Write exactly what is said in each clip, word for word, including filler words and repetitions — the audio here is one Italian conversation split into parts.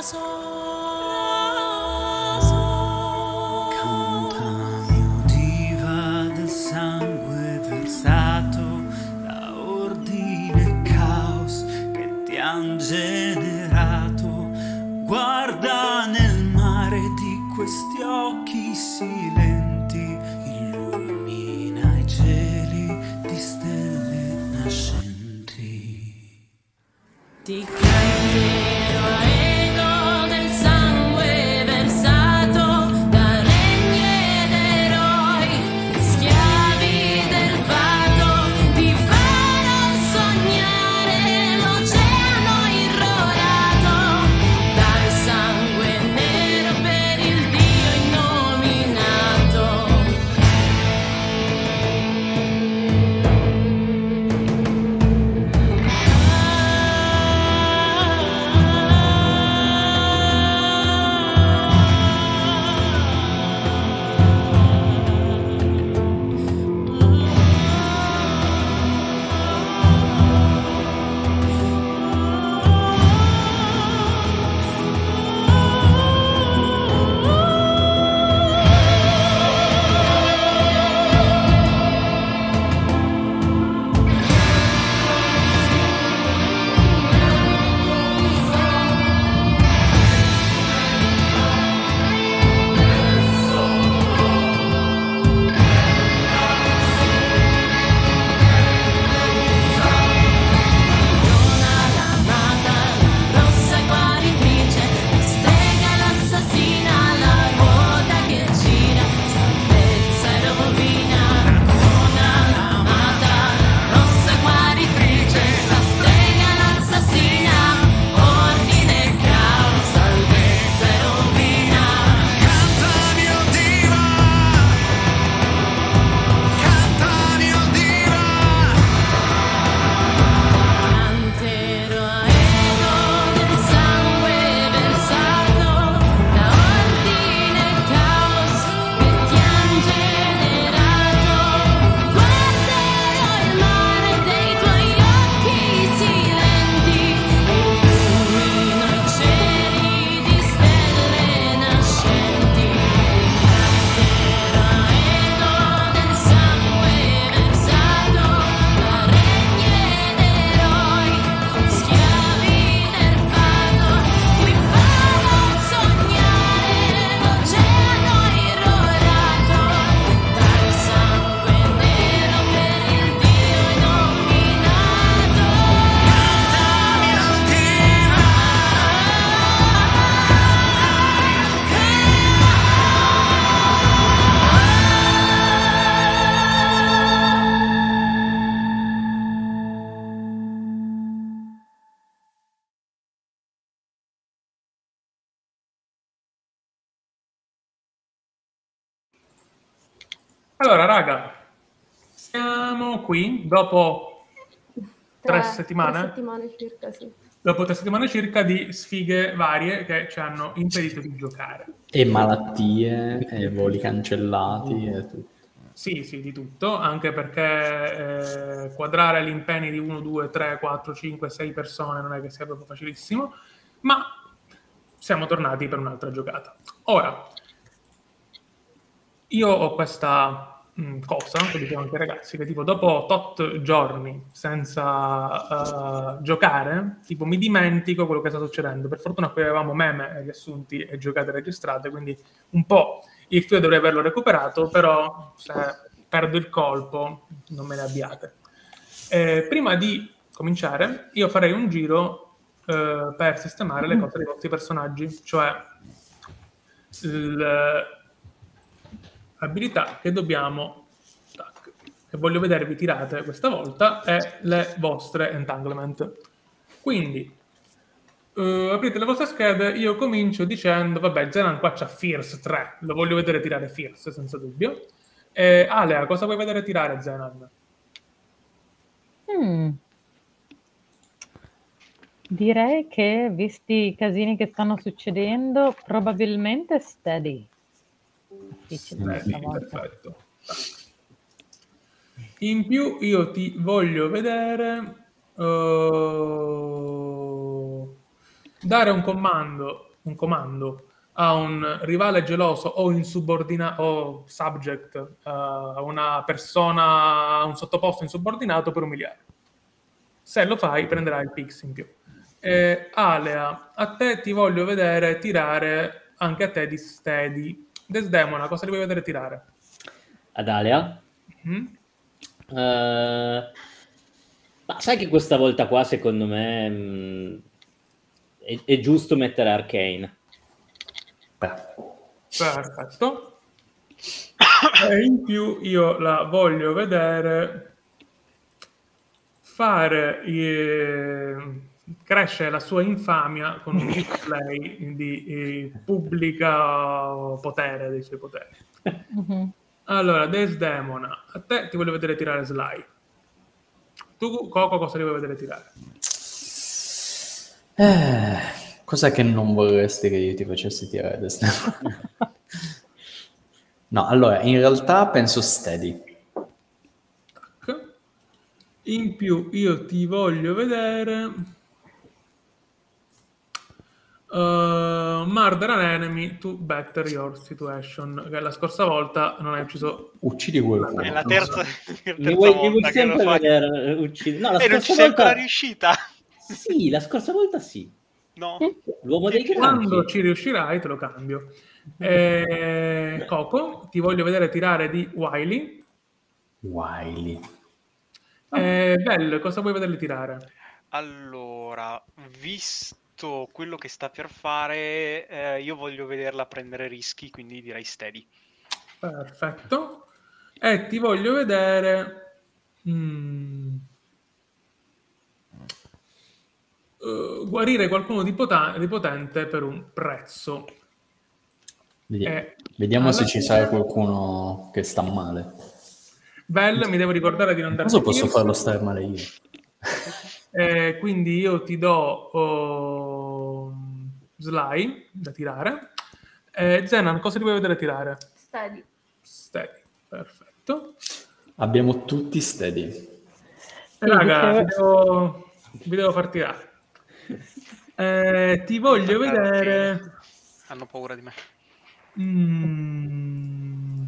generato, guarda nel mare di questi occhi silenti, illumina i cieli di stelle nascenti. Ti canterò eco del sangue versato da regni ed eroi, schiavi del fato, ti farò sognare l'oceano irrorato dal sangue nero per il Dio innominato. Allora, raga, siamo qui dopo tre, tre settimane, tre settimane circa, sì. Dopo tre settimane circa di sfighe varie che ci hanno impedito di giocare. E malattie, e voli cancellati, e tutto. Sì, sì, di tutto, anche perché eh, quadrare gli impegni di uno, due, tre, quattro, cinque, sei persone non è che sia proprio facilissimo, ma siamo tornati per un'altra giocata. Ora, io ho questa mh, cosa, che dicevo anche ai ragazzi, che tipo dopo tot giorni senza uh, giocare, tipo mi dimentico quello che sta succedendo. Per fortuna qui avevamo meme riassunti e giocate registrate, quindi un po' il filo dovrei averlo recuperato, però se perdo il colpo non me ne abbiate. Eh, prima di cominciare, io farei un giro eh, per sistemare le cose dei vostri personaggi, cioè il... abilità che dobbiamo tac, che voglio vedervi tirate questa volta è le vostre entanglement. Quindi uh, aprite le vostre schede. Io comincio dicendo vabbè, Zenan qua c'ha Fierce tre, lo voglio vedere tirare Fierce senza dubbio. E Alea, cosa vuoi vedere tirare Zenan? Hmm. Direi che, visti i casini che stanno succedendo, probabilmente Steady. Steady, perfetto. In più io ti voglio vedere uh, dare un comando un comando a un rivale geloso o insubordinato o subject, uh, a una persona, a un sottoposto insubordinato per umiliare. Se lo fai prenderai il pix in più. Eh, Alea, a te ti voglio vedere tirare anche a te di steady. Desdemona, cosa ti vuoi vedere tirare? Ad Alea? Mm? Uh, ma sai che questa volta qua secondo me mh, è, è giusto mettere Arcane. Perfetto. E in più io la voglio vedere fare eh, crescere la sua infamia con un display di eh, pubblica potere dei suoi poteri. Mhm. Allora, Desdemona, a te ti voglio vedere tirare Sly. Tu, Coco, cosa ti vuoi vedere tirare? Eh, cos'è che non vorresti che io ti facessi tirare Destiny? No, allora, in realtà penso steady. Tac. In più io ti voglio vedere uh, Murder an enemy to better your situation, che la scorsa volta non hai ucciso. Uccidi qualcuno. È la terza, la terza Mi vuoi, mi volta vuoi che sempre lo fai. vedere uccidere? No, la E non ci scorsa sei volta... ancora riuscita? Sì, la scorsa volta sì. No. L'uomo dei Quando granchi. ci riuscirai te lo cambio. Eh, Coco, ti voglio vedere tirare di Wily. Wiley. Eh, Bell, cosa vuoi vederli tirare? Allora, visto quello che sta per fare, eh, io voglio vederla prendere rischi, quindi direi steady. Perfetto. E ti voglio vedere mm, uh, guarire qualcuno di, pota- di potente per un prezzo. Vediamo, Eh, Vediamo se alla ci fine- sarà qualcuno che sta male. Bell, mi devo ricordare di non darti Cosa posso pierce. farlo stare male io? Eh, quindi io ti do oh, Sly da tirare. Eh, Zenan, cosa ti vuoi vedere tirare? Steady. Steady, perfetto. Abbiamo tutti steady. Eh, raga, vi devo, vi devo far tirare. Eh, ti voglio Perché vedere hanno paura di me. mm,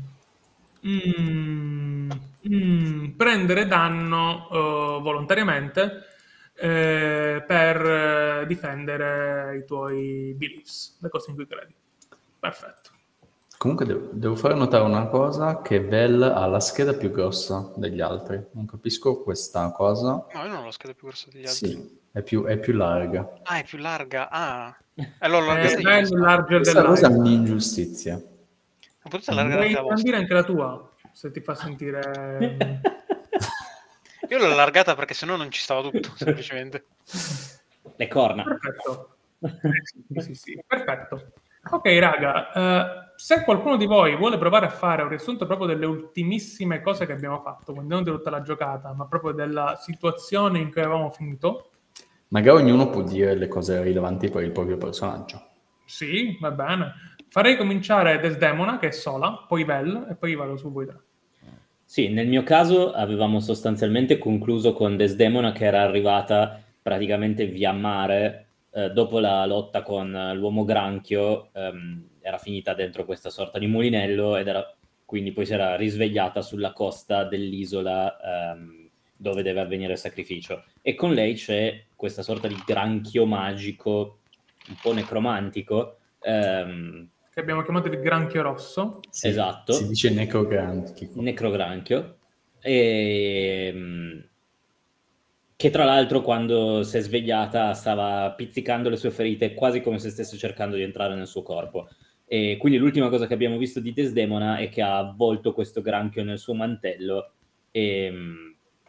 mm, mm, prendere danno eh, volontariamente eh, per eh, difendere i tuoi beliefs, le cose in cui credi. Perfetto. Comunque devo, devo fare notare una cosa, che Vel ha la scheda più grossa degli altri. Non capisco questa cosa. No, io non ho la scheda più grossa degli altri. Sì, è più, è più larga. Ah, è più larga. Ah. Allora, È allargata io. bello larger Questa cosa è dell'altro. un'ingiustizia. Non potete allargare Puoi anche la vostra. scandire anche la tua, se ti fa sentire... Io l'ho allargata perché sennò non ci stava tutto, semplicemente. Le corna. Perfetto. Sì, sì, sì. Perfetto. Ok, raga, eh, se qualcuno di voi vuole provare a fare un riassunto proprio delle ultimissime cose che abbiamo fatto, quindi non di tutta la giocata, ma proprio della situazione in cui avevamo finito, Magari ognuno può dire le cose rilevanti per il proprio personaggio. sì, va bene. Farei cominciare Desdemona, che è sola, poi Vel, e poi vado su voi tre. Sì, nel mio caso avevamo sostanzialmente concluso con Desdemona che era arrivata praticamente via mare eh, dopo la lotta con eh, l'uomo granchio, ehm, era finita dentro questa sorta di mulinello ed era quindi poi si era risvegliata sulla costa dell'isola ehm, dove deve avvenire il sacrificio. E con lei c'è questa sorta di granchio magico, un po' necromantico, ehm, Che abbiamo chiamato il granchio rosso. Sì, Esatto. Si dice necrogranchico. necrogranchio, e, mm, che tra l'altro quando si è svegliata stava pizzicando le sue ferite quasi come se stesse cercando di entrare nel suo corpo. E quindi l'ultima cosa che abbiamo visto di Desdemona è che ha avvolto questo granchio nel suo mantello e mm,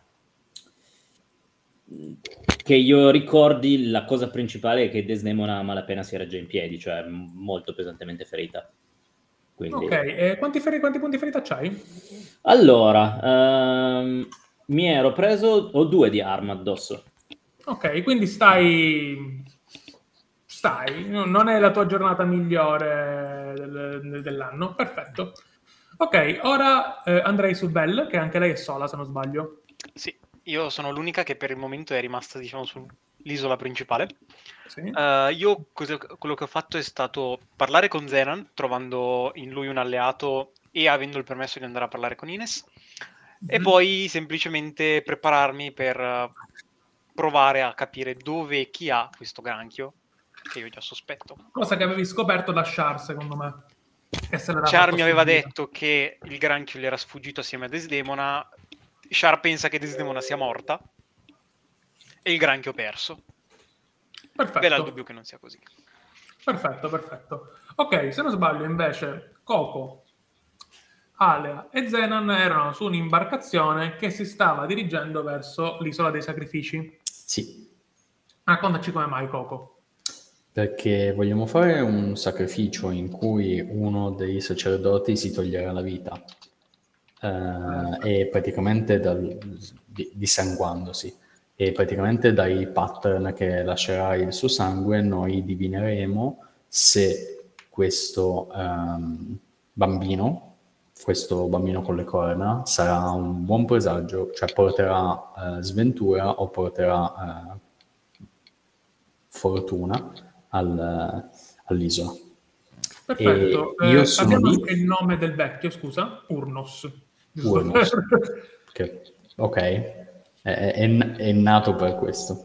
che io ricordi la cosa principale è che Desdemona a malapena si regge in piedi, cioè m- molto pesantemente ferita. Quindi... Ok, e quanti, feri- quanti punti ferita c'hai? Allora, ehm, mi ero preso, ho due di arma addosso. Ok, quindi stai... Stai, no- non è la tua giornata migliore del- dell'anno. Perfetto. Ok, ora eh, andrei su Belle, che anche lei è sola, se non sbaglio. Sì, io sono l'unica che per il momento è rimasta, diciamo, sul l'isola principale. Sì. Uh, io cosa- quello che ho fatto è stato parlare con Zenan, trovando in lui un alleato e avendo il permesso di andare a parlare con Ines, e Mhm. poi semplicemente prepararmi per uh, provare a capire dove e chi ha questo granchio, che io già sospetto. Cosa che avevi scoperto da Char, secondo me. Che se l'era Char fatto mi aveva sfuggire. detto che il granchio gli era sfuggito assieme a Desdemona. Char pensa che Desdemona sia morta e il granchio perso. Bella il Perfetto. dubbio che non sia così. Perfetto, perfetto. Ok, se non sbaglio invece Coco, Alea e Zenan erano su un'imbarcazione che si stava dirigendo verso l'isola dei sacrifici. Sì, Raccontaci come mai, Coco. perché vogliamo fare un sacrificio in cui uno dei sacerdoti si toglierà la vita eh, e praticamente dal, di, dissanguandosi e praticamente dai pattern che lascerà il suo sangue noi divineremo se questo ehm, bambino questo bambino con le corna sarà un buon presagio, cioè porterà eh, sventura o porterà eh, fortuna al, all'isola. Perfetto. E io Eh, sono abbiamo lì, anche il nome del vecchio, scusa, Urnos. Giusto Urnos, per- che, ok, è, è- è nato per questo.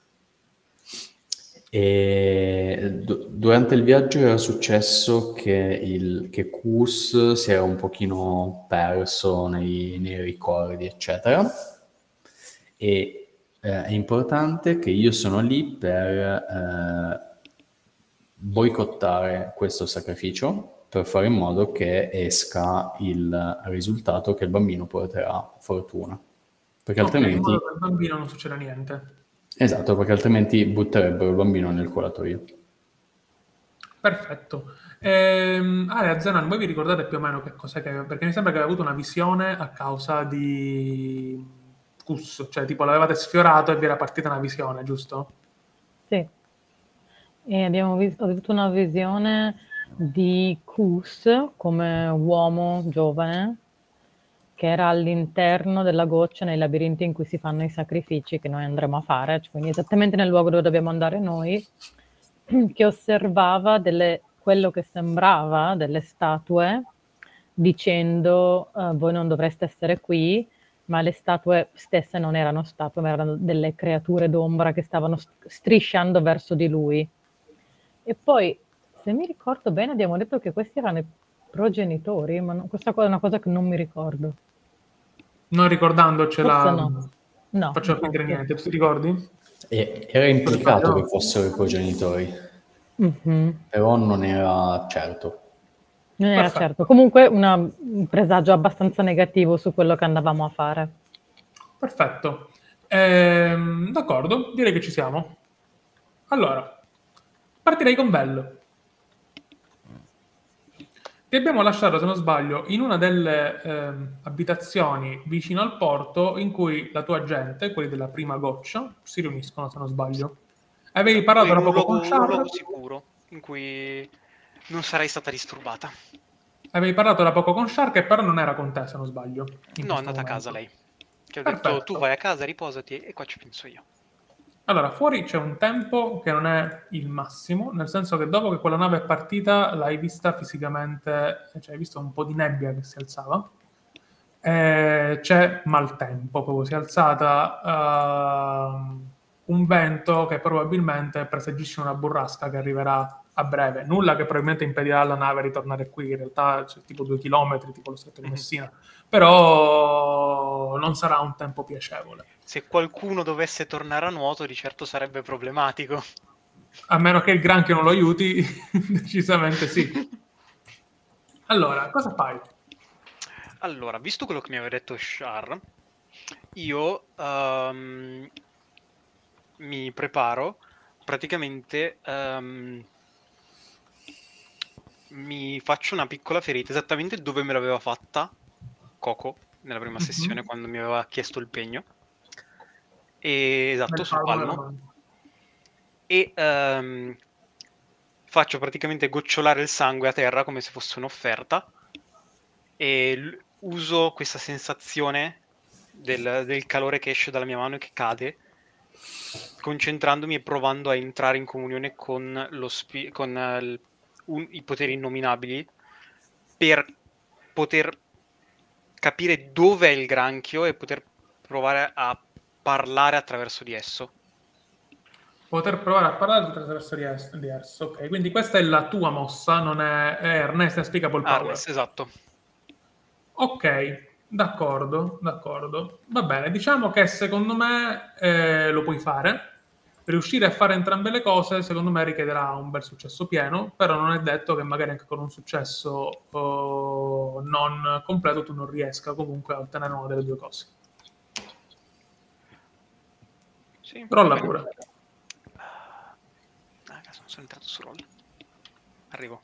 E du- durante il viaggio era successo che, il, che Kus si era un pochino perso nei, nei ricordi, eccetera. E eh, è importante che io sono lì per eh, boicottare questo sacrificio, per fare in modo che esca il risultato che il bambino porterà fortuna. Perché Ok, in altrimenti, modo che al bambino non succeda niente. esatto, perché altrimenti butterebbero il bambino nel colatoio. Perfetto. Ehm, Ale, Zenan, voi vi ricordate più o meno che cos'è che... Perché mi sembra che aveva avuto una visione a causa di Cus, cioè tipo l'avevate sfiorato e vi era partita una visione, giusto? Sì. E abbiamo vis- ho avuto una visione di Kus come uomo giovane che era all'interno della goccia nei labirinti in cui si fanno i sacrifici che noi andremo a fare, cioè, quindi esattamente nel luogo dove dobbiamo andare noi, che osservava delle, quello che sembrava delle statue dicendo eh, voi non dovreste essere qui, ma le statue stesse non erano statue, ma erano delle creature d'ombra che stavano strisciando verso di lui. E poi, se mi ricordo bene, abbiamo detto che questi erano i progenitori, ma no- questa cosa è una cosa che non mi ricordo. Non ricordandocela, Forse no. No, faccio finta di infatti. niente. Tu ti ricordi? E era implicato sbaglio? che fossero i progenitori, Mhm. però non era certo. Non era Perfetto. certo. Comunque una- un presagio abbastanza negativo su quello che andavamo a fare. Perfetto. Ehm, d'accordo, direi che ci siamo. Allora, partirei con Bell. Ti abbiamo lasciato, se non sbaglio, in una delle ehm, abitazioni vicino al porto in cui la tua gente, quelli della prima goccia, si riuniscono, se non sbaglio. Avevi Esatto, parlato in da un poco luogo, con un Char. luogo sicuro in cui non sarei stata disturbata. Avevi parlato da poco con Char, che però non era con te, se non sbaglio. In No, è questo andata a momento. casa lei. Che ho detto, Perfetto. tu vai a casa, riposati e qua ci penso io. Allora, fuori c'è un tempo che non è il massimo, nel senso che dopo che quella nave è partita l'hai vista fisicamente, cioè hai visto un po' di nebbia che si alzava, e c'è maltempo, proprio si è alzata ehm, un vento che probabilmente presagisce una burrasca che arriverà a breve, nulla che probabilmente impedirà alla nave di ritornare qui, in realtà c'è tipo due chilometri, tipo lo stretto di Messina, però non sarà un tempo piacevole. Se qualcuno dovesse tornare a nuoto, di certo sarebbe problematico. A meno che il granchio non lo aiuti, decisamente sì. Allora, cosa fai? Allora, visto quello che mi aveva detto Char, io ehm, mi preparo, praticamente ehm, mi faccio una piccola ferita, esattamente dove me l'aveva fatta Coco, nella prima Mhm. sessione, quando mi aveva chiesto il pegno. E, esatto, Nel sul palmo della palmo. mano. E ehm, faccio praticamente gocciolare il sangue a terra come se fosse un'offerta e l- uso questa sensazione del, del calore che esce dalla mia mano e che cade concentrandomi e provando a entrare in comunione con, lo spi- con eh, il- un- i poteri innominabili per poter capire dove è il granchio e poter provare a parlare attraverso di esso. Poter provare a parlare attraverso di es- di esso. Ok, quindi questa è la tua mossa, non è, è Ernest Unspeakable Power. Arnes, esatto. Ok, d'accordo, d'accordo. Va bene, diciamo che secondo me eh, lo puoi fare. Riuscire a fare entrambe le cose, secondo me, richiederà un bel successo pieno, però non è detto che magari anche con un successo oh, non completo tu non riesca comunque a ottenere una delle due cose. Sì, Rolla va bene. pure. Ah, cazzo, sono entrato su roll. Arrivo.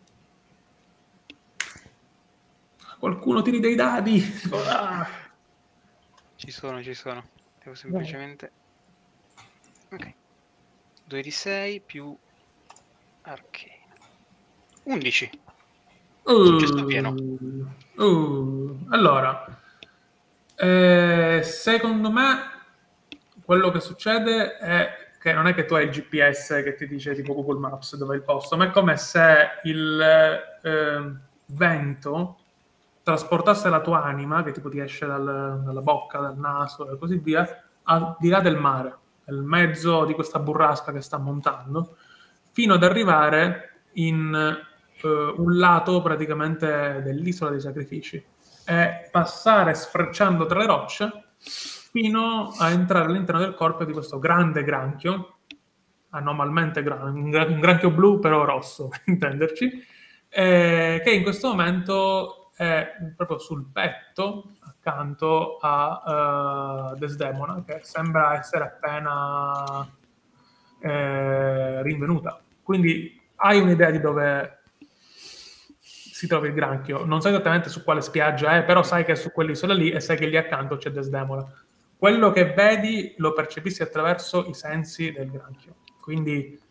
Qualcuno tiri dei dadi. Ah. Ci sono, ci sono. Devo semplicemente... Ok. due di sei più arcane. undici. Successo pieno. Uh, uh. Allora, eh, secondo me quello che succede è che non è che tu hai il G P S che ti dice tipo Google Maps dove è il posto, ma è come se il eh, vento trasportasse la tua anima, che tipo ti esce dal- dalla bocca, dal naso e così via, al di là del mare, nel mezzo di questa burrasca che sta montando, fino ad arrivare in eh, un lato praticamente dell'isola dei sacrifici e passare sfrecciando tra le rocce fino a entrare all'interno del corpo di questo grande granchio, anormalmente gra- un, gra- un granchio blu però rosso, per intenderci, eh, che in questo momento è proprio sul petto accanto a uh, Desdemona, che sembra essere appena eh, rinvenuta. Quindi hai un'idea di dove si trova il granchio. Non sai esattamente su quale spiaggia è, però sai che è su quell'isola lì e sai che lì accanto c'è Desdemona. Quello che vedi lo percepissi attraverso i sensi del granchio. Quindi,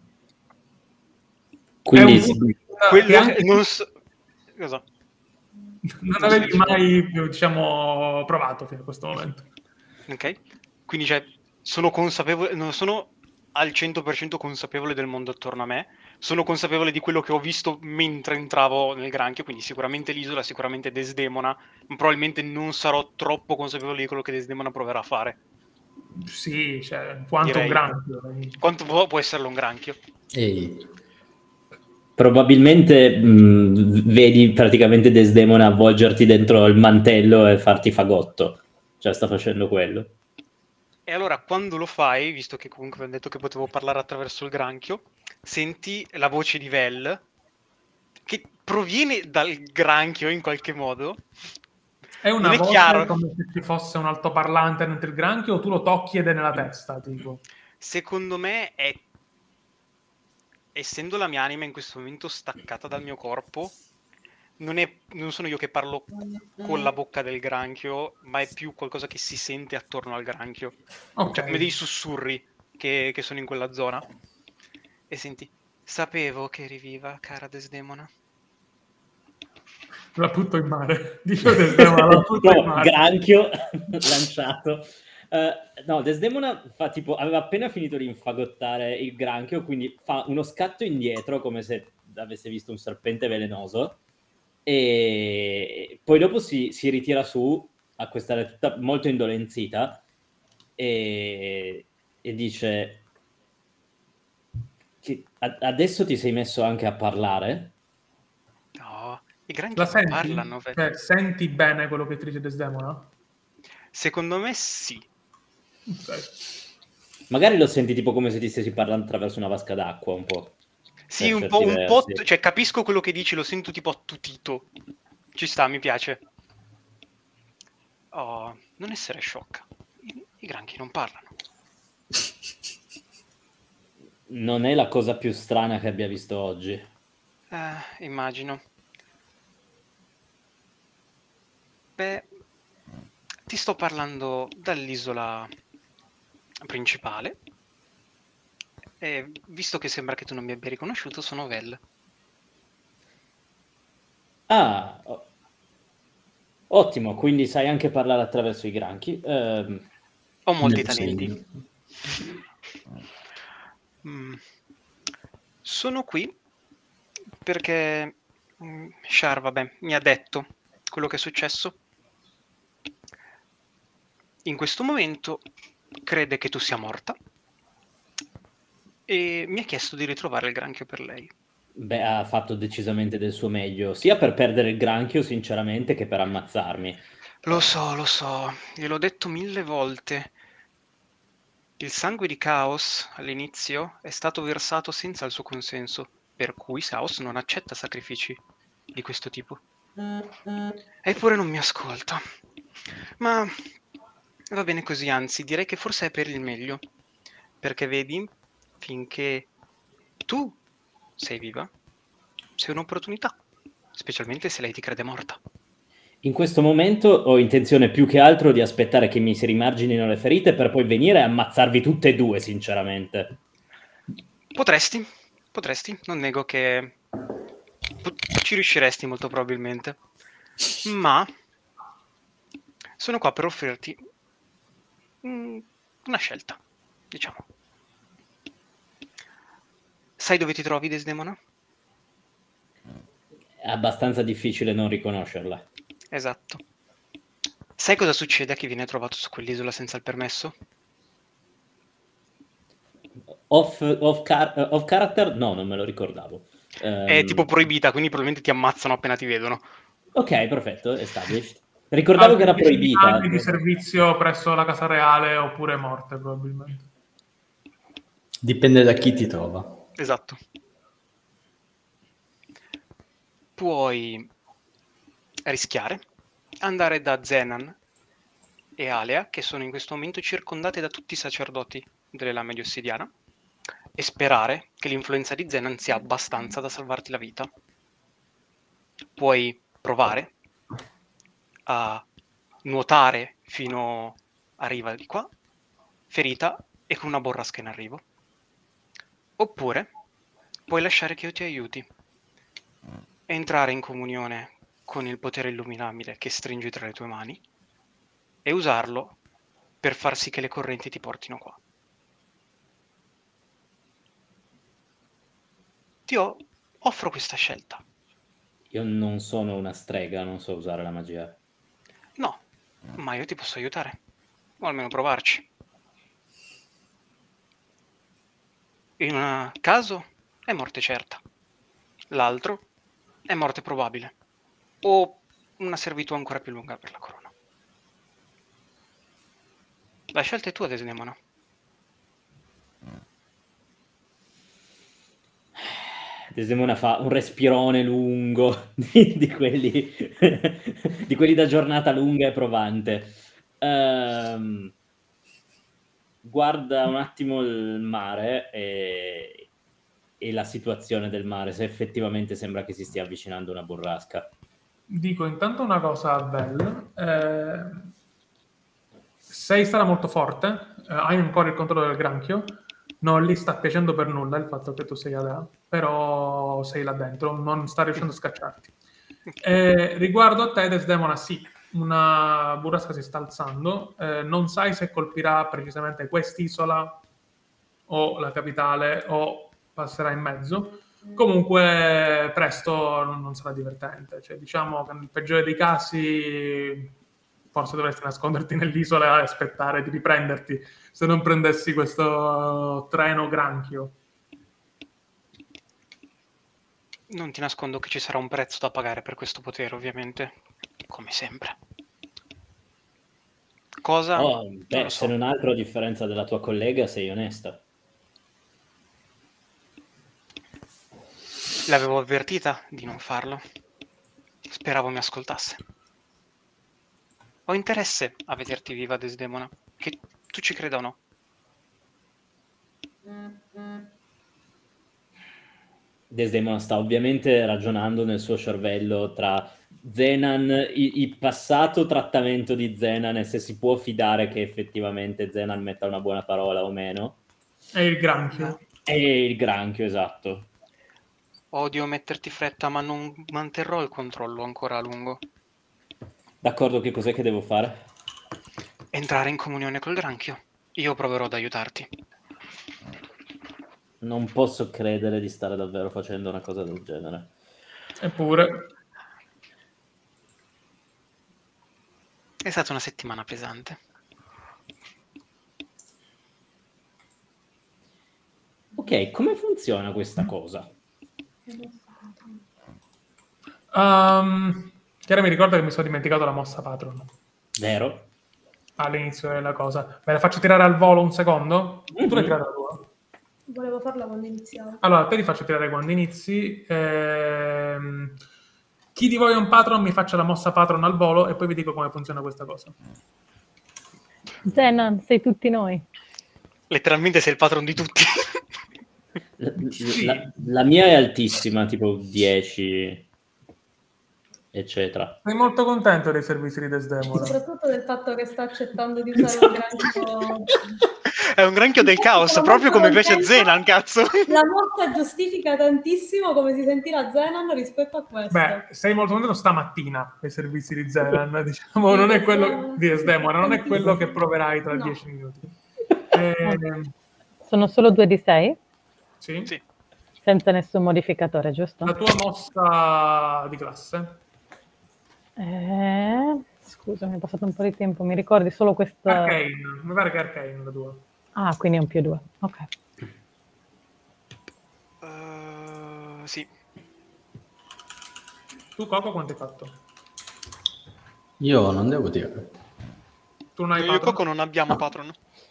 Quindi è un Quello che anche che non so... Cosa? non avevi mai, diciamo, provato fino a questo momento. Ok. Quindi cioè, sono consapevole, non sono al cento per cento consapevole del mondo attorno a me, sono consapevole di quello che ho visto mentre entravo nel granchio, quindi sicuramente l'isola, sicuramente Desdemona, ma probabilmente non sarò troppo consapevole di quello che Desdemona proverà a fare. Sì, cioè, quanto un Direi. granchio. Quanto può, può esserlo un granchio? Ehi, probabilmente mh, vedi praticamente Desdemona avvolgerti dentro il mantello e farti fagotto. Cioè sta facendo quello. E allora quando lo fai, visto che comunque mi hanno detto che potevo parlare attraverso il granchio, senti la voce di Vel, che proviene dal granchio in qualche modo. È una Non è voce chiaro. come se ci fosse un altoparlante dentro il granchio o tu lo tocchi ed è nella testa, tipo. Secondo me è, essendo la mia anima in questo momento staccata dal mio corpo, non, è, non sono io che parlo con la bocca del granchio, ma è più qualcosa che si sente attorno al granchio. Ok. Cioè come dei sussurri che, che sono in quella zona. E senti, sapevo che eri viva, cara Desdemona. La butto in mare. Dico Desdemona, la butto in No, mare. granchio lanciato. Uh, no, Desdemona fa tipo, aveva appena finito di infagottare il granchio, quindi fa uno scatto indietro come se avesse visto un serpente velenoso e poi dopo si, si ritira su a questa tutta molto indolenzita e, e dice che a- adesso ti sei messo anche a parlare? No, i granchi La non senti? parlano. ve- Cioè, senti bene quello che ti dice Desdemona? Secondo me sì. Ok. Magari lo senti tipo come se ti stessi parlando attraverso una vasca d'acqua un po'. Sì, Per un certi po', un po', versi. cioè capisco quello che dici, lo sento tipo attutito. Ci sta, mi piace. Oh, non essere sciocca. I, i granchi non parlano. Non è la cosa più strana che abbia visto oggi. Eh, immagino. Beh, ti sto parlando dall'isola principale. E visto che sembra che tu non mi abbia riconosciuto, sono Vel. Ah, o- ottimo, quindi sai anche parlare attraverso i granchi. Ehm, Ho molti Sì. talenti. Mm. Sono qui perché mm, Shar, vabbè, mi ha detto quello che è successo. In questo momento crede che tu sia morta e mi ha chiesto di ritrovare il granchio per lei. Beh, ha fatto decisamente del suo meglio, sia per perdere il granchio, sinceramente, che per ammazzarmi. Lo so, lo so, gliel'ho detto mille volte. Il sangue di Chaos all'inizio è stato versato senza il suo consenso, per cui Chaos non accetta sacrifici di questo tipo. Eppure non mi ascolta. Ma va bene così, anzi, direi che forse è per il meglio. Perché vedi, finché tu sei viva, sei un'opportunità, specialmente se lei ti crede morta. In questo momento ho intenzione più che altro di aspettare che mi si rimarginino le ferite per poi venire e ammazzarvi tutte e due, sinceramente. Potresti, potresti, non nego che po- ci riusciresti molto probabilmente, ma sono qua per offrirti mm, una scelta, diciamo. Sai dove ti trovi, Desdemona? È abbastanza difficile non riconoscerla. Esatto. Sai cosa succede a chi viene trovato su quell'isola senza il permesso? Off, off, car- off character? No, non me lo ricordavo. È Ehm, tipo proibita, quindi probabilmente ti ammazzano appena ti vedono. Ok, perfetto, established. Ricordavo che Altri era dieci proibita. anni di servizio presso la Casa Reale oppure morte, probabilmente. Dipende da chi ti trova. Esatto. Puoi rischiare, andare da Zenan e Alea, che sono in questo momento circondate da tutti i sacerdoti delle lame di ossidiana, e sperare che l'influenza di Zenan sia abbastanza da salvarti la vita. Puoi provare a nuotare fino a riva di qua, ferita e con una borrasca in arrivo. Oppure puoi lasciare che io ti aiuti, entrare in comunione con il potere illuminabile che stringi tra le tue mani e usarlo per far sì che le correnti ti portino qua. Ti ho- offro questa scelta. Io non sono una strega, non so usare la magia. No, ma io ti posso aiutare, o almeno provarci. In un caso è morte certa, l'altro è morte probabile, o una servitù ancora più lunga per la corona. La scelta è tua, Desdemona. Desdemona fa un respirone lungo di, di quelli di quelli da giornata lunga e provante. Ehm, guarda un attimo il mare e, e la situazione del mare, se effettivamente sembra che si stia avvicinando una burrasca. Dico intanto una cosa a Belle. Eh, sei stata molto forte, eh, hai ancora il controllo del granchio, non gli sta piacendo per nulla il fatto che tu sei Alea, però sei là dentro, non sta riuscendo a scacciarti. Eh, riguardo a te, Desdemona, sì, una burrasca si sta alzando, eh, non sai se colpirà precisamente quest'isola o la capitale o passerà in mezzo. Comunque presto non, non sarà divertente, cioè, diciamo che nel peggiore dei casi forse dovresti nasconderti nell'isola e aspettare di riprenderti se non prendessi questo treno granchio. Non ti nascondo che ci sarà un prezzo da pagare per questo potere, ovviamente, come sempre. Cosa? Oh, Non beh, lo se so. non altro, a differenza della tua collega, sei onesta. L'avevo avvertita di non farlo. Speravo mi ascoltasse. Ho interesse a vederti viva, Desdemona, che tu ci creda o no. Desdemona sta ovviamente ragionando nel suo cervello tra Zenan, i- il passato trattamento di Zenan e se si può fidare che effettivamente Zenan metta una buona parola o meno. E il granchio. E il granchio, esatto. Odio metterti fretta, ma non manterrò il controllo ancora a lungo. D'accordo, che cos'è che devo fare? Entrare in comunione col granchio. Io proverò ad aiutarti. Non posso credere di stare davvero facendo una cosa del genere. Eppure, È stata una settimana pesante. Ok, come funziona questa cosa? um, Chiara mi ricorda che mi sono dimenticato la mossa patron Vero? all'inizio della cosa. Me la faccio tirare al volo un secondo? Tu Mhm. l'hai tirata la tua? Volevo farla quando iniziavo. Allora, te li faccio tirare quando inizi. Ehm, chi di voi è un patron mi faccia la mossa patron al volo e poi vi dico come funziona questa cosa. Zenon, sei tutti noi. Letteralmente sei il patron di tutti. La, Sì. la- la mia è altissima, tipo dieci, eccetera. Sei molto contento dei servizi di Desdemona. Soprattutto del fatto che sta accettando di usare un granchio. È un granchio del caos, Sono proprio molto come piace a contenta. Zenan, cazzo. La mossa giustifica tantissimo come si sentirà Zenon rispetto a questo. Beh, sei molto contento stamattina dei servizi di Zeran, diciamo, non è quello di Desdemona, non è quello che proverai tra No. dieci minuti. Ehm, Sono solo due di sei, sì. Sì. senza nessun modificatore, giusto? La tua mossa di classe? Eh, scusami, è passato un po' di tempo, mi ricordi solo questo... Arcane, mi pare che è Arcane la tua. Ah, quindi è un più due, ok. Uh, sì. Tu, Coco, quanto hai fatto? Io non devo dire. Tu non hai Io e patron? Coco non abbiamo No. patron.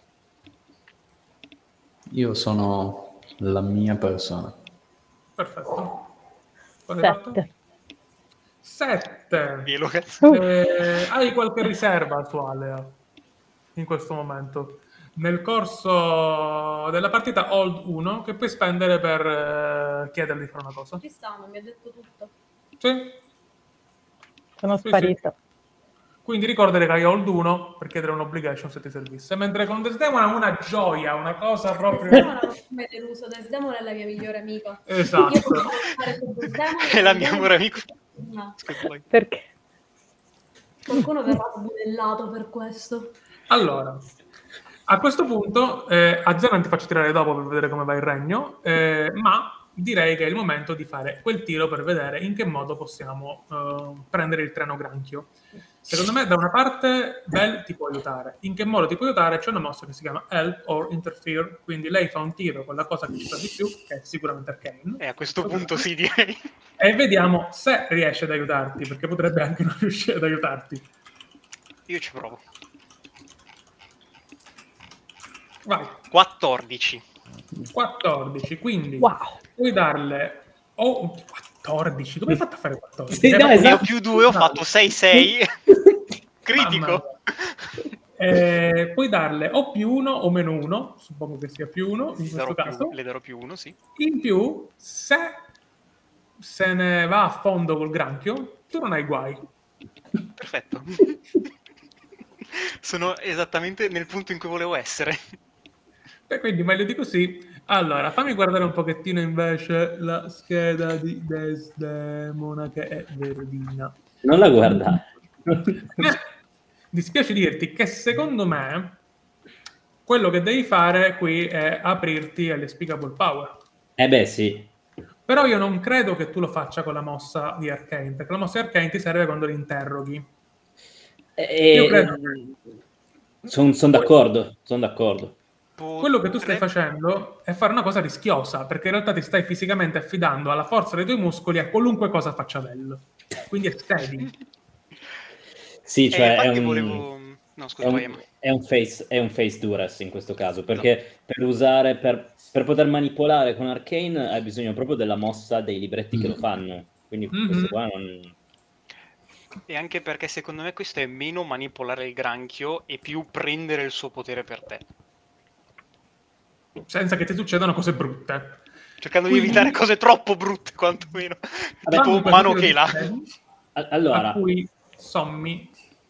Io sono la mia persona. Perfetto. Quanto hai fatto? Sette. Sette. Glielo cazzo. Uh, Eh, hai qualche riserva su Alea in questo momento? Nel corso della partita hold uno che puoi spendere per eh, chiedergli di fare una cosa. Ci sta, non mi ha detto tutto. Sì. sono Sì, sparito. Quindi ricordate che hai hold uno per chiedere un'obligation se ti servisse. Mentre con Desdemona è una gioia, una cosa proprio... Desdemona non mi ha deluso, Desdemona è la mia migliore amica. Esatto. Io posso fare con Desdemona. È la mia amore amico. No, Scusa, vai. Perché? qualcuno verrà budellato per questo. Allora, a questo punto, eh, a Zeran ti faccio tirare dopo per vedere come va il regno, eh, ma direi che è il momento di fare quel tiro per vedere in che modo possiamo eh, prendere il treno granchio. Secondo me, da una parte, Belle ti può aiutare. In che modo ti può aiutare? C'è una mossa che si chiama Help or Interfere, quindi lei fa un tiro con la cosa che ci sta di più, che è sicuramente Arcane, E a questo punto sì, direi. e vediamo se riesce ad aiutarti, perché potrebbe anche non riuscire ad aiutarti. Io ci provo. Vai. quattordici. quattordici, quindi Wow. puoi darle o quattordici, come hai fatto a fare quattordici? Sì, Hai no, fatto- Ne ho esatto. più due, ho fatto sei sei. Mamma Critico. mia. Eh, puoi darle o più uno o meno uno, suppongo che sia più uno in Gli questo darò più- caso. le darò più uno, sì. In più, se se ne va a fondo col granchio, tu non hai guai. Perfetto. Sono esattamente nel punto in cui volevo essere. E quindi meglio di così. Allora, fammi guardare un pochettino invece la scheda di Desdemona che è verdina. Non la guardare. Eh, dispiace dirti che secondo me quello che devi fare qui è aprirti alle Speakable Power. Eh beh, sì. Però io non credo che tu lo faccia con la mossa di Arcane, perché la mossa di Arcane ti serve quando li interroghi. Io credo Sono d'accordo, sono d'accordo. quello che tu stai Potre- facendo è fare una cosa rischiosa, perché in realtà ti stai fisicamente affidando alla forza dei tuoi muscoli a qualunque cosa faccia bello. Quindi è steady. Sì, Eh, cioè è infatti un, volevo... No, è, scusa, vai, un, Emma. è un face, è un face duress in questo caso, perché per usare, per, per poter manipolare con Arcane hai bisogno proprio della mossa dei libretti che lo fanno. Quindi Mhm. questo qua non... E anche perché secondo me questo è meno manipolare il granchio e più prendere il suo potere per te. Senza che ti succedano cose brutte. Cercando Quindi- di evitare cose troppo brutte, quantomeno. Vabbè, Tipo Fammi questo mano tiro che di là. steady, A- Allora, a cui sommi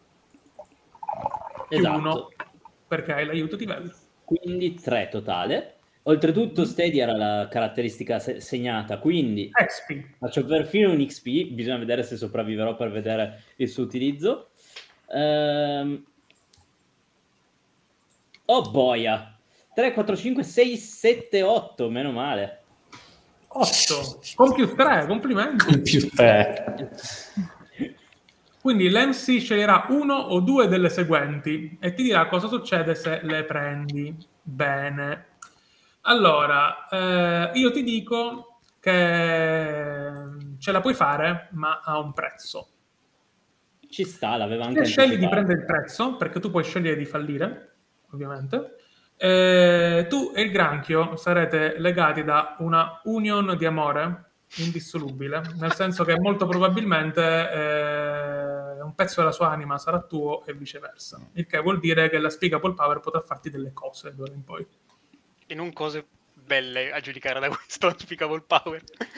più esatto. uno, perché hai l'aiuto di Vel. Quindi tre totale. Oltretutto Steady era la caratteristica se- segnata, quindi X P. faccio perfino un X P, bisogna vedere se sopravviverò per vedere il suo utilizzo. Ehm, Oh boia! tre, quattro, cinque, sei, sette, otto, meno male. otto, con più tre, complimenti. Con più tre. Quindi l'M C sceglierà uno o due delle seguenti e ti dirà cosa succede se le prendi. Bene. Allora, eh, io ti dico che ce la puoi fare, ma a un prezzo. Ci sta, l'aveva anche Se scegli di anticipato. prendere il prezzo, perché tu puoi scegliere di fallire, ovviamente, eh, tu e il granchio sarete legati da una union di amore indissolubile, nel senso che molto probabilmente eh, un pezzo della sua anima sarà tuo e viceversa, il che vuol dire che la Speakable Power potrà farti delle cose d'ora in poi. E non cose belle a giudicare da questo Unspeakable Power.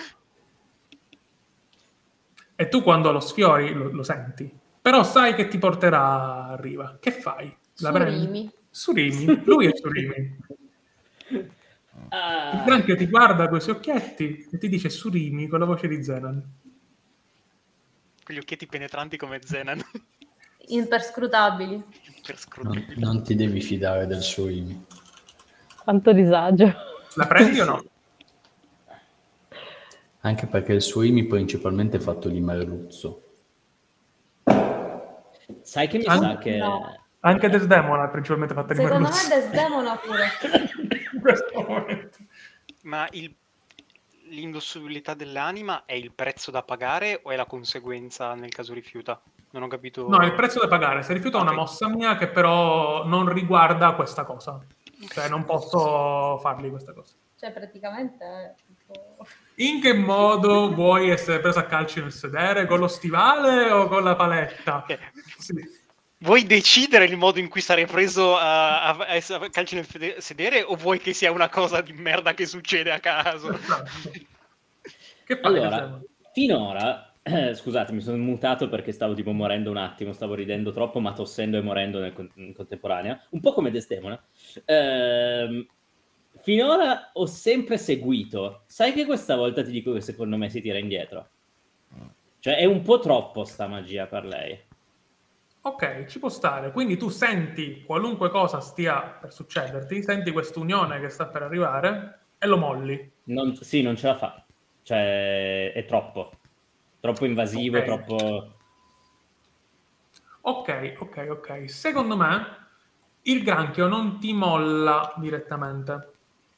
E tu quando lo sfiori lo, lo senti, però sai che ti porterà a riva. Che fai? La prendi? Surimi. Surimi, lui è Surimi. Ah, Il granchio ti guarda con i suoi occhietti e ti dice Surimi con la voce di Zenan. Quegli occhietti penetranti come Zenan. Imperscrutabili. Per Non, scrutinio. non ti devi fidare del suo imi. Quanto disagio. La prendi o no? Anche perché il suo imi principalmente è fatto di merluzzo. sai che mi Ah, sa che... no. Anche Desdemona è principalmente fatta di Secondo me merluzzo. Desdemona pure. In questo momento. Ma il- l'indossolabilità dell'anima è il prezzo da pagare o è la conseguenza nel caso rifiuta? Non ho capito. No, è il prezzo da pagare. Se rifiuta una Ok. mossa mia che però non riguarda questa cosa. Cioè non posso fargli questa cosa. Cioè, praticamente è tipo... In che modo vuoi essere preso a calci nel sedere? Con lo stivale o con la paletta? Ok. Sì. Vuoi decidere il modo in cui sarei preso a, a, a essere a calci nel fede- sedere o vuoi che sia una cosa di merda che succede a caso? Esatto. Che fai? Allora, Desdemona? finora... eh, scusate, mi sono mutato perché stavo tipo morendo un attimo, stavo ridendo troppo, ma tossendo e morendo nel con- in contemporanea. Un po' come Desdemona. Ehm, finora ho sempre seguito. Sai che questa volta ti dico che secondo me si tira indietro. Cioè è un po' troppo sta magia per lei. Ok, ci può stare. Quindi tu senti qualunque cosa stia per succederti, senti quest'unione che sta per arrivare e lo molli. Non- sì, non ce la fa. Cioè è troppo. Troppo invasivo, Ok. troppo... Ok, ok, ok. Secondo me il granchio non ti molla direttamente.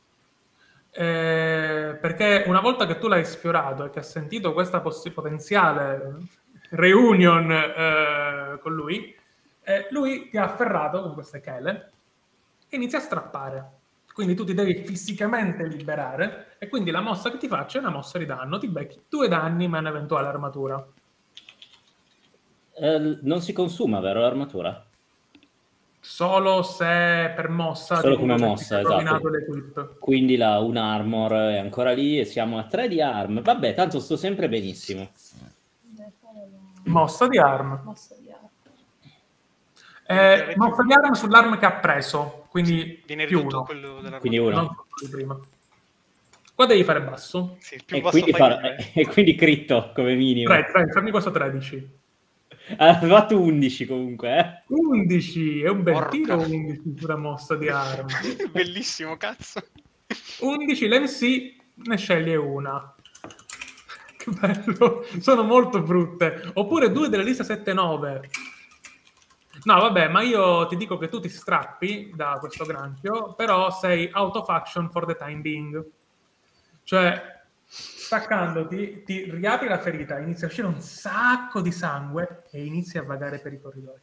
Eh, perché una volta che tu l'hai sfiorato e che ha sentito questa poss- potenziale reunion eh, con lui, eh, lui ti ha afferrato con queste chele e inizia a strappare. Quindi tu ti devi fisicamente liberare e quindi la mossa che ti faccio è una mossa di danno. Ti becchi due danni ma un'eventuale armatura. Eh, non si consuma, vero, l'armatura? Solo se per mossa Solo ti come dico che mossa, ti sei rovinato esatto. l'equip. Quindi la un armor è ancora lì e siamo a tre di arm. Vabbè, tanto sto sempre benissimo. Mossa di arm. Mossa di arma. Eh, mossa di arm sull'arm che ha preso, quindi Viene più ridotto uno. quello della Quindi uno. Non di prima. Qua devi fare basso. Sì, più E basso quindi, fai fa- meglio, eh. e quindi critto come minimo. tre, tre, fammi questo tredici. Ha fatto undici comunque, eh. undici, è un bel Porca. tiro undici sulla mossa di arm. Bellissimo, cazzo. undici, l'M C ne sceglie una. Che bello, sono molto brutte. Oppure due della lista sette nove. No, vabbè, ma io ti dico che tu ti strappi da questo granchio, però sei out of action for the time being. Cioè, staccandoti, ti riapri la ferita, inizia a uscire un sacco di sangue e inizi a vagare per i corridoi.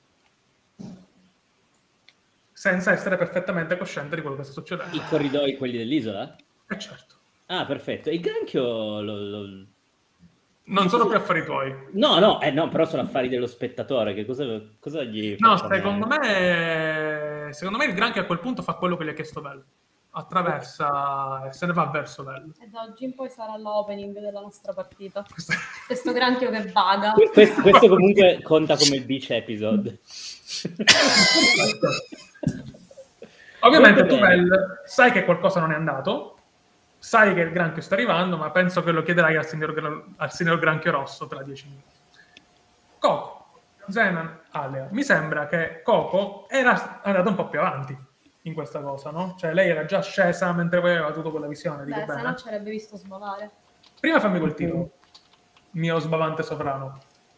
Senza essere perfettamente cosciente di quello che sta succedendo. I corridoi, quelli dell'isola? E certo. Ah, perfetto. E il granchio... Lo, lo- Non sono più affari tuoi. No, no, eh, no, però sono affari dello spettatore. Che cosa, cosa gli No, facciamo? secondo me, secondo me il granchio a quel punto fa quello che gli ha chiesto Vel. Attraversa e se ne va verso Vel. E da oggi in poi sarà l'opening della nostra partita. Questo- Questo granchio che vaga. Questo, questo comunque conta come il beach episode. Ovviamente Molto tu bene. Vel sai che qualcosa non è andato, sai che il granchio sta arrivando, ma penso che lo chiederai al signor, Gra- al signor Granchio Rosso tra dieci minuti. Coco, Zenan, Alea. Mi sembra che Coco era andato un po' più avanti. in questa cosa, no? Cioè lei era già scesa mentre voi aveva tutto quella visione, dico Beh, se bene? no ci avrebbe visto sbavare. Prima fammi quel tiro, mio sbavante sovrano.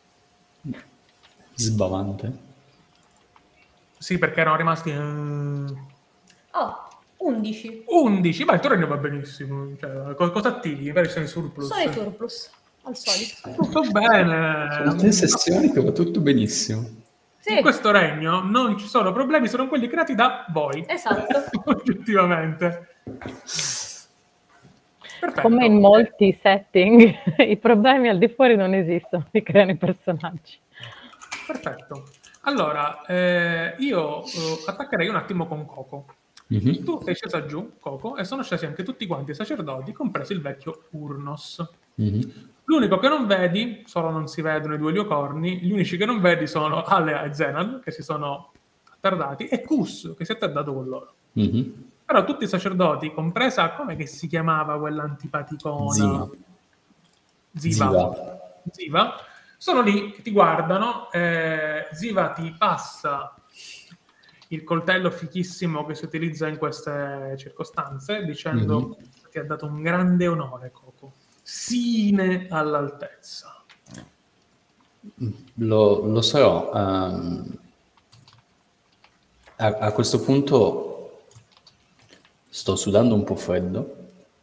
Sbavante. Sì, perché erano rimasti eh, Oh, undici. undici, ma il tuo regno va benissimo. Cioè, co- cosa attivi? Magari sei in surplus. Sono i surplus, al solito. Tutto bene. Sono tre sessioni che va tutto benissimo. Sì, In questo regno non ci sono problemi, sono quelli creati da voi. esatto. Oggettivamente. Perfetto. Come in molti setting, i problemi al di fuori non esistono, si creano i personaggi. Perfetto. Allora, eh, io eh, attaccherei un attimo con Coco. Mhm. Tu sei scesa giù, Coco, e sono scesi anche tutti quanti i sacerdoti, compreso il vecchio Urnos. Mhm. L'unico che non vedi, solo non si vedono i due liocorni, gli unici che non vedi sono Alea e Zenad, che si sono attardati, e Kus, che si è attardato con loro. Mhm. Però tutti i sacerdoti, compresa, come che si chiamava quell'antipaticona? Ziva. Ziva. Ziva. Ziva, sono lì che ti guardano, eh, Ziva ti passa il coltello fichissimo che si utilizza in queste circostanze, dicendo Mhm. ti ha dato un grande onore, Coco, sine all'altezza. Lo, lo sarò. ehm, a, a questo punto sto sudando un po' freddo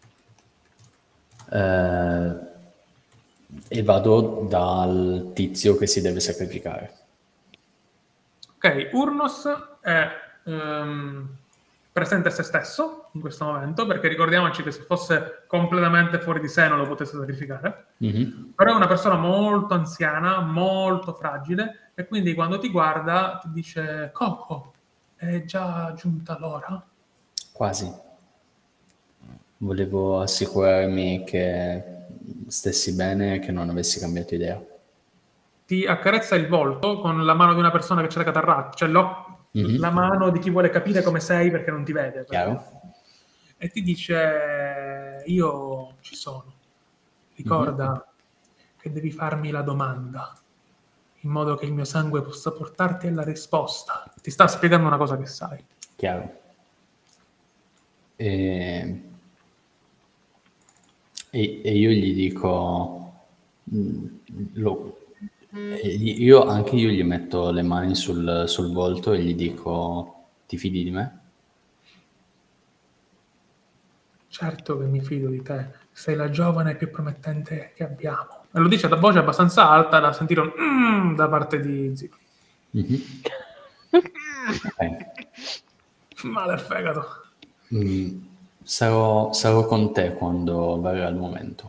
eh, e vado dal tizio che si deve sacrificare. Ok, Urnos è ehm, presente a se stesso in questo momento, perché ricordiamoci che se fosse completamente fuori di sé non lo potesse sacrificare. Mhm. Però è una persona molto anziana, molto fragile, e quindi quando ti guarda ti dice: Coco, è già giunta l'ora? Quasi. Volevo assicurarmi che stessi bene e che non avessi cambiato idea. Ti accarezza il volto con la mano di una persona che c'è la catarrata, cioè l'o- Mhm. la mano di chi vuole capire come sei perché non ti vede. Chiaro? E ti dice: io ci sono. Ricorda che devi farmi la domanda, in modo che il mio sangue possa portarti alla risposta. Ti sta spiegando una cosa che sai. Chiaro. E, e- e io gli dico, mm, lo- e gli- io anche io gli metto le mani sul, sul volto e gli dico, ti fidi di me? Certo che mi fido di te, sei la giovane più promettente che abbiamo. E lo dice ad voce abbastanza alta da sentire un "mm" da parte di Zio. Mhm. Ok. Male al fegato. Mm, sarò, sarò con te quando verrà il momento.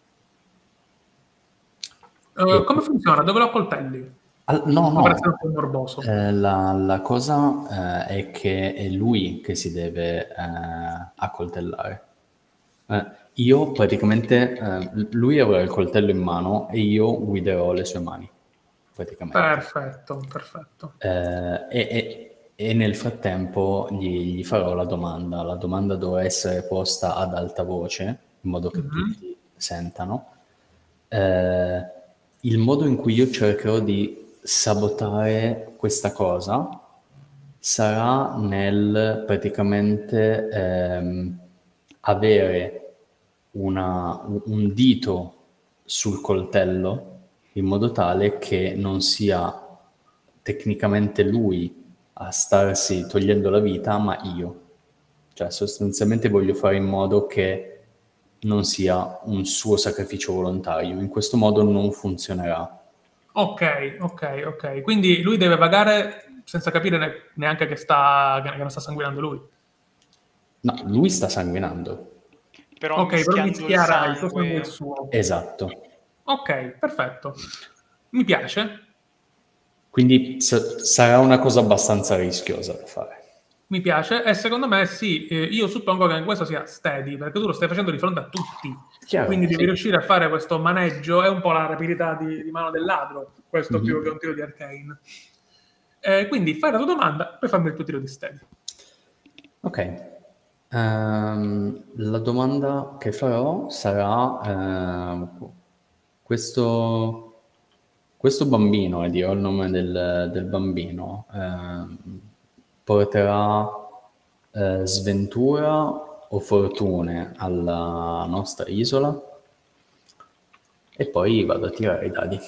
Eh, come funziona? Dove lo accoltelli? Al- no, no, Per essere un po' morboso. eh, la, la cosa eh, è che è lui che si deve eh, accoltellare. Eh, io praticamente, eh, lui avrà il coltello in mano e io guiderò le sue mani, praticamente. Perfetto, perfetto. Eh, e, e- e nel frattempo gli, gli farò la domanda. La domanda dovrà essere posta ad alta voce, in modo che Mhm. tutti sentano. Eh, il modo in cui io cercherò di sabotare questa cosa sarà nel praticamente ehm, avere una- un- un dito sul coltello in modo tale che non sia tecnicamente lui a starsi togliendo la vita, ma io. Cioè, sostanzialmente voglio fare in modo che non sia un suo sacrificio volontario. In questo modo non funzionerà. Ok, ok, ok. Quindi lui deve vagare senza capire ne- neanche che, sta, che non sta sanguinando lui. No, lui sta sanguinando. Però Ok, però mischiando il mischiare il tuo sangue e sangue... il suo. Esatto. Ok, perfetto. Mi piace. Quindi s- sarà una cosa abbastanza rischiosa da fare. Mi piace, e secondo me sì, eh, io suppongo che questo sia steady, perché tu lo stai facendo di fronte a tutti, Chiaro, quindi devi sì. riuscire a fare questo maneggio, è un po' la rapidità di, di mano del ladro, questo Mhm. più che un tiro di arcane. Eh, quindi fai la tua domanda, poi fammi il tuo tiro di steady. Ok. Ehm, la domanda che farò sarà ehm, questo, questo bambino, e dirò il nome del, del bambino, ehm, porterà eh, sventura o fortune alla nostra isola e poi vado a tirare i dadi.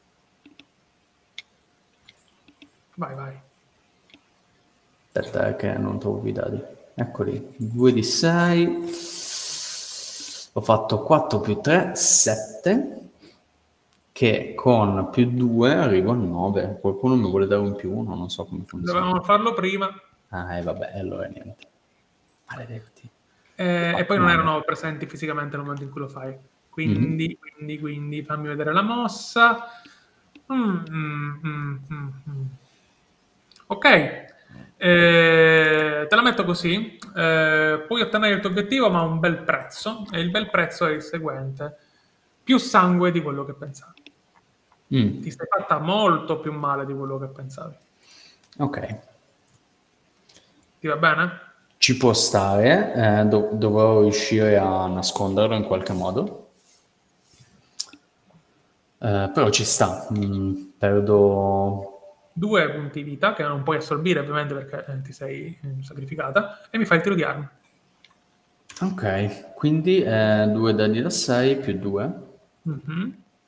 Vai, vai. Aspetta che non trovo i dadi. Eccoli, due di sei. Ho fatto quattro più tre, sette. Che con più due arrivo a nove. Qualcuno mi vuole dare un più uno, non so come funziona. Dovevamo farlo prima. Ah, e eh, vabbè, allora niente. Maledetti. Eh, e poi non erano presenti fisicamente nel momento in cui lo fai. Quindi, mm-hmm. quindi, quindi, fammi vedere la mossa. Mm, mm, mm, mm, mm. Ok, eh, te la metto così. Eh, puoi ottenere il tuo obiettivo, ma a un bel prezzo. E il bel prezzo è il seguente: più sangue di quello che pensavi. Mm. Ti sei fatta molto più male di quello che pensavi. Ok. Ti va bene? Ci può stare, eh, do- dovrò riuscire a nasconderlo in qualche modo. Eh, però ci sta. Mm, perdo... Due punti vita, che non puoi assorbire ovviamente perché eh, ti sei eh, sacrificata, e mi fai il tiro di armi. Ok, quindi eh, due dadi da sei più due. Mm-hmm.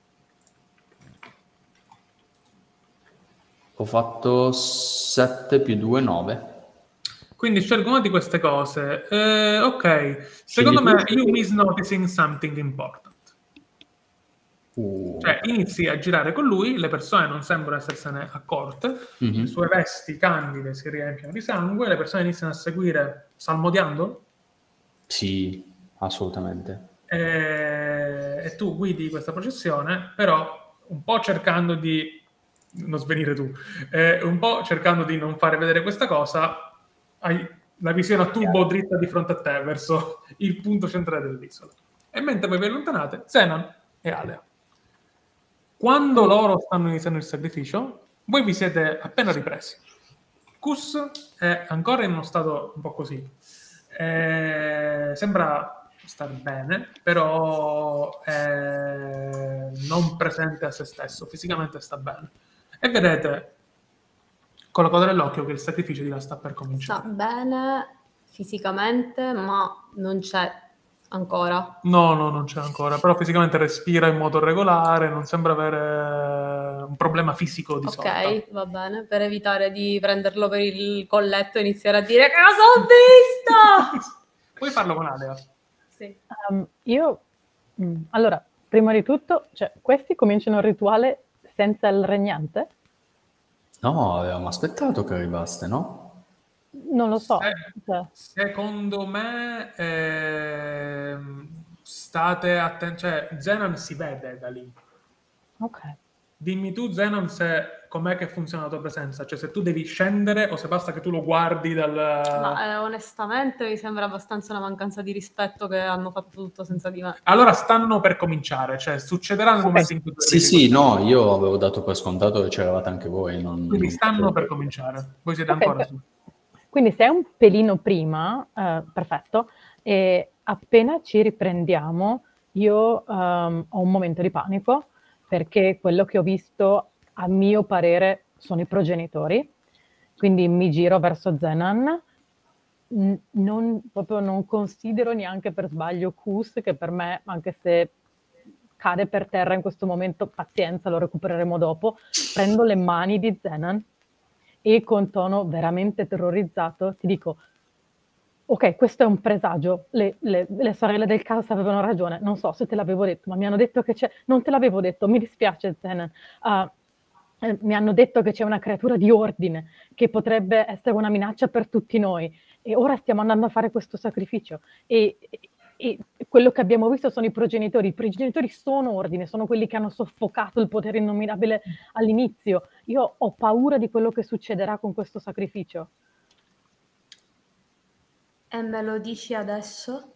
Ho fatto sette più due, nove. Quindi scelgo una di queste cose. Eh, ok, secondo me you miss noticing something important. Uh. Cioè inizi a girare con lui, le persone non sembrano essersene accorte, mm-hmm. le sue vesti candide si riempiono di sangue, le persone iniziano a seguire salmodiando. Sì, assolutamente. E, e tu guidi questa processione, però un po' cercando di non svenire tu, eh, un po' cercando di non fare vedere questa cosa, hai la visione a tubo yeah. dritta di fronte a te verso il punto centrale dell'isola. E mentre voi vi allontanate, Zenan e Alea. Quando loro stanno iniziando il sacrificio, voi vi siete appena ripresi. Kus è ancora in uno stato un po' così. Eh, sembra star bene, però è non presente a se stesso, fisicamente sta bene. E vedete con la coda dell'occhio che il sacrificio di là sta per cominciare. Sta bene fisicamente, ma non c'è ancora. No, no, non c'è ancora, però fisicamente respira in modo regolare, non sembra avere un problema fisico di sorta. Ok, va bene, per evitare di prenderlo per il colletto e iniziare a dire che cosa ho visto! Puoi farlo con Alea. Sì. Um, io, mh, allora, prima di tutto, cioè, questi cominciano il rituale senza il regnante? No, avevamo aspettato che arrivaste, no? Non lo so. Se, cioè. Secondo me eh, state attenti, cioè Zenon si vede da lì. Ok. Dimmi tu, Zenon, se com'è che funziona la tua presenza, cioè se tu devi scendere o se basta che tu lo guardi dal... Ma eh, onestamente mi sembra abbastanza una mancanza di rispetto che hanno fatto tutto senza di me. Allora stanno per cominciare, cioè succederà nel okay. momento in cui... Sì, sì, no, io avevo dato per scontato che c'eravate anche voi. Non, Quindi non stanno sapevo. per cominciare, voi siete okay, ancora per... su. Quindi se è un pelino prima, eh, perfetto, e appena ci riprendiamo io um, ho un momento di panico, perché quello che ho visto, a mio parere, sono i progenitori, quindi mi giro verso Zenan, non, proprio non considero neanche per sbaglio Kus, che per me, anche se cade per terra in questo momento, pazienza, lo recupereremo dopo, prendo le mani di Zenan e con tono veramente terrorizzato ti dico: ok, questo è un presagio, le, le, le sorelle del caos avevano ragione, non so se te l'avevo detto, ma mi hanno detto che c'è, non te l'avevo detto, mi dispiace Zenan, uh, eh, mi hanno detto che c'è una creatura di ordine, che potrebbe essere una minaccia per tutti noi, e ora stiamo andando a fare questo sacrificio, e, e, e quello che abbiamo visto sono i progenitori, i progenitori sono ordine, sono quelli che hanno soffocato il potere innominabile all'inizio, io ho paura di quello che succederà con questo sacrificio. E me lo dici adesso?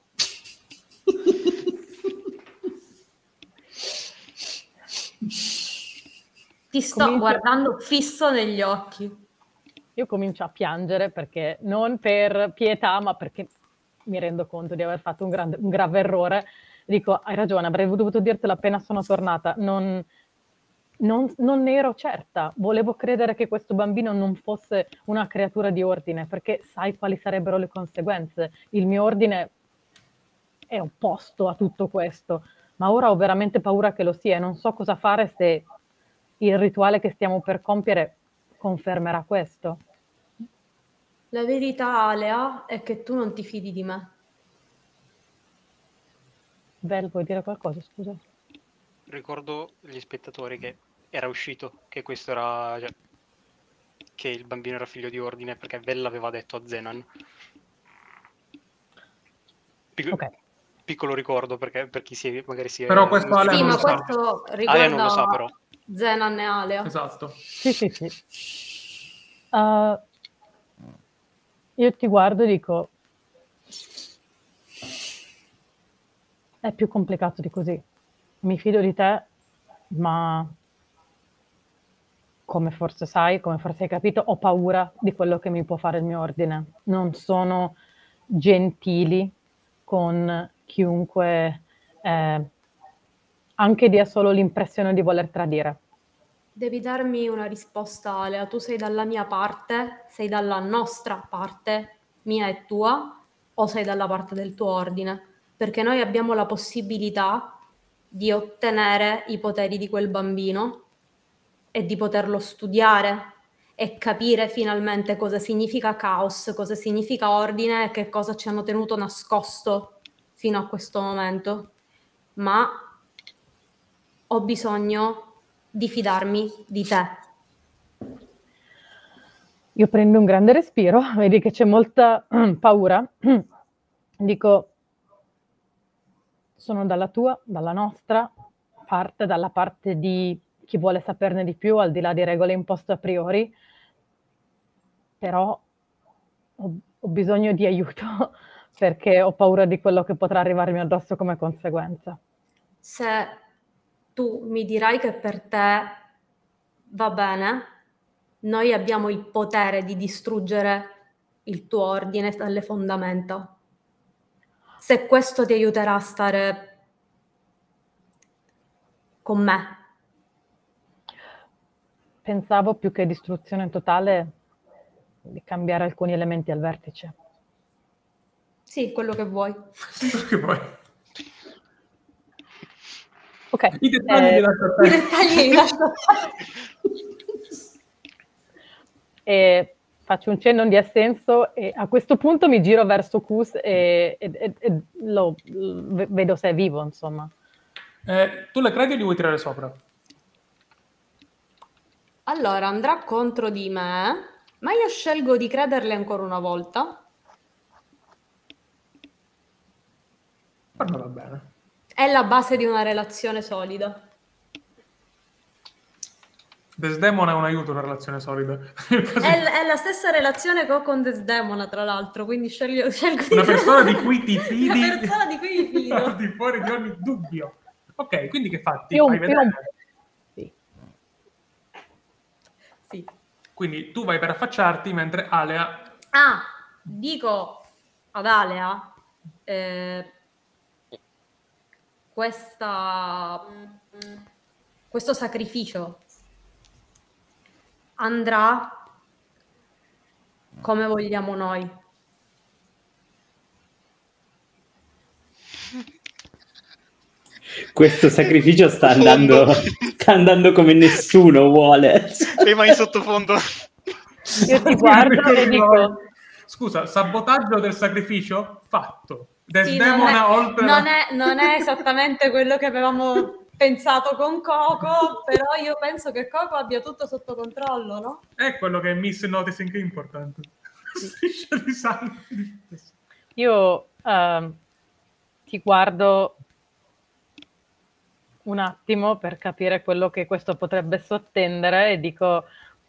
Ti sto comincio... guardando fisso negli occhi. Io comincio a piangere, perché non per pietà, ma perché mi rendo conto di aver fatto un, grande, un grave errore. Dico, hai ragione, avrei dovuto dirtelo appena sono tornata. Non... non, non ne ero certa. Volevo credere che questo bambino non fosse una creatura di ordine, perché sai quali sarebbero le conseguenze. Il mio ordine è opposto a tutto questo, ma ora ho veramente paura che lo sia e non so cosa fare se il rituale che stiamo per compiere confermerà questo. La verità, Alea, è che tu non ti fidi di me. Vel, vuoi dire qualcosa, scusa? Ricordo agli spettatori che era uscito, che questo era... Cioè, che il bambino era figlio di ordine, perché Vel l'aveva detto a Zenan. Pic- Ok. Piccolo ricordo, perché per chi si è, magari si è... Però questo Ale Sì, non ma lo sa. questo Alea non lo sa, riguarda però. Zenan e Alea. Esatto. Sì, sì, sì. Uh, io ti guardo e dico, è più complicato di così. Mi fido di te, ma come forse sai, come forse hai capito, ho paura di quello che mi può fare il mio ordine. Non sono gentili con chiunque eh, anche dia solo l'impressione di voler tradire. Devi darmi una risposta, Alea. Tu sei dalla mia parte, sei dalla nostra parte, mia e tua, o sei dalla parte del tuo ordine? Perché noi abbiamo la possibilità di ottenere i poteri di quel bambino e di poterlo studiare e capire finalmente cosa significa caos, cosa significa ordine e che cosa ci hanno tenuto nascosto fino a questo momento. Ma ho bisogno di fidarmi di te. Io prendo un grande respiro, vedi che c'è molta paura. Dico, sono dalla tua, dalla nostra parte, dalla parte di chi vuole saperne di più, al di là di regole imposte a priori, però ho, ho bisogno di aiuto perché ho paura di quello che potrà arrivarmi addosso come conseguenza. Se tu mi dirai che per te va bene, noi abbiamo il potere di distruggere il tuo ordine dalle fondamenta. Se questo ti aiuterà a stare con me. Pensavo più che distruzione totale di cambiare alcuni elementi al vertice. Sì, quello che vuoi. Che poi Ok. i dettagli eh, li lascio a I te. dettagli li lascio a te. e faccio un cenno di assenso e a questo punto mi giro verso Kus e, e- e- e lo, lo- vedo se è vivo, insomma. Eh, tu le credi o li vuoi tirare sopra? Allora, andrà contro di me, ma io scelgo di crederle ancora una volta. Per me va bene. È la base di una relazione solida. Desdemona è un aiuto, una relazione solida. È, l- è la stessa relazione che ho con Desdemona, tra l'altro, quindi sceglio, scelgo Una persona di cui ti fidi. Una persona di cui mi fido. Al di fuori di ogni dubbio. Ok, quindi che fatti? Io- Fai io- vedere. Sì. Sì. Quindi tu vai per affacciarti mentre Alea... Ah, dico ad Alea, eh, questa, questo sacrificio andrà come vogliamo noi. Questo sacrificio sta andando, sta andando come nessuno vuole. E vai in sottofondo. Io ti guardo e dico, Scusa, sabotaggio del sacrificio? Fatto. Sì, non, Desdemona è, oltre non, la... è, non è esattamente quello che avevamo pensato con Coco, però io penso che Coco abbia tutto sotto controllo, no? È quello che è Miss Noticing Important. Striscia di sangue. io ehm, ti guardo un attimo per capire quello che questo potrebbe sottendere e dico,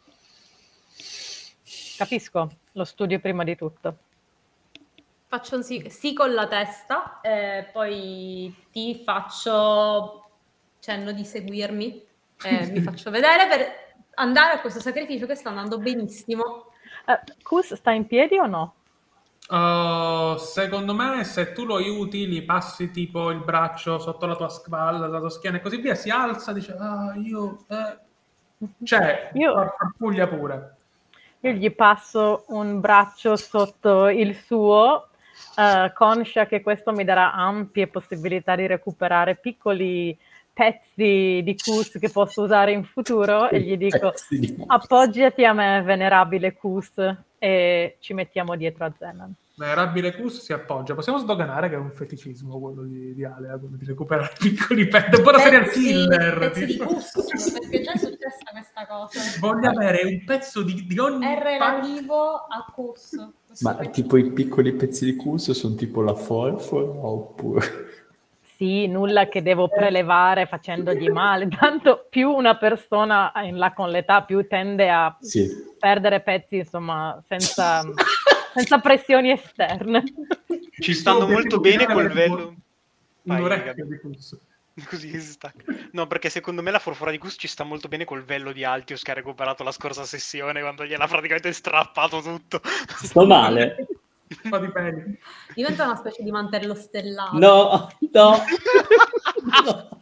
capisco, lo studio prima di tutto. Faccio un sì, sì con la testa, e poi ti faccio cenno di seguirmi, e mi faccio vedere per andare a questo sacrificio che sta andando benissimo. Eh, Kus sta in piedi o no? Uh, secondo me, se tu lo aiuti, gli passi tipo il braccio sotto la tua spalla, la tua schiena e così via, si alza, dice, ah, io... Eh. Cioè, Io- farfuglia pure. Io gli passo un braccio sotto il suo, eh, conscia che questo mi darà ampie possibilità di recuperare piccoli pezzi di Kus che posso usare in futuro e gli dico Pezzi di Kus. appoggiati a me, venerabile Kus, e ci mettiamo dietro a Zenan. Venerabile Kus si appoggia. Possiamo sdoganare che è un feticismo quello di, di Ale, quello di recuperare piccoli pezzi. Un po' da serial Pezzi- killer. pezzi di tipo. Cusco, perché già è successa questa cosa. Voglio avere un pezzo di, di ogni È parte. relativo a Cus. Ma tipo i piccoli pezzi di cus sono tipo la forfora oppure... Sì, nulla che devo prelevare facendogli male, tanto più una persona in là con l'età più tende a Sì. perdere pezzi, insomma, senza, senza pressioni esterne. Ci stanno Sì, molto sì, bene sì, col sì, vello. Un Vai, orecchio Gabi. di Kus. Così si stacca. No, perché secondo me la forfora di Gus ci sta molto bene col vello di Altius che ha recuperato la scorsa sessione quando gliel'ha praticamente strappato tutto. Sto male. Un po' di peli. Diventa una specie di mantello stellato. No, no. No.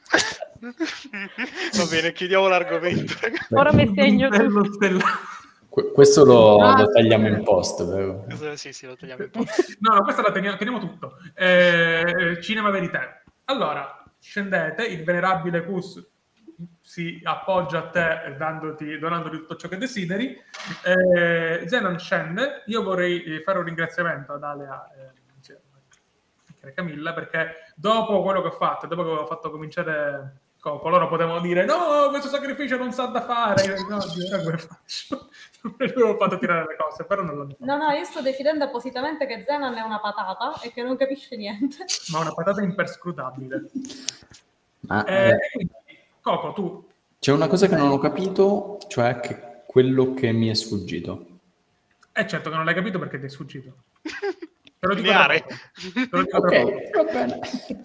Va bene, chiudiamo l'argomento. Ora mi segno Bello tutto. stellato. Que- questo lo, Ah, lo tagliamo sì. in post, vero? Cosa- Sì, sì, lo tagliamo in po'. No, no, questa la teniamo, teniamo tutto. Eh, cinema Verité. Allora, scendete, il venerabile Kus si appoggia a te dandoti, donandoti tutto ciò che desideri. Eh, Zenon scende. Io vorrei eh, fare un ringraziamento ad Alea e insieme a Camilla, perché dopo quello che ho fatto, dopo che avevo fatto cominciare Coco, loro potevano dire no, questo sacrificio non sa da fare. Io, no, Dio, ora come faccio? Non avevo fatto tirare le cose, però non l'ho fatto. No, no, io sto decidendo appositamente che Zenan è una patata e che non capisce niente. Ma una patata imperscrutabile. Ma Eh, eh, quindi, Coco, tu c'è una cosa che non ho capito, cioè che quello che mi è sfuggito. è certo che non l'hai capito perché ti è sfuggito. Te lo dico Lineare. tra poco. Te lo dico tra poco. va bene.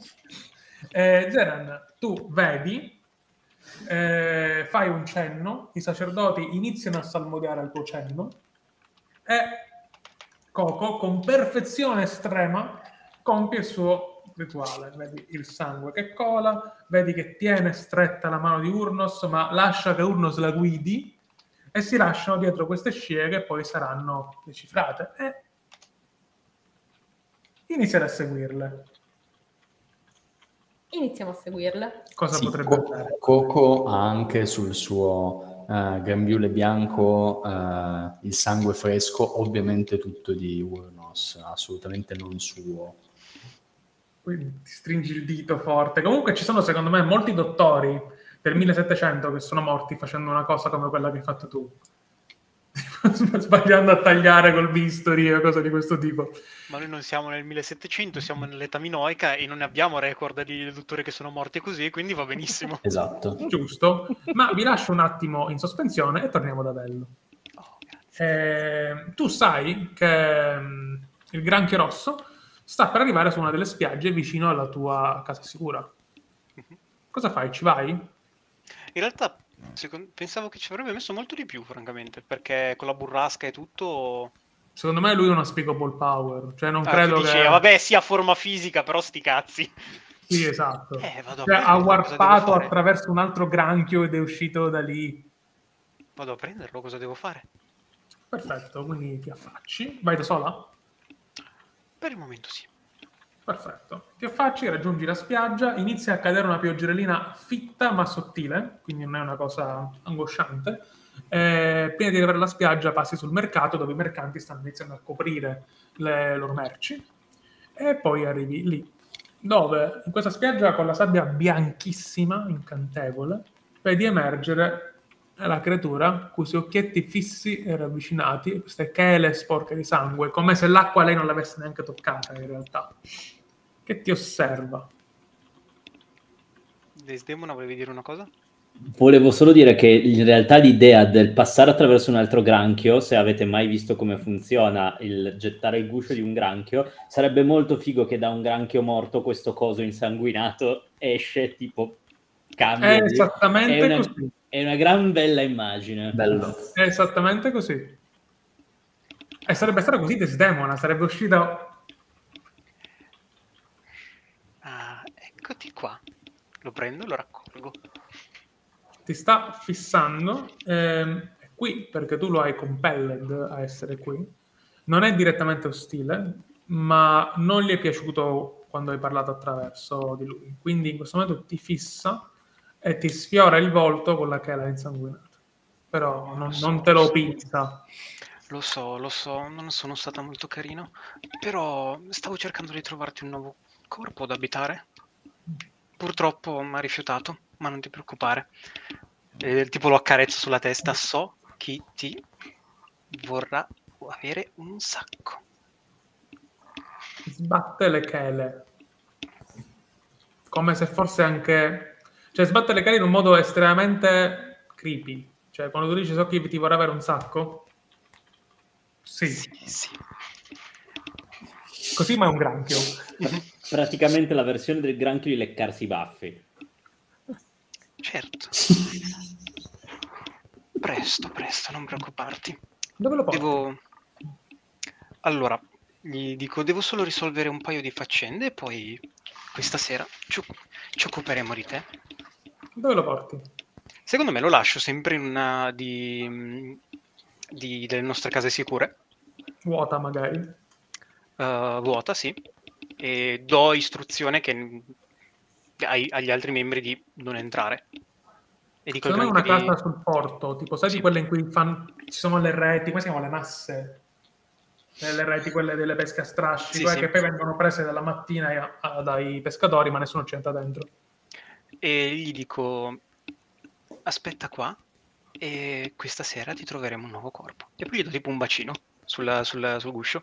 Eh, Zeran, tu vedi, eh, fai un cenno, i sacerdoti iniziano a salmodiare al tuo cenno e Coco, con perfezione estrema, compie il suo rituale. Vedi il sangue che cola, vedi che tiene stretta la mano di Urnos, ma lascia che Urnos la guidi e si lasciano dietro queste scie che poi saranno decifrate e iniziano a seguirle. Iniziamo a seguirle. Cosa Sì, potrebbe Co- fare? Coco ha anche sul suo eh, grembiule bianco eh, il sangue fresco, ovviamente tutto di Urnos, assolutamente non suo. Quindi ti stringi il dito forte. Comunque ci sono secondo me molti dottori del millesettecento che sono morti facendo una cosa come quella che hai fatto tu. Sbagliando a tagliare col bisturi o cose di questo tipo. Ma noi non siamo nel millesettecento, siamo nell'età minoica e non ne abbiamo record di dottori che sono morti così, quindi va benissimo. Esatto. Giusto? Ma vi lascio un attimo in sospensione e torniamo da Bello. Oh, grazie. Eh, tu sai che mh, il granchio rosso sta per arrivare su una delle spiagge vicino alla tua casa sicura. Mhm. Cosa fai? Ci vai? In realtà secondo- pensavo che ci avrebbe messo molto di più, francamente, perché con la burrasca e tutto... Secondo me lui è una unspeakable power. Cioè non Ah, credo tu che... dici, vabbè, sia forma fisica, però sti cazzi. Sì, esatto. Eh, vado a Cioè, ha prenderlo, cosa devo warpato fare? attraverso un altro granchio ed è uscito da lì. Vado a prenderlo, cosa devo fare? Perfetto, quindi ti affacci. Vai da sola? Per il momento sì. Perfetto. Ti affacci, raggiungi la spiaggia, inizia a cadere una pioggerellina fitta ma sottile, quindi non è una cosa angosciante. Eh, prima di arrivare alla spiaggia passi sul mercato dove i mercanti stanno iniziando a coprire le loro merci e poi arrivi lì, dove in questa spiaggia con la sabbia bianchissima, incantevole, vedi emergere la creatura cui suoi occhietti fissi e ravvicinati, e queste chele sporche di sangue, come se l'acqua lei non l'avesse neanche toccata in realtà, che ti osserva. Desdemona, volevi dire una cosa? Volevo solo dire che in realtà l'idea del passare attraverso un altro granchio, se avete mai visto come funziona il gettare il guscio di un granchio, sarebbe molto figo che da un granchio morto questo coso insanguinato esce, tipo cambia. È di- esattamente è una, così. è una gran bella immagine. Bello. È esattamente così. E sarebbe stata così Desdemona, sarebbe uscita... Ah, eccoti qua. Lo prendo e lo raccolgo. Ti sta fissando, ehm, è qui perché tu lo hai compelled a essere qui. Non è direttamente ostile, ma non gli è piaciuto quando hai parlato attraverso di lui. Quindi in questo momento ti fissa e ti sfiora il volto con la chela insanguinata. Però non, so, non te lo lo so. pinza. Lo so, lo so, non sono stata molto carino, però stavo cercando di trovarti un nuovo corpo da abitare. Purtroppo mi ha rifiutato, ma non ti preoccupare. E, tipo lo accarezzo sulla testa, so chi ti vorrà avere un sacco. Sbatte le chele. Come se fosse anche... Cioè sbatte le chele in un modo estremamente creepy. Cioè quando tu dici so chi ti vorrà avere un sacco... Sì. Sì, sì. Così ma è un granchio. Praticamente la versione del granchio di leccarsi i baffi. Certo. Presto, presto, non preoccuparti. Dove lo porti? Devo... Allora, gli dico, devo solo risolvere un paio di faccende e poi questa sera ci, ci occuperemo di te. Dove lo porti? Secondo me lo lascio sempre in una di, di- delle nostre case sicure, Vuota magari. eh, vuota, sì, e do istruzione che, ai- agli altri membri di non entrare. E dico al Secondo me è una granchio di... casa sul porto, tipo sai Sì. di quelle in cui fan... ci sono le reti, come si chiamano le masse? Eh, Le reti, quelle delle pesche a strascico, Sì, eh, sì. che poi vengono prese dalla mattina a- a- dai pescatori, ma nessuno ci entra dentro. E gli dico, aspetta qua e questa sera ti troveremo un nuovo corpo. E poi gli do tipo un bacino sulla- sulla- sul guscio.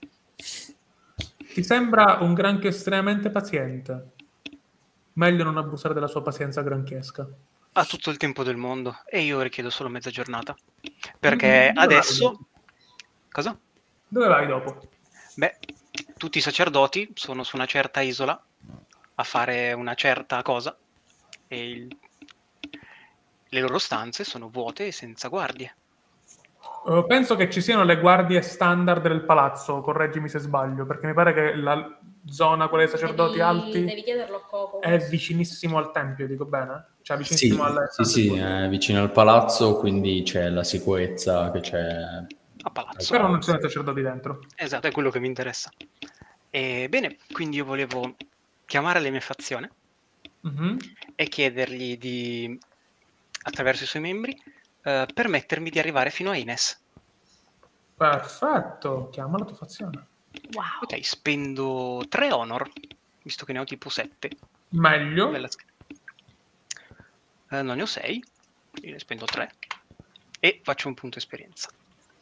Ti sembra un granchio estremamente paziente. Meglio non abusare della sua pazienza granchiesca. Ha tutto il tempo del mondo e io richiedo solo mezza giornata. Perché Mm, dove adesso... vai dopo? Cosa? Dove vai dopo? Beh, tutti i sacerdoti sono su una certa isola a fare una certa cosa e il- le loro stanze sono vuote e senza guardie. Eh, penso che ci siano le guardie standard del palazzo, correggimi se sbaglio, perché mi pare che la zona, quella dei sacerdoti Devi- alti, Devi chiederlo a Coco. è vicinissimo al tempio, dico bene? Cioè Sì, vicinissimo alle sì, stanze sì, fuori. è vicino al palazzo, quindi c'è la sicurezza che c'è. A palazzo. Però non ci sono i sacerdoti dentro. Esatto, è quello che mi interessa. E, bene, quindi io volevo chiamare le mie fazioni Mhm. e chiedergli di, attraverso i suoi membri, eh, permettermi di arrivare fino a Ines. Perfetto, chiama la tua fazione. Wow. Ok, spendo tre honor, visto che ne ho tipo sette. Meglio. Nella scheda. Eh, non ne ho sei, quindi ne spendo tre e faccio un punto esperienza.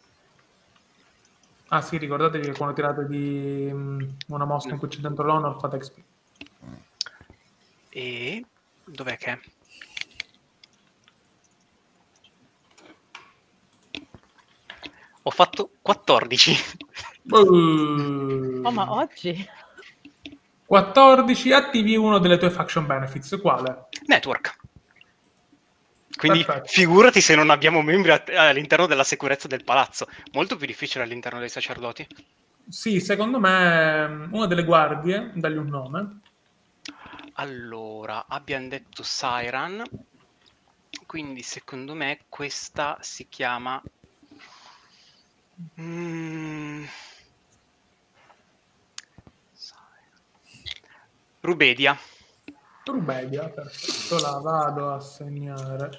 Ah sì, ricordatevi che quando tirate di mm, una mosca in cui c'è dentro l'honor fate X P. E dov'è che è? Ho fatto quattordici. Uh, Oh, ma oggi? quattordici, attivi uno delle tue faction benefits. Quale? Network. Quindi Perfetto. figurati se non abbiamo membri a- all'interno della sicurezza del palazzo. Molto più difficile all'interno dei sacerdoti. Sì, secondo me mm, una delle guardie, dagli un nome. Allora, abbiamo detto Siren. Quindi secondo me questa si chiama... Mm. Rubedia. Rubedia, perfetto, la vado a segnare.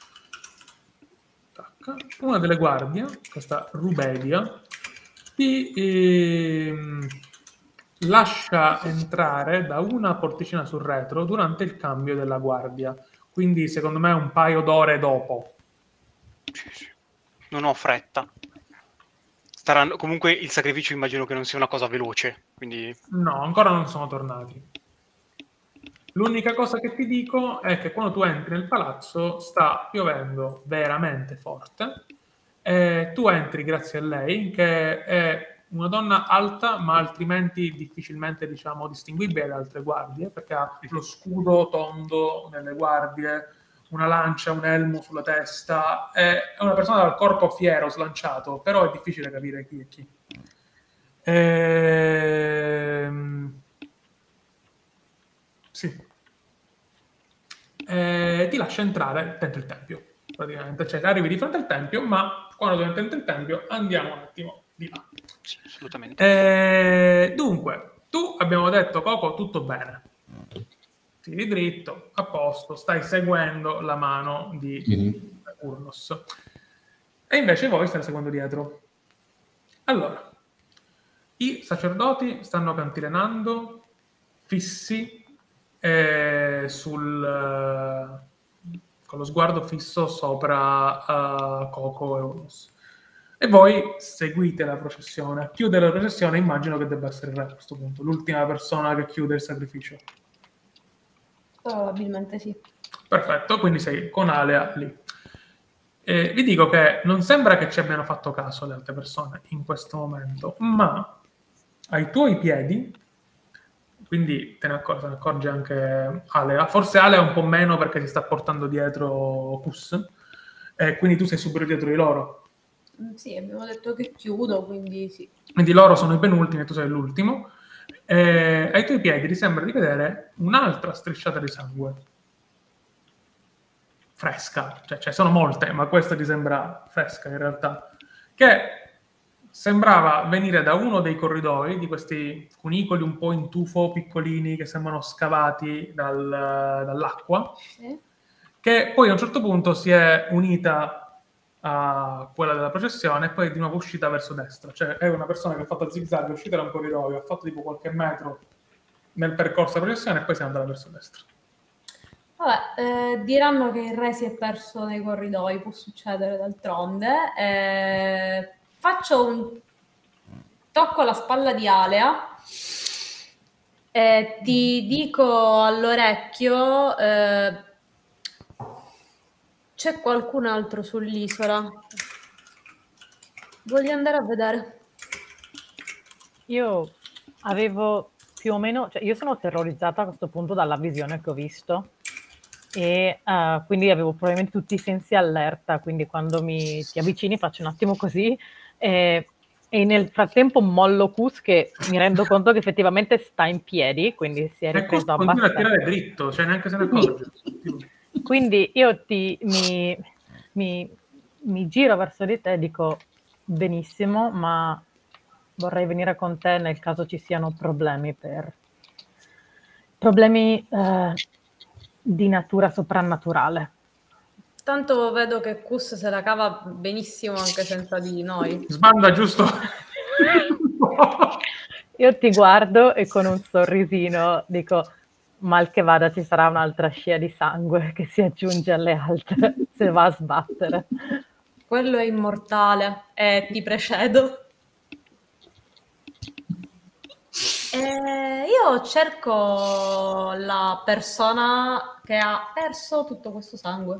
Tac. Una delle guardie, questa Rubedia, ti ehm, lascia entrare da una porticina sul retro durante il cambio della guardia. Quindi secondo me un paio d'ore dopo. Sì, sì. Non ho fretta. Staranno... Comunque il sacrificio immagino che non sia una cosa veloce, quindi... No, ancora non sono tornati. L'unica cosa che ti dico è che quando tu entri nel palazzo sta piovendo veramente forte e tu entri grazie a lei, che è una donna alta ma altrimenti difficilmente, diciamo, distinguibile da altre guardie, perché ha lo scudo tondo nelle guardie, una lancia, un elmo sulla testa, è una persona dal corpo fiero, slanciato, però è difficile capire chi è chi. Ehm... Sì. Eh, ti lascia entrare dentro il tempio, praticamente. Cioè, arrivi di fronte al tempio, ma quando tu entri dentro il tempio andiamo un attimo di là. Sì, assolutamente. Eh, dunque, tu abbiamo detto, Coco, tutto bene. Tiri dritto, a posto, stai seguendo la mano di Mhm. Urnos. E invece voi state seguendo dietro. Allora, i sacerdoti stanno cantilenando, fissi, eh, sul, eh, con lo sguardo fisso sopra uh, Coco e Urnos. E voi seguite la processione. A chiudere la processione immagino che debba essere il re a questo punto, l'ultima persona che chiude il sacrificio. Probabilmente sì. Perfetto, quindi sei con Alea lì. Eh, vi dico che non sembra che ci abbiano fatto caso le altre persone in questo momento, ma ai tuoi piedi, quindi te ne, accor- te ne accorge anche Alea, forse Alea un po' meno perché si sta portando dietro Pus, e quindi tu sei subito dietro di loro. Mm, Sì, abbiamo detto che chiudo, quindi sì. Quindi loro sono i penultimi e tu sei l'ultimo. E ai tuoi piedi ti sembra di vedere un'altra strisciata di sangue. Fresca, cioè ce ne sono molte, ma questa ti sembra fresca in realtà, che sembrava venire da uno dei corridoi, di questi cunicoli un po' in tufo, piccolini, che sembrano scavati dal- dall'acqua, Sì. che poi a un certo punto si è unita a quella della processione e poi è di nuovo uscita verso destra. Cioè è una persona che ha fatto zig-zag, è uscita da un corridoio, ha fatto tipo qualche metro nel percorso della processione e poi si è andata verso destra. Vabbè, eh, diranno che il re si è perso nei corridoi, può succedere d'altronde. Eh, faccio un tocco alla spalla di Alea e ti dico all'orecchio, eh, c'è qualcun altro sull'isola. Voglio andare a vedere. Io avevo più o meno, cioè io sono terrorizzata a questo punto dalla visione che ho visto e eh, quindi avevo probabilmente tutti i sensi allerta, quindi quando mi ti avvicini faccio un attimo così e, e nel frattempo mollo Kus che mi rendo conto che effettivamente sta in piedi, quindi si è E Kus ripreso continua a abbastanza. tirare dritto, cioè neanche se ne accorge. Quindi io ti, mi, mi, mi giro verso di te e dico benissimo, ma vorrei venire con te nel caso ci siano problemi per problemi eh, di natura soprannaturale. Tanto vedo che Kus se la cava benissimo anche senza di noi. Sbanda giusto. Io ti guardo e con un sorrisino dico mal che vada ci sarà un'altra scia di sangue che si aggiunge alle altre se va a sbattere. Quello è immortale e ti precedo. Eh, io cerco la persona che ha perso tutto questo sangue.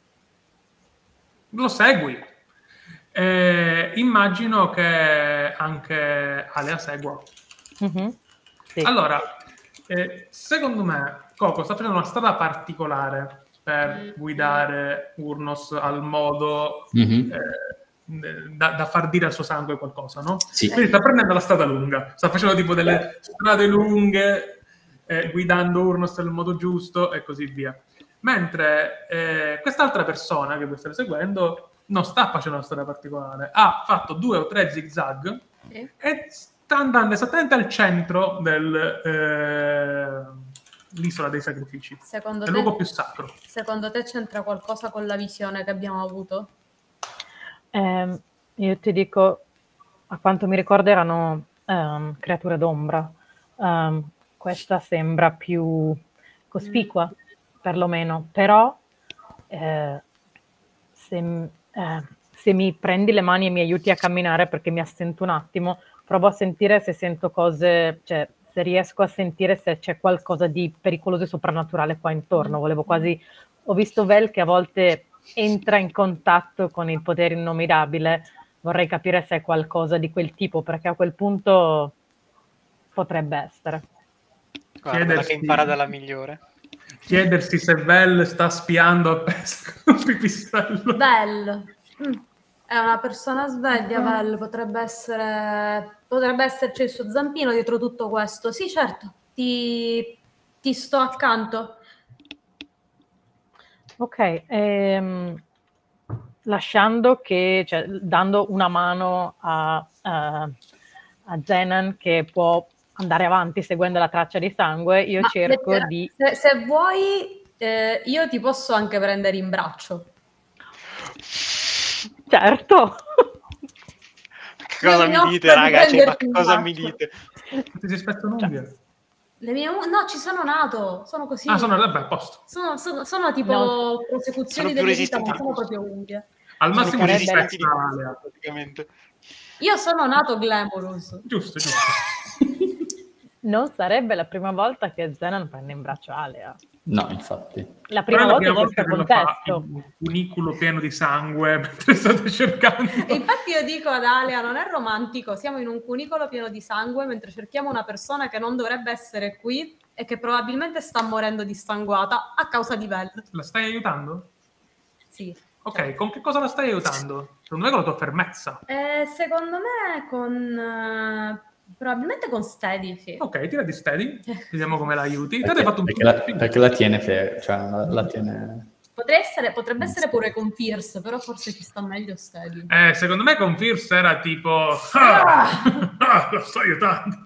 Lo segui. Eh, immagino che anche Alea segua. Mhm, sì. Allora, eh, secondo me Coco sta facendo una strada particolare per guidare Urnos al modo Mhm. eh, da, da far dire al suo sangue qualcosa, no? Sì. Quindi sta prendendo la strada lunga, sta facendo tipo delle strade lunghe, eh, guidando Urnos nel modo giusto e così via. Mentre eh, quest'altra persona che voi state seguendo non sta facendo una strada particolare, ha fatto due o tre zigzag Sì. e sta andando esattamente al centro dell'isola dei sacrifici, Secondo è il luogo te, più sacro. secondo te c'entra qualcosa con la visione che abbiamo avuto? Ehm, io ti dico, a quanto mi ricordo erano ehm, creature d'ombra. Ehm, questa sembra più cospicua, perlomeno, però eh, se, eh, se mi prendi le mani e mi aiuti a camminare perché mi assento un attimo, provo a sentire se sento cose, cioè se riesco a sentire se c'è qualcosa di pericoloso e soprannaturale qua intorno. Volevo quasi, ho visto Vel che a volte entra in contatto con il potere innominabile, vorrei capire se è qualcosa di quel tipo, perché a quel punto potrebbe essere. Guarda Chiedersi- che impara dalla migliore. chiedersi se Vel sta spiando appeso con un pipistrello. Vel. Mm. È una persona sveglia, Vel. Potrebbe essere... Potrebbe esserci il suo zampino dietro tutto questo. Sì, certo. Ti, ti sto accanto. Ok, ehm, lasciando che, cioè, dando una mano a, a, a Zenan che può andare avanti seguendo la traccia di sangue, io Ma cerco lettera- di... Se, se vuoi, eh, io ti posso anche prendere in braccio. Certo! Che cosa Io mi mi dite, offro di raga? Cioè, ma prenderti che in cosa mi braccio. dite? Ti si spezza un'unghia? Le mie un- no, ci sono nato, sono così. Ah, sono vabbè, a posto. Sono, sono- sono tipo No. prosecuzioni Sono più delle dita, ma resistenti di sono questo. proprio unghie. Al Sono massimo più si sarebbe- resistenti di spezza questo, Alea. praticamente. Io sono nato glamorous. Giusto, giusto. Non sarebbe la prima volta che Zenan prende in braccio Alea. No, infatti. La Però prima è la volta prima in volta questo che lo fa contesto. in un cunicolo pieno di sangue mentre state cercando. E infatti io dico ad Alea, non è romantico, siamo in un cunicolo pieno di sangue mentre cerchiamo una persona che non dovrebbe essere qui e che probabilmente sta morendo dissanguata a causa di Vel. La stai aiutando? Sì. Ok, con che cosa la stai aiutando? Secondo me con la tua fermezza. Eh, secondo me con... eh, probabilmente con Steady, sì. Ok, tira di steady, vediamo come la aiuti. Te Perché, hai fatto un perché la, perché la tiene fer- cioè la, la tiene... Potrei essere, potrebbe essere pure con Fierce, però forse ci sta meglio Steady. Eh, secondo me con Fierce era tipo... Ah, ah, lo sto aiutando.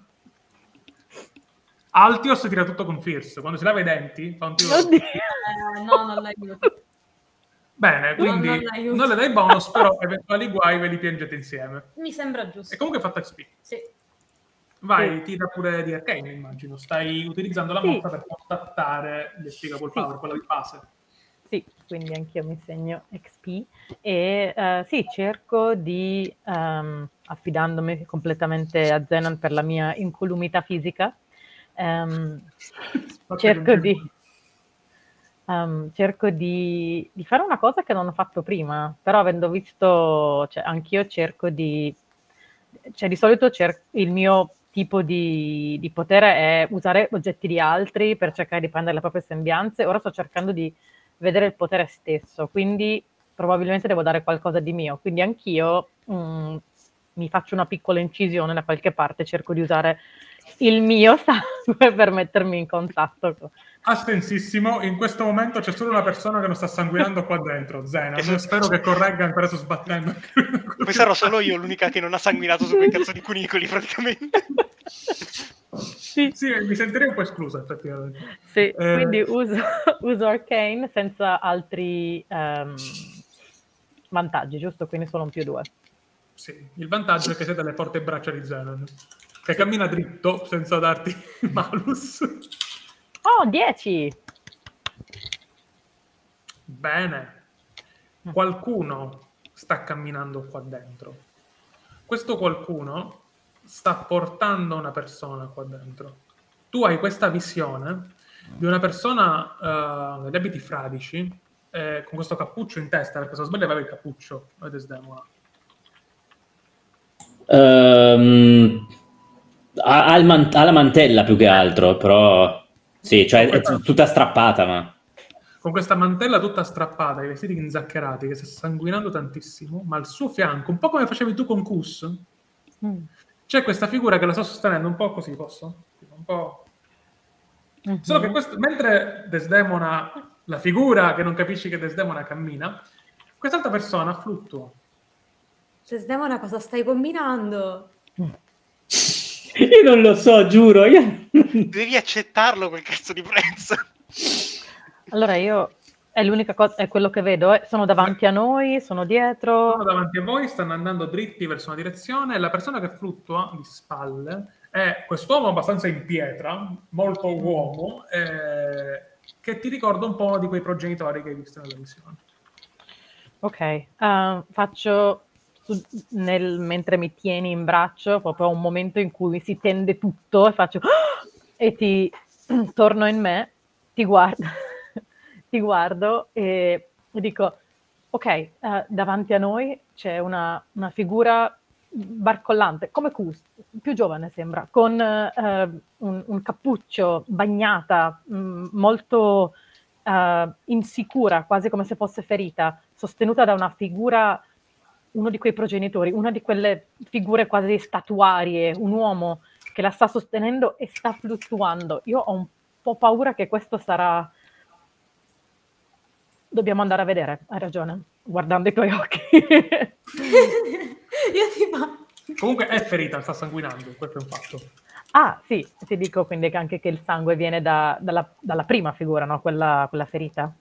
Altios tira tutto con Fierce. Quando si lava i denti, fa un tiro... Oddio! Eh, no, non l'aiuto. Bene, quindi non non, l'aiuto. le dai bonus, però eventuali guai ve li piangete insieme. Mi sembra giusto. E comunque hai fatto X P. Sì. Vai, tira pure di Arcane, immagino. Stai utilizzando la Sì. mossa per contattare l'Espicable Sì. Power, quella di base. Sì, quindi anch'io mi segno X P e eh, sì, cerco di, ehm, affidandomi completamente a Zenon per la mia incolumità fisica, ehm, cerco di, ehm, cerco di, di fare una cosa che non ho fatto prima, però avendo visto, cioè anch'io cerco di, cioè di solito cer- il mio tipo di, di potere è usare oggetti di altri per cercare di prendere le proprie sembianze. Ora sto cercando di vedere il potere stesso, quindi probabilmente devo dare qualcosa di mio, quindi anch'io mh, mi faccio una piccola incisione da qualche parte, cerco di usare il mio sangue per mettermi in contatto con... Ha sensissimo, in questo momento c'è solo una persona che non sta sanguinando qua dentro, Zenan. Io spero che corregga ancora sto sbattendo. Poi sarò solo io l'unica che non ha sanguinato su quei cazzo di cunicoli, praticamente. Sì, Sì, mi sentirei un po' esclusa, effettivamente. sì, Eh, quindi uso, uso Arcane senza altri ehm, vantaggi, giusto? Quindi solo un più due. Sì, il vantaggio è che siete alle forti braccia di Zenan, che cammina dritto senza darti malus. Oh, dieci! Bene. Qualcuno sta camminando qua dentro. Questo qualcuno sta portando una persona qua dentro. Tu hai questa visione di una persona uh, negli abiti fradici, eh, con questo cappuccio in testa, perché se non sbaglio aveva il cappuccio, o Desdemona. Ehm, ha, ha il man- ha la mantella più che altro, però sì, cioè è t- tutta strappata, ma Con questa mantella tutta strappata, i vestiti inzaccherati, che sta sanguinando tantissimo, ma al suo fianco, un po' come facevi tu con Kus, Mm. c'è questa figura che la sta sostenendo un po' così, posso? Un po'... Mhm. Solo che questo, mentre Desdemona, la figura che non capisci che Desdemona cammina, quest'altra persona fluttua. Desdemona, cosa stai combinando? io non lo so, giuro. Io... Devi accettarlo quel cazzo di prezzo. Allora io, è l'unica cosa, è quello che vedo, eh. Sono davanti a noi, sono dietro. Sono davanti a voi, stanno andando dritti verso una direzione e la persona che fluttua di spalle è quest'uomo abbastanza in pietra, molto uomo, eh, che ti ricorda un po' di quei progenitori che hai visto nella visione. Ok, eh, faccio, su- nel- mentre mi tieni in braccio, proprio un momento in cui si tende tutto e faccio "Ah!" e ti torno in me, ti guardo, ti guardo e dico, ok, eh, davanti a noi c'è una, una figura barcollante, come Cus, più giovane sembra, con eh, un, un cappuccio, bagnata, mh, molto eh, insicura, quasi come se fosse ferita, sostenuta da una figura, uno di quei progenitori, una di quelle figure quasi statuarie, un uomo che la sta sostenendo e sta fluttuando. Io ho un po' paura che questo sarà... Dobbiamo andare a vedere, hai ragione, guardando i tuoi occhi. Io ti fa... Comunque è ferita, sta sanguinando, questo è un fatto. Ah, sì, ti dico quindi che anche che il sangue viene da- dalla, dalla prima figura, no? Quella, quella ferita.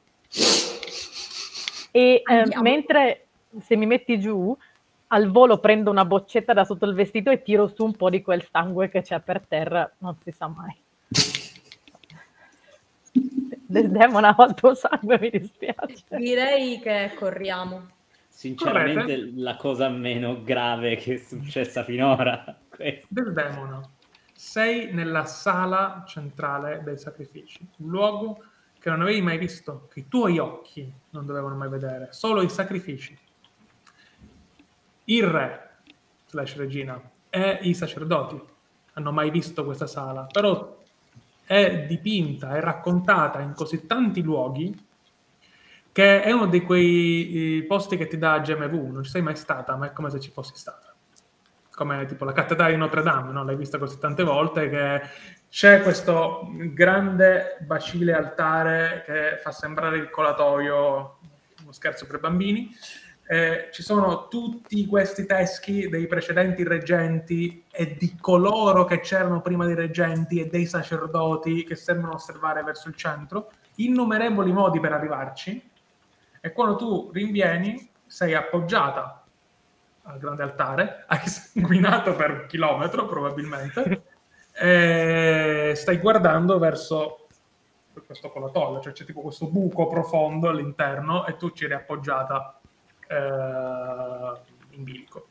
E eh, Andiamo. mentre se mi metti giù, al volo prendo una boccetta da sotto il vestito e tiro su un po' di quel sangue che c'è per terra, non si sa mai. Desdemona ha il tuo sangue, mi dispiace. Direi che corriamo. Sinceramente, Correte. la cosa meno grave che è successa finora. Questa. Desdemona, sei nella sala centrale dei sacrifici, un luogo che non avevi mai visto, che i tuoi occhi non dovevano mai vedere, solo i sacrifici. Il re, slash regina, e i sacerdoti hanno mai visto questa sala, però è dipinta, è raccontata in così tanti luoghi che è uno di quei eh, posti che ti dà G M V, non ci sei mai stata, ma è come se ci fossi stata. Come tipo la cattedrale di Notre Dame, no? L'hai vista così tante volte che c'è questo grande bacile altare che fa sembrare il colatoio, uno scherzo per bambini. Eh, ci sono tutti questi teschi dei precedenti reggenti e di coloro che c'erano prima dei reggenti e dei sacerdoti che sembrano osservare verso il centro, innumerevoli modi per arrivarci, e quando tu rinvieni sei appoggiata al grande altare, hai sanguinato per un chilometro probabilmente, e stai guardando verso questo colatoio, cioè c'è tipo questo buco profondo all'interno e tu ci eri appoggiata eh, in bilico.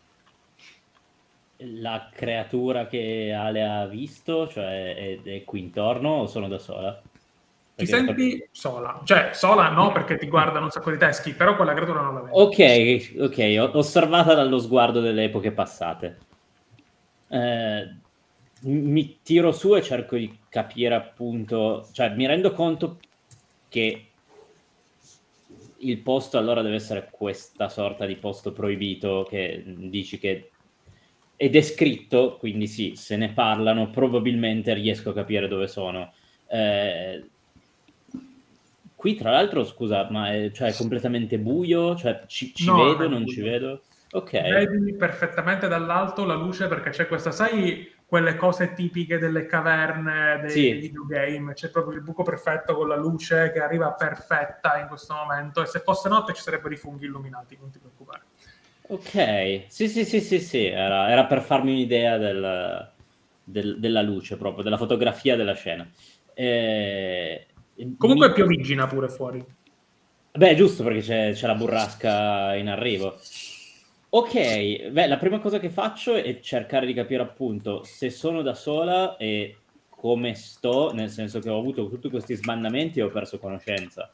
La creatura che Ale ha visto, cioè è, è qui intorno o sono da sola? Ti Perché- senti sola, cioè sola no perché ti guardano un sacco di teschi, però quella creatura non la vedi. Ok, ok, ho- osservata dallo sguardo delle epoche passate. Eh, mi tiro su e cerco di capire appunto, cioè mi rendo conto che il posto allora deve essere questa sorta di posto proibito che dici che è descritto, quindi sì, se ne parlano, probabilmente riesco a capire dove sono. Eh, qui tra l'altro, scusa, ma è, cioè, è completamente buio? Cioè, ci, ci No, vedo, non è non buio. ci vedo? Ok. Vedi perfettamente dall'alto la luce perché c'è questa, sai, quelle cose tipiche delle caverne dei, Sì. dei videogame, c'è proprio il buco perfetto con la luce che arriva perfetta in questo momento, e se fosse notte ci sarebbero i funghi illuminati, non ti preoccupare. Ok, sì, sì, sì, sì, sì, era, era per farmi un'idea del, del- della luce proprio, della fotografia della scena. Eh, Comunque mi- piovigina pure fuori. Beh, giusto perché c'è, c'è la burrasca in arrivo. Ok, beh, la prima cosa che faccio è cercare di capire appunto se sono da sola e come sto, nel senso che ho avuto tutti questi sbandamenti e ho perso conoscenza.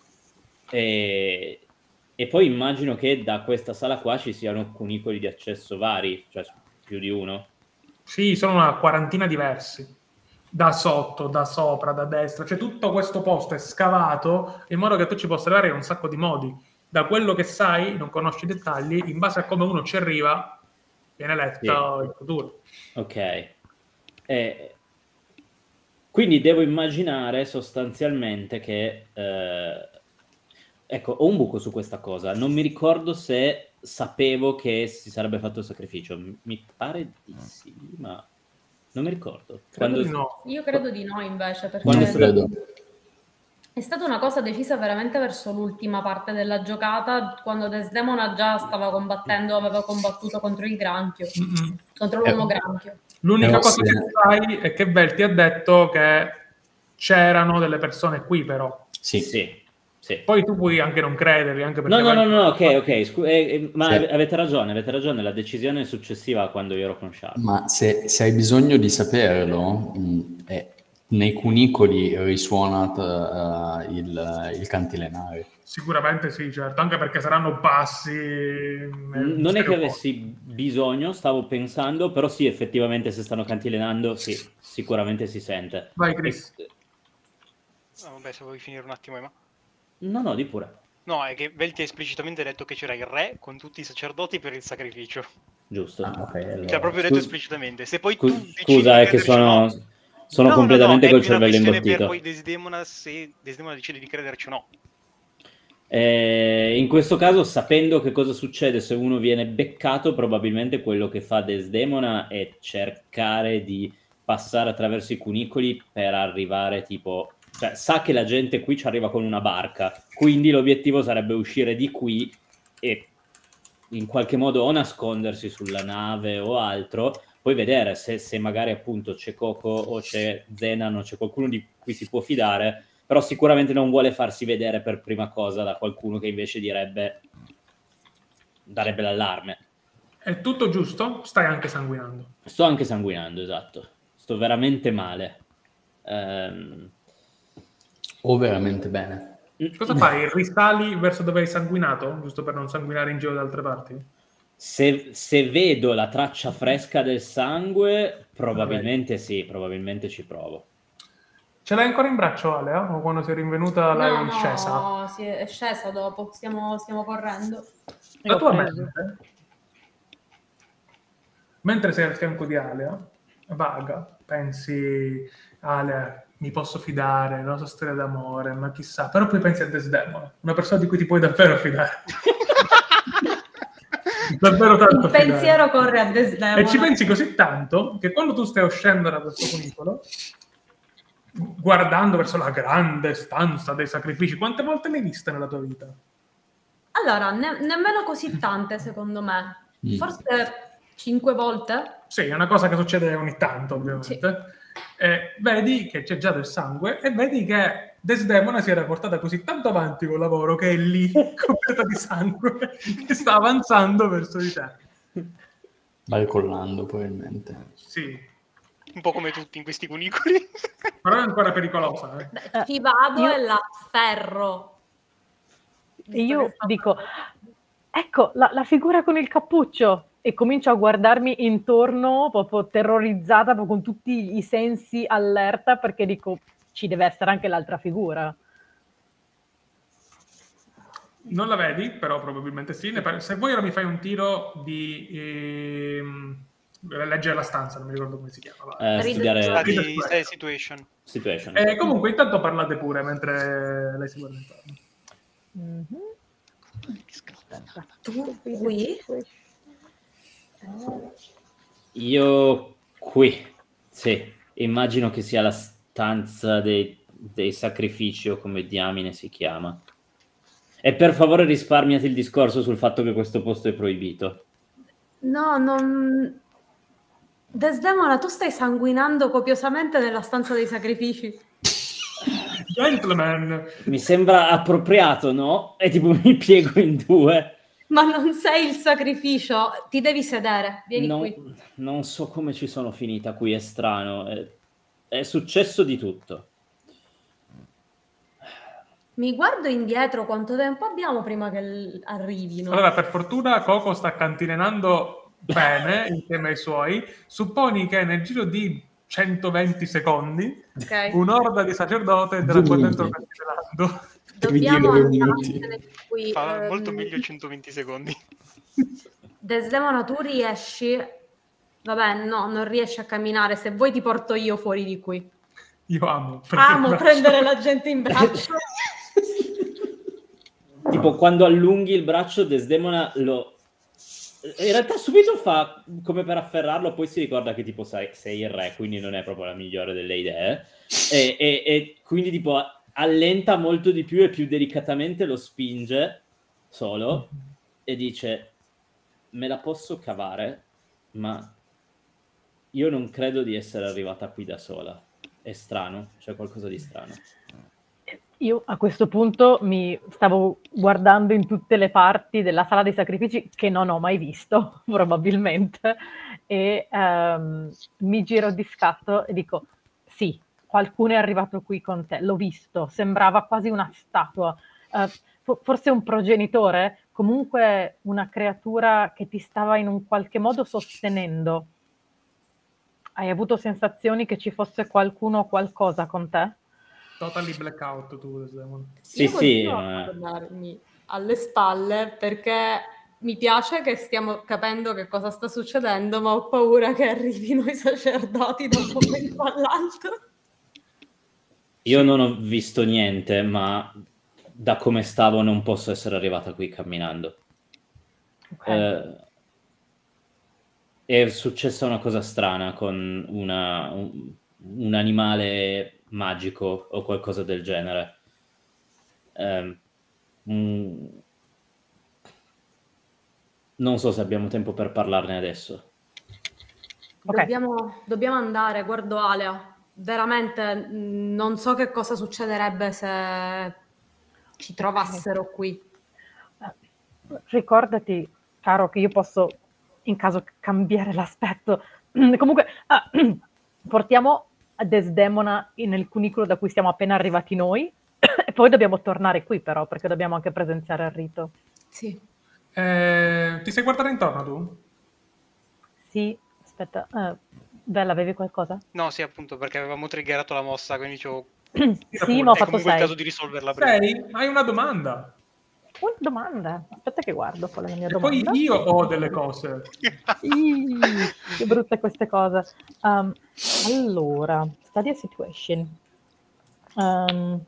E, e poi immagino che da questa sala qua ci siano cunicoli di accesso vari, cioè più di uno. Sì, sono una quarantina diversi. Da sotto, da sopra, da destra. Cioè tutto questo posto è scavato in modo che tu ci possa arrivare in un sacco di modi. Da quello che sai, non conosci i dettagli, in base a come uno ci arriva, viene letto il futuro. Ok. Eh, quindi devo immaginare sostanzialmente che... eh, ecco, ho un buco su questa cosa. Non mi ricordo se sapevo che si sarebbe fatto il sacrificio. Mi pare di sì, ma non mi ricordo. Credo di no. Io credo di no invece, perché Quando Non credo. è stata una cosa decisa veramente verso l'ultima parte della giocata, quando Desdemona già stava combattendo, aveva combattuto contro il granchio, Mm-mm. contro l'uomo granchio. L'unica Però cosa se- che sai è che Vel ti ha detto che c'erano delle persone qui, però. Sì. Sì, sì. Poi tu puoi anche non crederli, anche perché... No, no, no, Vel- no, ok, ok, scu- eh, eh, ma Sì. ave- avete ragione, avete ragione, la decisione è successiva a quando io ero con Sharp. Ma se, se hai bisogno di saperlo, mh, è nei cunicoli risuona uh, il, il cantilenare. Sicuramente sì, certo, anche perché saranno bassi. Non è che avessi bisogno, stavo pensando, però sì, effettivamente se stanno cantilenando, sì, sicuramente si sente. Vai, Chris. E... No, vabbè, se vuoi finire un attimo, Emma. No, no, di pure. No, è che Vel ti ha esplicitamente detto che c'era il re con tutti i sacerdoti per il sacrificio. Giusto. Ah, ok, allora. Ti ha proprio detto esplicitamente. Se poi tu Scusa, decidi scusa di è che crederci o no- sono, sono No, no, completamente no, col è una cervello questione per imbottito. poi Desdemona se Desdemona decide di crederci o no. Eh, in questo caso, sapendo che cosa succede se uno viene beccato, probabilmente quello che fa Desdemona è cercare di passare attraverso i cunicoli per arrivare tipo... Cioè, sa che la gente qui ci arriva con una barca, quindi l'obiettivo sarebbe uscire di qui e in qualche modo o nascondersi sulla nave o altro, poi vedere se, se magari appunto c'è Coco o c'è Zenan o c'è qualcuno di cui si può fidare, però sicuramente non vuole farsi vedere per prima cosa da qualcuno che invece direbbe darebbe l'allarme. È tutto giusto? Stai anche sanguinando. Sto anche sanguinando, esatto. Sto veramente male. Ehm... O veramente bene. Cosa fai? Risali verso dove hai sanguinato? Giusto per non sanguinare in giro da altre parti? Se, se vedo la traccia fresca del sangue, probabilmente sì, probabilmente ci provo. Ce l'hai ancora in braccio, Alea? O quando sei rinvenuta l'hai No, scesa? no, si è, è scesa dopo, stiamo, stiamo correndo. La Io tua ho preso. mente, mentre sei al fianco di Alea, vaga, pensi, Alea, mi posso fidare, la sua storia d'amore, ma chissà, però poi pensi a Desdemona, una persona di cui ti puoi davvero fidare. Davvero tanto Il fidare. pensiero corre a Desdemona. E ci pensi così tanto che quando tu stai uscendo da questo cunicolo, guardando verso la grande stanza dei sacrifici, quante volte l'hai vista nella tua vita? Allora, ne- nemmeno così tante, secondo me. Mm. Forse cinque volte? Sì, è una cosa che succede ogni tanto, ovviamente. Eh, vedi che c'è già del sangue e vedi che Desdemona si era portata così tanto avanti col lavoro che è lì, coperta di sangue, che sta avanzando verso di te. Vai collando, probabilmente. Sì, Un po' come tutti in questi cunicoli. però è ancora pericolosa. Eh. Beh, ci vado io- e la afferro. E io dico, ecco, la, la figura con il cappuccio. E comincio a guardarmi intorno, proprio terrorizzata, proprio con tutti i sensi allerta, perché dico, ci deve essere anche l'altra figura. Non la vedi, però probabilmente sì. Ne par- Se vuoi ora mi fai un tiro di ehm, leggere la stanza, non mi ricordo come si chiama. va. Eh, Read studiare Stati, Read- stati situation. situation. Eh, comunque intanto parlate pure mentre lei si guarda intorno. Mhm. Tu qui? Io qui, sì, immagino che sia la stanza dei, dei sacrifici o come diamine si chiama. E per favore risparmiati il discorso sul fatto che questo posto è proibito. No, non... Desdemona, tu stai sanguinando copiosamente nella stanza dei sacrifici. Gentleman, Mi sembra appropriato, no? E tipo mi piego in due. Ma non sei il sacrificio, ti devi sedere, vieni Non, qui. non so come ci sono finita qui, è strano. È, è successo di tutto. Mi guardo indietro, quanto tempo abbiamo prima che l- arrivino? allora per fortuna Coco sta cantilenando bene insieme ai suoi. Supponi che nel giro di centoventi secondi Ok. un'orda di sacerdote della tua Due dentro minuti. cantillenando. Dobbiamo Due minuti. andarsene di qui. Fa ehm, molto meglio centoventi secondi. Desdemona, tu riesci... Vabbè, no, non riesci a camminare. Se vuoi ti porto io fuori di qui. Io amo. Amo braccio. prendere la gente in braccio. Tipo quando allunghi il braccio Desdemona lo... In realtà subito fa come per afferrarlo, poi si ricorda che tipo sai, sei il re, quindi non è proprio la migliore delle idee. E, e, e quindi tipo allenta molto di più e più delicatamente lo spinge solo e dice me la posso cavare, ma io non credo di essere arrivata qui da sola. È strano, c'è qualcosa di strano. Io a questo punto mi stavo guardando in tutte le parti della sala dei sacrifici che non ho mai visto, probabilmente, e ehm, mi giro di scatto e dico, sì, qualcuno è arrivato qui con te, l'ho visto, sembrava quasi una statua, uh, fo- forse un progenitore, comunque una creatura che ti stava in un qualche modo sostenendo. Hai avuto sensazioni che ci fosse qualcuno o qualcosa con te? Totally blackout tu, Desdemona. Sì, Io sì, continuo a ma- guardarmi alle spalle perché mi piace che stiamo capendo che cosa sta succedendo, ma ho paura che arrivino i sacerdoti da un momento all'altro. io non ho visto niente, ma da come stavo non posso essere arrivata qui camminando. Ok. Eh, è successa una cosa strana con una- un, un animale magico o qualcosa del genere. Ehm, mm, non so se abbiamo tempo per parlarne adesso. Ok. Dobbiamo, dobbiamo andare, guardo Alea. Veramente mh, non so che cosa succederebbe se ci trovassero qui. Ricordati, caro, che io posso, in caso, cambiare l'aspetto. Comunque, ah, portiamo Desdemona nel cunicolo da cui siamo appena arrivati noi e poi dobbiamo tornare qui però, perché dobbiamo anche presenziare il rito. Sì. Eh, ti sei guardato intorno tu? Sì, aspetta, eh, Bella, avevi qualcosa? No, sì, appunto, perché avevamo triggerato la mossa, quindi dicevo, Sì, ma ho è fatto comunque il sei. caso di risolverla prima. Sei? Hai una domanda. Una domanda. Aspetta che guardo qual è la mia E domanda. poi io ho delle cose. Ih, che brutte queste cose. Um, allora, study a situation. Um,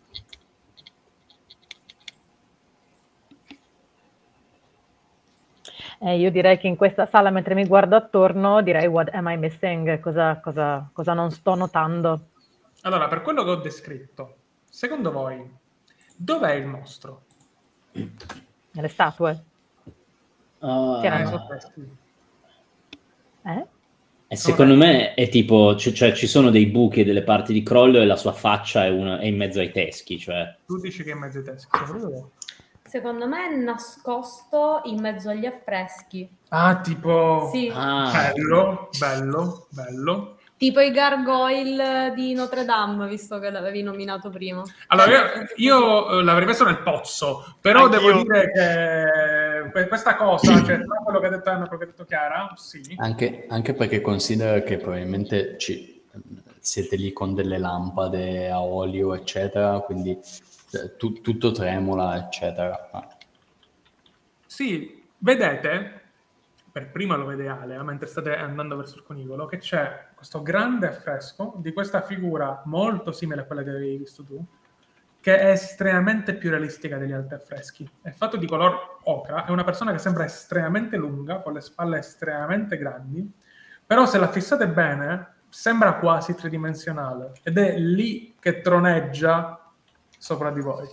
eh, io direi che in questa sala, mentre mi guardo attorno, direi what am I missing? Cosa, cosa, cosa non sto notando? Allora, per quello che ho descritto, secondo voi, dov'è il mostro? Nelle statue? Ah, C'erano- Eh, sono questi. Eh? e secondo me è tipo, c- cioè ci sono dei buchi e delle parti di crollo e la sua faccia è, una- è in mezzo ai teschi, cioè... Tu dici che è in mezzo ai teschi. Secondo te? Secondo me è nascosto in mezzo agli affreschi. Ah, tipo... Sì, Ah, Bello, bello, bello. tipo i gargoyle di Notre Dame, visto che l'avevi nominato prima. Allora, io, io eh, l'avrei messo nel pozzo, però Anch'io. devo dire che que- questa cosa, cioè tra quello che ha detto Anna e quello che ha detto Chiara, sì. Anche, anche perché considera che probabilmente ci, siete lì con delle lampade a olio, eccetera, quindi eh, tu- tutto tremola, eccetera. Ma- Sì, vedete, per prima lo vede Ale, mentre state andando verso il conicolo, che c'è questo grande affresco di questa figura molto simile a quella che avevi visto tu, che è estremamente più realistica degli altri affreschi. È fatto di color ocra, è una persona che sembra estremamente lunga, con le spalle estremamente grandi, però se la fissate bene sembra quasi tridimensionale ed è lì che troneggia sopra di voi.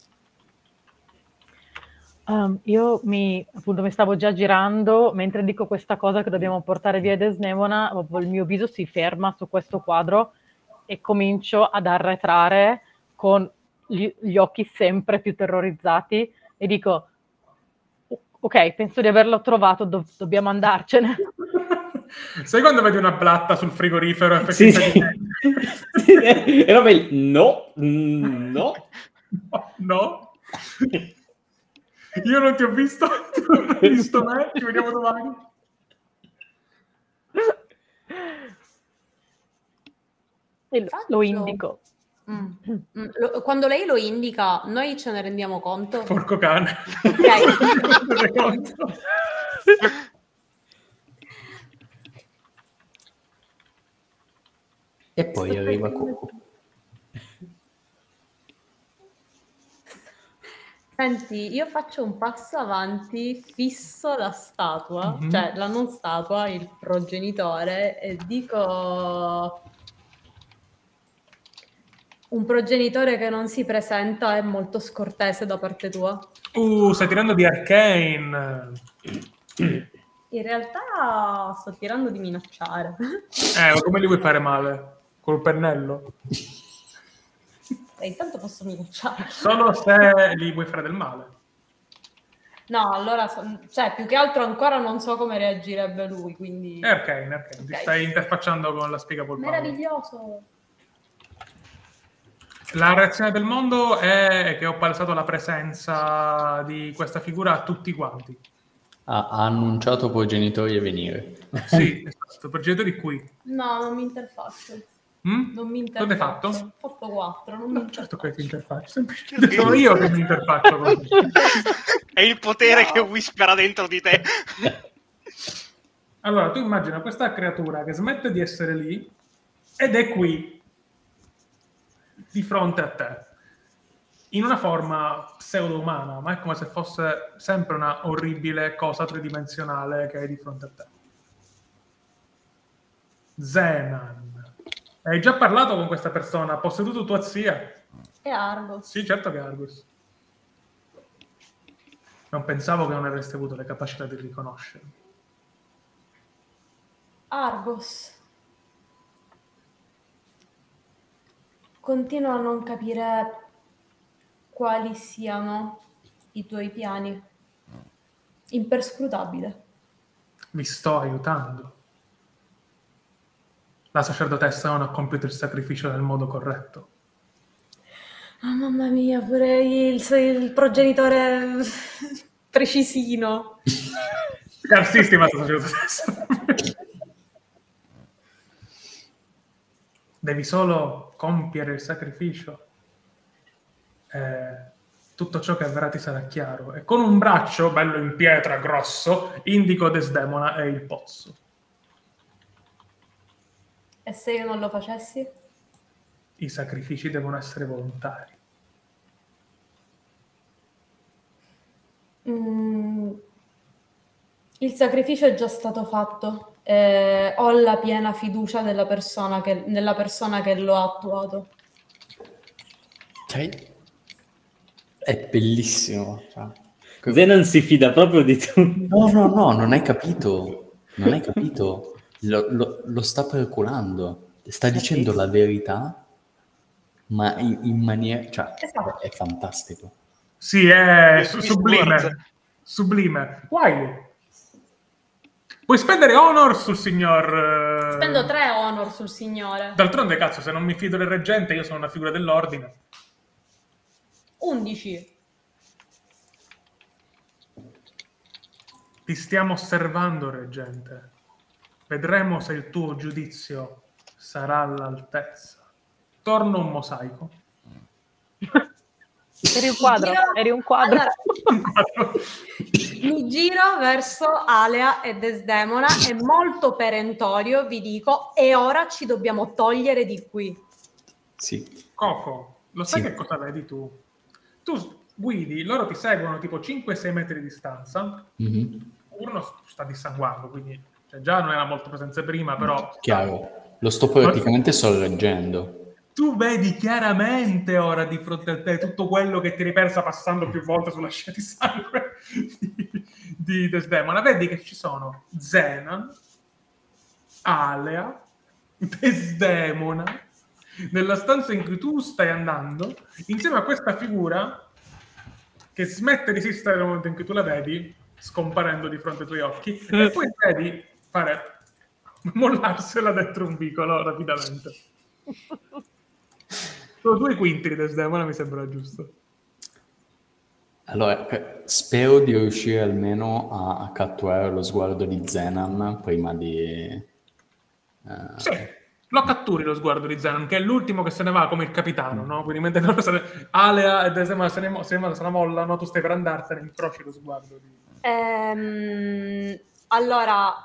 Um, io mi, appunto, mi stavo già girando mentre dico questa cosa che dobbiamo portare via Desdemona, proprio il mio viso si ferma su questo quadro e comincio ad arretrare con gli, gli occhi sempre più terrorizzati e dico ok, penso di averlo trovato, do- dobbiamo andarcene. Sai quando vedi una blatta sul frigorifero e sì, fai sì. finta di- E roba il no, mm, no. No, no. Io non ti ho visto, tu non hai visto me, ci vediamo domani. E lo, lo indico. Mm. Mm. Lo- quando lei lo indica, noi ce ne rendiamo conto. Porco cane. Ok. E poi Sto arriva prendendo- Coco. Senti, io faccio un passo avanti, fisso la statua, Mhm. cioè la non statua, il progenitore, e dico: un progenitore che non si presenta è molto scortese da parte tua. Uh, stai tirando di Arcane. In realtà sto tirando di minacciare. Eh, ma come li vuoi fare male? Col pennello? E intanto posso minacciare. Solo se gli vuoi fare del male. No, allora, so- cioè, più che altro ancora non so come reagirebbe lui, quindi... È Arcane, Arcane. Ti Ok. stai interfacciando con la spiga col Meraviglioso! La reazione del mondo è che ho palesato la presenza di questa figura a tutti quanti. Ha, ha annunciato progenitori a venire. Sì, esatto, progenitori qui. No, non mi interfaccio. Mm? Non mi Cosa hai interfaccio. fatto? Ho fatto quattro, non mi No, interfaccio. certo che ti interfaccio. Semplicemente sono io che mi interfaccio con te. È il potere No. che whispera dentro di te. Allora, tu immagina questa creatura che smette di essere lì ed è qui, di fronte a te, in una forma pseudo-umana, ma è come se fosse sempre una orribile cosa tridimensionale che hai di fronte a te. Zenan. Hai già parlato con questa persona? Ha posseduto tua zia? È Argos. Sì, certo che è Argus. Non pensavo che non avreste avuto le capacità di riconoscermi. Argos. Continuo a non capire quali siano i tuoi piani. Imperscrutabile. Vi sto aiutando. La sacerdotessa non ha compiuto il sacrificio nel modo corretto. Oh, mamma mia, pure il, il progenitore precisino. Scarsissima la sacerdotessa. Devi solo compiere il sacrificio. Eh, tutto ciò che avverrà ti sarà chiaro. E con un braccio, bello in pietra, grosso, indico Desdemona e il pozzo. E se io non lo facessi? I sacrifici devono essere volontari. Mm, il sacrificio è già stato fatto. Eh, ho la piena fiducia della persona che, nella persona che lo ha attuato. Ok. È bellissimo. Cioè, Zenan si fida proprio di tutto. No, no, no, non hai capito. Non hai capito. Lo, lo- lo sta perculando. Sta dicendo la verità, ma in, in maniera... Cioè, Esatto. è fantastico. Sì, è Il su- twist sublime. words. Sublime. Wiley. Puoi spendere honor sul signor... eh, Spendo tre honor sul signore. D'altronde, cazzo, se non mi fido del reggente, io sono una figura dell'ordine. undici. Ti stiamo osservando, reggente. Vedremo se il tuo giudizio sarà all'altezza. Torno un mosaico. Eri un quadro, Giro- eri un quadro. Allora, mi giro verso Alea e Desdemona e molto perentorio vi dico: e ora ci dobbiamo togliere di qui. Sì. Coco, lo sai Sì. che cosa vedi tu? Tu guidi, loro ti seguono tipo cinque sei metri di distanza. Mhm. Uno sta dissanguando, quindi cioè, già non era molto presente prima, però... Chiaro. Lo sto praticamente sorreggendo. Tu vedi chiaramente ora di fronte a te tutto quello che ti ripersa passando più volte sulla scia di sangue di, di Desdemona. Vedi che ci sono Zenan, Alea, Desdemona, nella stanza in cui tu stai andando, insieme a questa figura che smette di esistere nel momento in cui tu la vedi, scomparendo di fronte ai tuoi occhi, e poi vedi fare mollarsela dentro un vicolo rapidamente. Sono due quinti di Desdemona, mi sembra giusto. Allora, eh, spero di riuscire almeno a, a catturare lo sguardo di Zenan prima di... eh, Sì, lo catturi lo sguardo di Zenan, che è l'ultimo che se ne va come il capitano, no? Quindi mentre loro se ne... Alea e Desdemona se ne, mo- se ne, se ne mollano, tu stai per andartene, incroci lo sguardo di... Ehm, allora,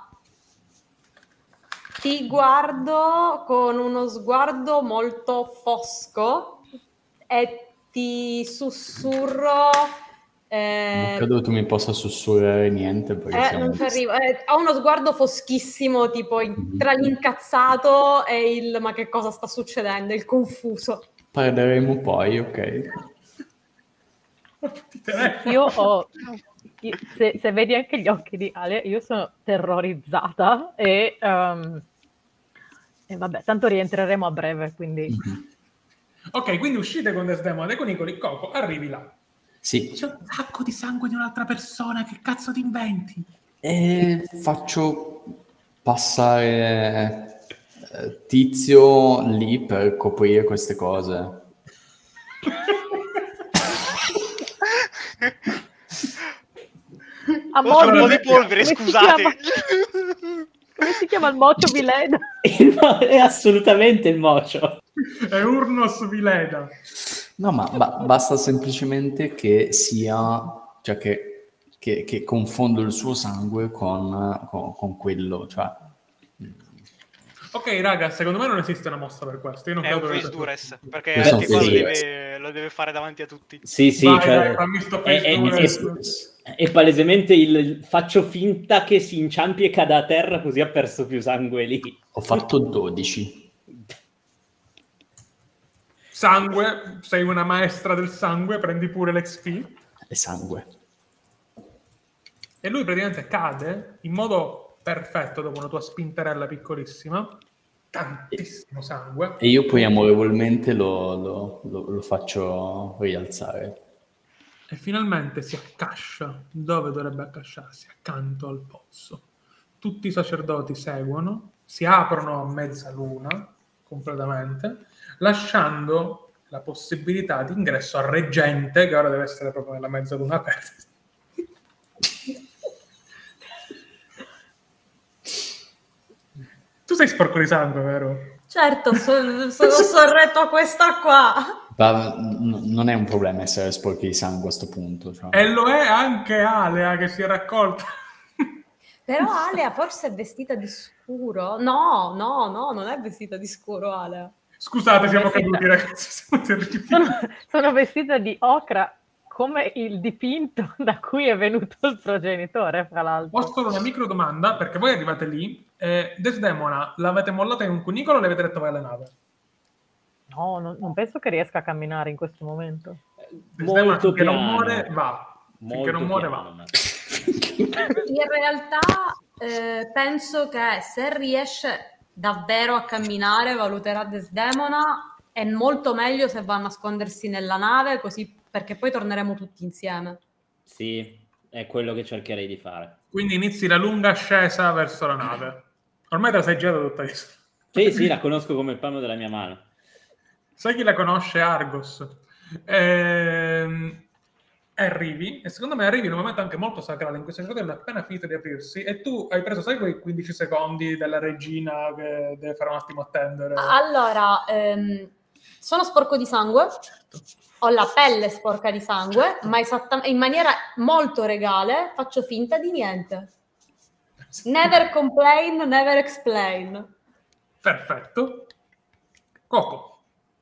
ti guardo con uno sguardo molto fosco e ti sussurro. non eh, credo tu mi possa sussurrare niente perché eh, siamo non ci di- arrivo. Eh, ho uno sguardo foschissimo, tipo in- Mhm. tra l'incazzato e il ma che cosa sta succedendo, il confuso. Parleremo poi, ok? Ti telefono. Io ho, io- se, se vedi anche gli occhi di Ale, io sono terrorizzata e, ehm, e vabbè, tanto rientreremo a breve, quindi Mhm. Ok, quindi uscite con Desdemona e con Nicoli Coco, arrivi là. Sì, C'è un sacco di sangue di un'altra persona, che cazzo ti inventi? e faccio passare eh, Tizio lì per coprire queste cose. A Oh, c'è un po' modo di polvere, come si scusate. chiama? Come si chiama il mocio Vileda? Il mo- è assolutamente il mocio. È Urnos Vileda. No, ma ba- basta semplicemente che sia, cioè che, che, che confondo il suo sangue con, con, con quello, cioè... Ok, raga, secondo me non esiste una mossa per questo. Io non È un credo che face dures, perché Questo anche è un qua lo face deve, lo deve fare davanti a tutti. Sì, sì, Vai, cioè, dai, fammi sto è, face è- dures. è- è palesemente il faccio finta che si inciampi e cada a terra così ha perso più sangue lì. Ho fatto dodici. Sangue, sei una maestra del sangue, prendi pure l'X P. E sangue. E lui praticamente cade in modo perfetto dopo una tua spinterella piccolissima. Tantissimo sangue. E io poi amorevolmente lo, lo- lo- lo faccio rialzare. E finalmente si accascia dove dovrebbe accasciarsi, accanto al pozzo. Tutti i sacerdoti seguono, si aprono a mezzaluna completamente, lasciando la possibilità di ingresso al reggente, che ora deve essere proprio nella mezzaluna aperta. Tu sei sporco di sangue, vero? Certo, so- sono sorretto a questa qua. Ma n- non è un problema essere sporchi di sangue a sto punto. Cioè. E lo è anche Alea che si è raccolta. Però Alea forse è vestita di scuro. No, no, no, non è vestita di scuro Alea. Scusate, siamo Vestita. caduti, ragazzi. Siamo terribili. Sono, sono vestita di ocra come il dipinto da cui è venuto il progenitore, fra l'altro. Ho solo una micro domanda, perché voi arrivate lì. Eh, Desdemona, l'avete mollata in un cunicolo o l'avete detto vai alla nave? No, non, non penso che riesca a camminare in questo momento. Desdemona, Molto finché non piano. muore, va. Finché Molto non muore, piano, va. ma- In realtà eh, penso che se riesce davvero a camminare, valuterà Desdemona. È molto meglio se va a nascondersi nella nave, così perché poi torneremo tutti insieme. Sì, è quello che cercherei di fare. Quindi inizi la lunga ascesa verso la nave. Ormai te la sei girata tutta lì. Sì, sì, la conosco come il palmo della mia mano. Sai chi la conosce? Argos. Ehm, arrivi, e secondo me arrivi in un momento anche molto sacrale, in cui il gioco è appena finito di aprirsi, e tu hai preso, sai, quei quindici secondi della regina che deve fare un attimo attendere. Allora, ehm, sono sporco di sangue, ho la pelle sporca di sangue, ma esattamente in maniera molto regale faccio finta di niente. Never complain, never explain. Perfetto. Coco.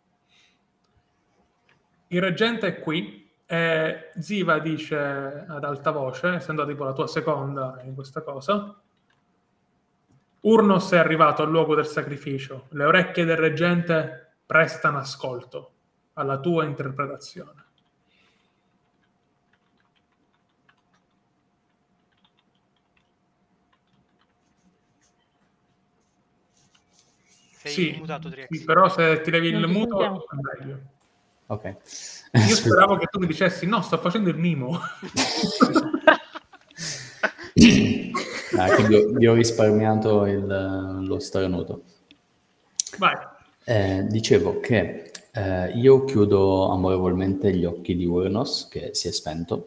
Il reggente è qui. E Ziva dice ad alta voce, essendo tipo la tua seconda in questa cosa, Urnos è arrivato al luogo del sacrificio. Le orecchie del reggente prestano ascolto alla tua interpretazione. Sei Sì, mutato, Drix. sì, però se ti levi il Non ti muto sentiamo. è meglio. Ok. Io speravo che tu mi dicessi no, sto facendo il mimo. Ah, che vi, ho, vi ho risparmiato il, lo starnuto. Vai. Eh, dicevo che eh, io chiudo amorevolmente gli occhi di Urnos, che si è spento,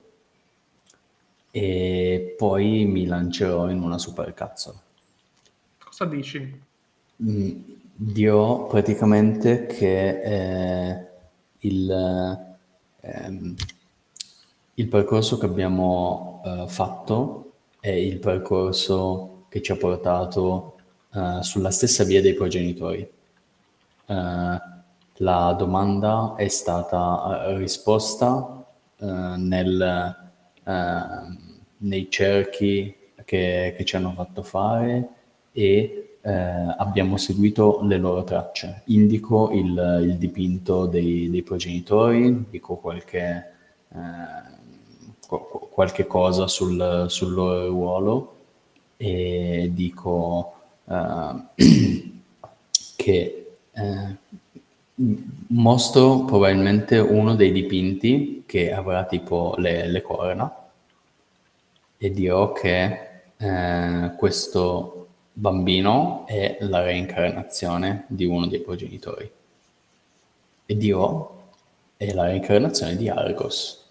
e poi mi lancerò in una supercazzola. Cosa dici? Mm, dirò praticamente che eh, il, ehm, il percorso che abbiamo eh, fatto è il percorso che ci ha portato eh, sulla stessa via dei progenitori. Eh, la domanda è stata eh, risposta eh, nel, eh, nei cerchi che, che ci hanno fatto fare e eh, abbiamo seguito le loro tracce. Indico il, il dipinto dei, dei progenitori, dico qualche, eh, qu- qualche cosa sul, sul loro ruolo e dico eh, che eh, mostro probabilmente uno dei dipinti che avrà tipo le, le corna e dirò che eh, questo bambino è la reincarnazione di uno dei progenitori e dirò è la reincarnazione di Argos.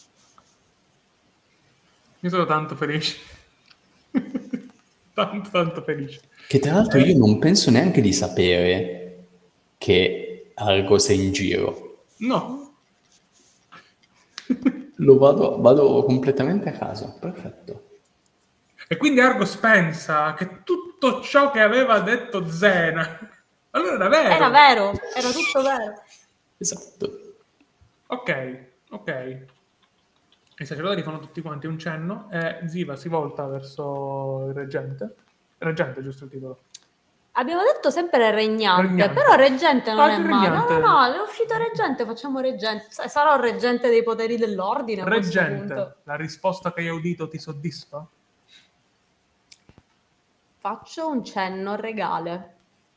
Io sono tanto felice. tanto, tanto felice. Che tra l'altro io non penso neanche di sapere che Argos è in giro. No. Lo vado, vado completamente a caso. Perfetto. E quindi Argos pensa che tutto ciò che aveva detto Zena, allora era vero. Era vero, era tutto vero. Esatto. Ok, ok. I sacerdoti fanno tutti quanti un cenno e Ziva si volta verso il reggente. Reggente, giusto il titolo? Abbiamo detto sempre regnante, Regnante. però reggente non Ah, è che male. No, regnante. no, no, è uscito reggente, facciamo reggente. S- Sarò il reggente dei poteri dell'ordine a questo punto. Reggente, la risposta che hai udito ti soddisfa? Faccio un cenno regale.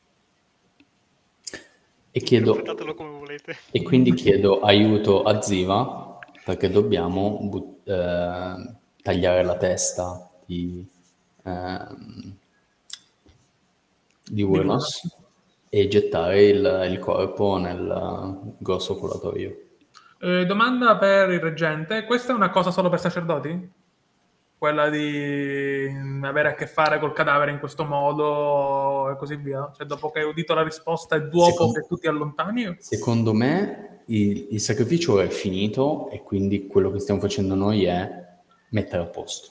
E chiedo, Interpretatelo come volete. e quindi chiedo aiuto a Ziva perché dobbiamo but- eh, tagliare la testa di, ehm, di Urnos e gettare il, il corpo nel grosso curatorio. Eh, domanda per il reggente, questa è una cosa solo per sacerdoti? Quella di avere a che fare col cadavere in questo modo e così via? Cioè dopo che hai udito la risposta e dopo Secondo- che tu ti allontani? Secondo me il, il sacrificio è finito e quindi quello che stiamo facendo noi è mettere a posto.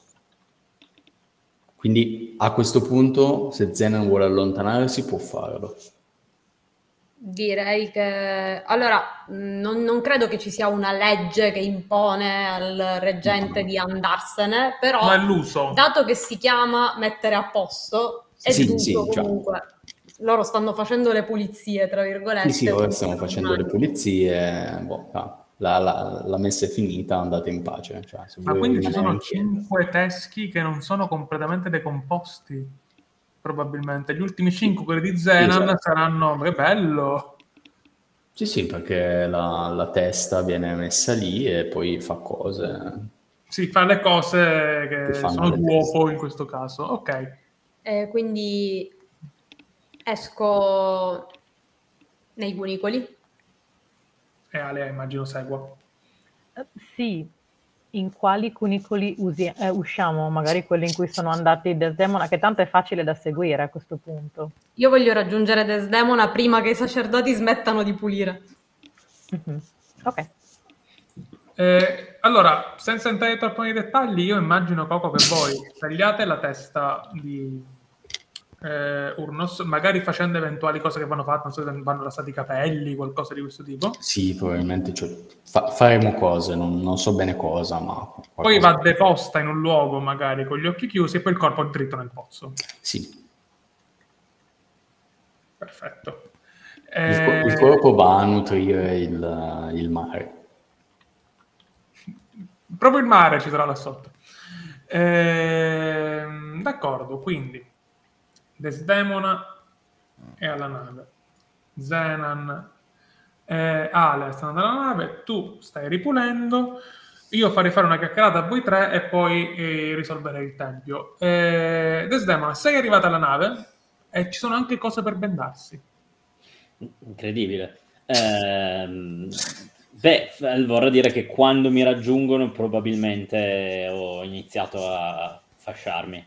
Quindi a questo punto, se Zenan vuole allontanarsi, può farlo. Direi che allora mh, non, non credo che ci sia una legge che impone al reggente di andarsene, però Ma è l'uso. dato che si chiama mettere a posto, è Sì, giusto sì, cioè. comunque. Loro stanno facendo le pulizie, tra virgolette. Sì, sì, ora quindi stiamo sono facendo le umani. pulizie, boh, ah, la, la- la messa è finita, andate in pace. Cioè, se Ma vuoi quindi ci rimanere sono in chiesa. cinque teschi che non sono completamente decomposti, probabilmente. Gli ultimi cinque, quelli di Zenan, esatto. saranno... Che bello! Sì, sì, perché la, la testa viene messa lì e poi fa cose. Si fa le cose Che che fanno sono le d'uopo teste. in questo caso. Ok. Eh, quindi esco nei cunicoli. E Alea immagino segua. Eh, Sì, in quali cunicoli usi- eh, usciamo? Magari quelli in cui sono andati Desdemona, che tanto è facile da seguire a questo punto. Io voglio raggiungere Desdemona prima che i sacerdoti smettano di pulire. Mhm. Ok. Eh, allora, senza entrare troppo nei dettagli, io immagino, Coco, che voi tagliate la testa di eh, Urnos, magari facendo eventuali cose che vanno fatte, non so se vanno lasciati i capelli, qualcosa di questo tipo. Sì, probabilmente cioè, fa- faremo cose, non, non so bene cosa, ma Poi qualcosa. va deposta in un luogo, magari con gli occhi chiusi, e poi il corpo è dritto nel pozzo. Sì, Perfetto. il, co- il Eh, corpo va a nutrire il, il mare. Proprio il mare ci sarà là sotto. Ehm, d'accordo, quindi Desdemona è alla nave, Zenan e Ale stanno alla nave, tu stai ripulendo, io farei fare una chiacchierata a voi tre e poi eh, risolverei il tempio. Eh, Desdemona, sei arrivata alla nave e ci sono anche cose per bendarsi. Incredibile. Ehm, beh, f- vorrà dire che quando mi raggiungono probabilmente ho iniziato a fasciarmi.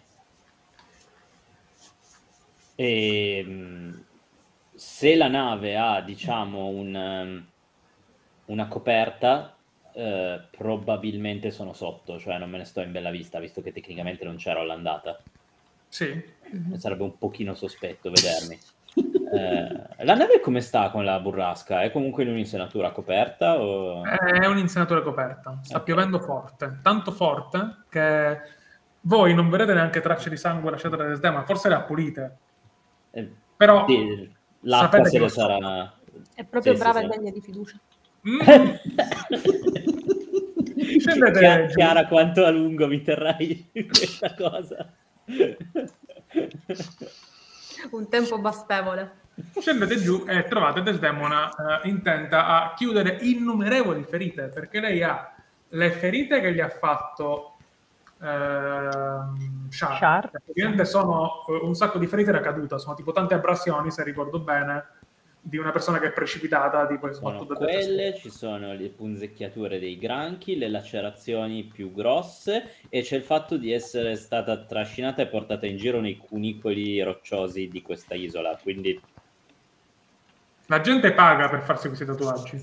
E mh, se la nave ha, diciamo, un, um, una coperta, eh, probabilmente sono sotto, cioè non me ne sto in bella vista, visto che tecnicamente non c'ero all'andata. Sì. Sarebbe un pochino sospetto vedermi. Eh, la nave come sta con la burrasca? È comunque in un'insenatura coperta? O... È un'insenatura coperta, sta Ok. piovendo forte, tanto forte che voi non vedete neanche tracce di sangue lasciate da Desdemona, forse le ha pulite, Eh, però sì, l'acqua sapete se che le lo so. sarà... È proprio Sì, sì, brava sì. e degna di fiducia. Mm. Scendete Chia- giù. Chiara, quanto a lungo mi terrai questa cosa? Un tempo bastevole. Scendete giù e trovate Desdemona eh, intenta a chiudere innumerevoli ferite, perché lei ha le ferite che gli ha fatto ehm, Shar. Shar. Praticamente sono eh, un sacco di ferite da caduta, sono tipo tante abrasioni, se ricordo bene, di una persona che è precipitata, tipo Sono fatto da quelle, ci sono le punzecchiature dei granchi, le lacerazioni più grosse e c'è il fatto di essere stata trascinata e portata in giro nei cunicoli rocciosi di questa isola, quindi La gente paga per farsi questi tatuaggi.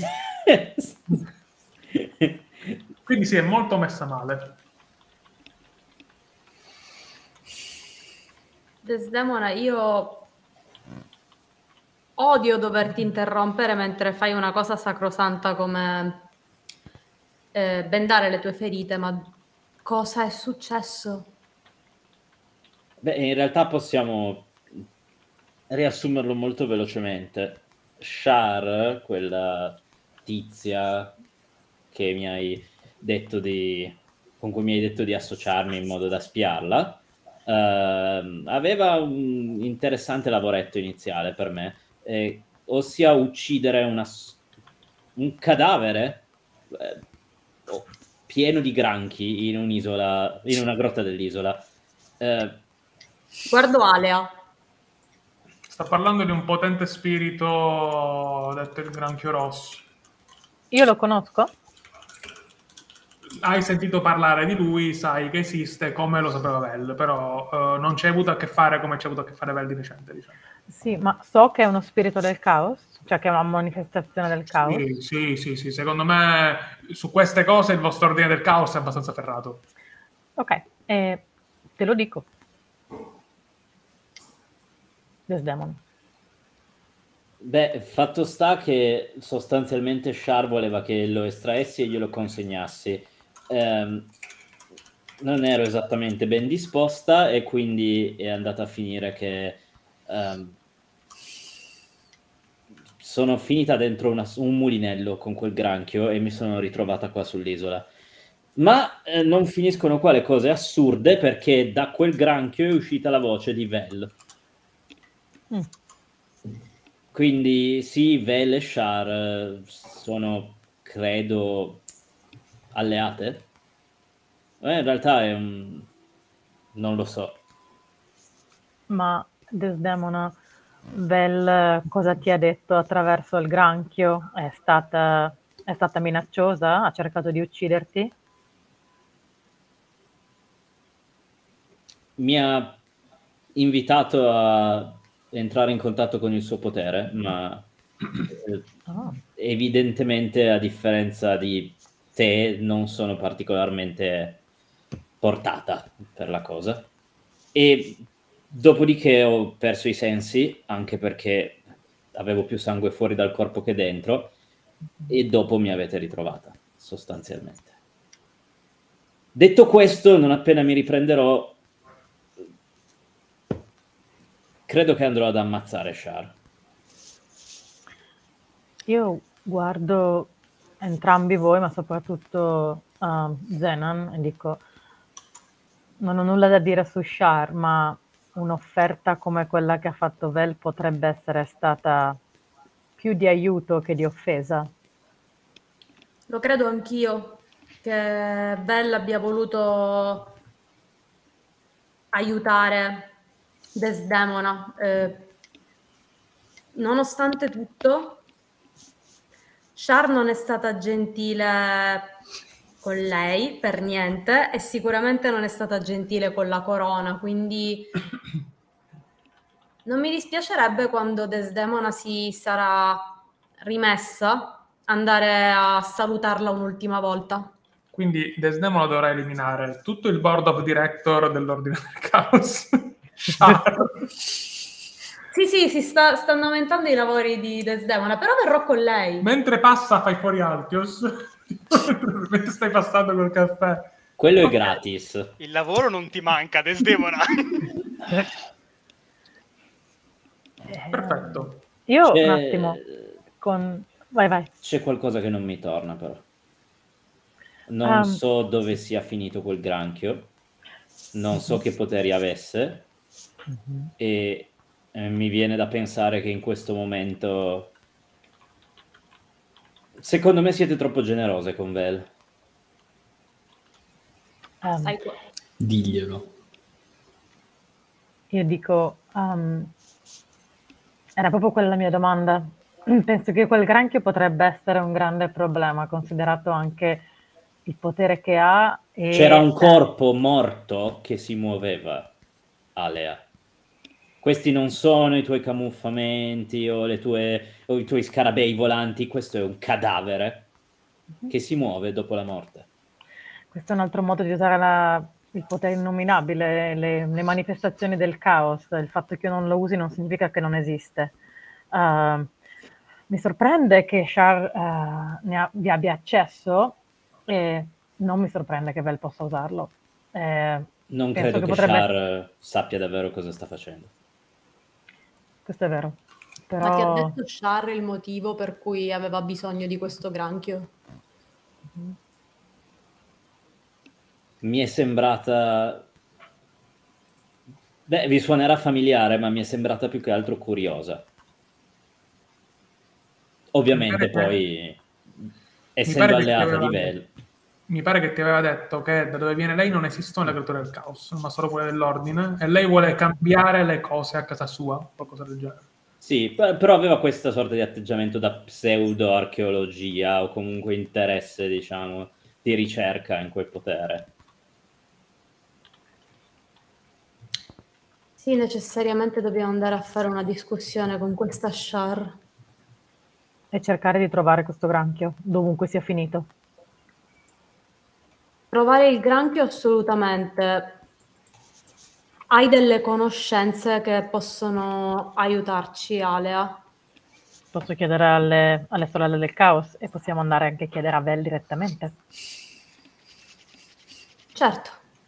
Quindi si è molto messa male. Desdemona, io odio doverti interrompere mentre fai una cosa sacrosanta come eh, bendare le tue ferite, ma cosa è successo? Beh, in realtà possiamo riassumerlo molto velocemente. Shar, quella tizia che mi hai detto di con cui mi hai detto di associarmi in modo da spiarla, ehm, aveva un interessante lavoretto iniziale per me, eh, ossia uccidere una, s- un cadavere eh, oh, pieno di granchi in un'isola, in una grotta dell'isola. Eh, Guardo Alea. Sta parlando di un potente spirito detto il granchio rosso. Io lo conosco? Hai sentito parlare di lui, sai che esiste, come lo sapeva Vel, però eh, non ci hai avuto a che fare come ci ha avuto a che fare Vel di recente, diciamo. Sì, ma so che è uno spirito del caos, cioè che è una manifestazione del caos. Sì, sì, sì, sì, secondo me su queste cose il vostro ordine del caos è abbastanza ferrato. Ok, eh, te lo dico. Desdemona. Beh, fatto sta che sostanzialmente Shar voleva che lo estraessi e glielo consegnassi. Ehm, non ero esattamente ben disposta e quindi è andata a finire che ehm, sono finita dentro una- un mulinello con quel granchio e mi sono ritrovata qua sull'isola. Ma eh, non finiscono qua le cose assurde perché da quel granchio è uscita la voce di Vel. Mm. Quindi sì, Vel e Shar eh, sono, credo, alleate. Eh, in realtà è un... non lo so. Ma Desdemona, Vel cosa ti ha detto attraverso il granchio? È stata, è stata minacciosa? Ha cercato di ucciderti? Mi ha invitato a entrare in contatto con il suo potere, ma eh, Ah. evidentemente, a differenza di te, non sono particolarmente portata per la cosa. E dopodiché ho perso i sensi, anche perché avevo più sangue fuori dal corpo che dentro, e dopo mi avete ritrovata, sostanzialmente. Detto questo, non appena mi riprenderò, credo che andrò ad ammazzare Shar. Io guardo entrambi voi, ma soprattutto uh, Zenan, e dico: non ho nulla da dire su Shar, ma un'offerta come quella che ha fatto Vel potrebbe essere stata più di aiuto che di offesa. Lo credo anch'io che Bella abbia voluto aiutare Desdemona. Eh, nonostante tutto, Char non è stata gentile con lei per niente e sicuramente non è stata gentile con la corona, quindi non mi dispiacerebbe quando Desdemona si sarà rimessa andare a salutarla un'ultima volta. Quindi Desdemona dovrà eliminare tutto il board of director dell'Ordine del Caos. Shar. Sì, sì, si sta, stanno aumentando i lavori di Desdemona, però verrò con lei. Mentre passa fai fuori Altios. Mentre stai passando col caffè. Quello è Ok. gratis. Il lavoro non ti manca, Desdemona. Perfetto. Io C'è... un attimo, con... vai vai. C'è qualcosa che non mi torna, però. Non Um, so dove sia finito quel granchio, non so che poteri avesse, Mhm. e eh, mi viene da pensare che in questo momento, secondo me, siete troppo generose con Vel. Um, Sai qua. Diglielo. io dico, um, Era proprio quella la mia domanda. Penso che quel granchio potrebbe essere un grande problema, considerato anche il potere che ha. E, C'era un eh, corpo morto che si muoveva, Alea. Questi non sono i tuoi camuffamenti o, le tue, o i tuoi scarabei volanti, questo è un cadavere che si muove dopo la morte. questo è un altro modo di usare la- il potere innominabile, le, le manifestazioni del caos. Il fatto che io non lo usi non significa che non esiste. Uh, mi sorprende che Char uh, ne ha- vi abbia accesso e non mi sorprende che Vel possa usarlo. Eh, Non penso credo che, potrebbe- Char sappia davvero cosa sta facendo. Questo è vero. Però... Ma ti ha detto Char il motivo per cui aveva bisogno di questo granchio? Mi è sembrata... Beh, vi suonerà familiare, ma mi è sembrata più che altro curiosa. Ovviamente Mi pare che- poi, essendo pare che ti alleata aveva di Vel... Mi pare che ti aveva detto che da dove viene lei non esistono le creature del caos, ma solo quelle dell'ordine, e lei vuole cambiare le cose a casa sua, qualcosa del genere. Sì, p- però aveva questa sorta di atteggiamento da pseudo-archeologia o comunque interesse, diciamo, di ricerca in quel potere. Sì, necessariamente dobbiamo andare a fare una discussione con questa Char. E cercare di trovare questo granchio, dovunque sia finito. Trovare il granchio assolutamente. Hai delle conoscenze che possono aiutarci, Alea? Posso chiedere alle, alle sorelle del caos e possiamo andare anche a chiedere a Vel direttamente. Certo.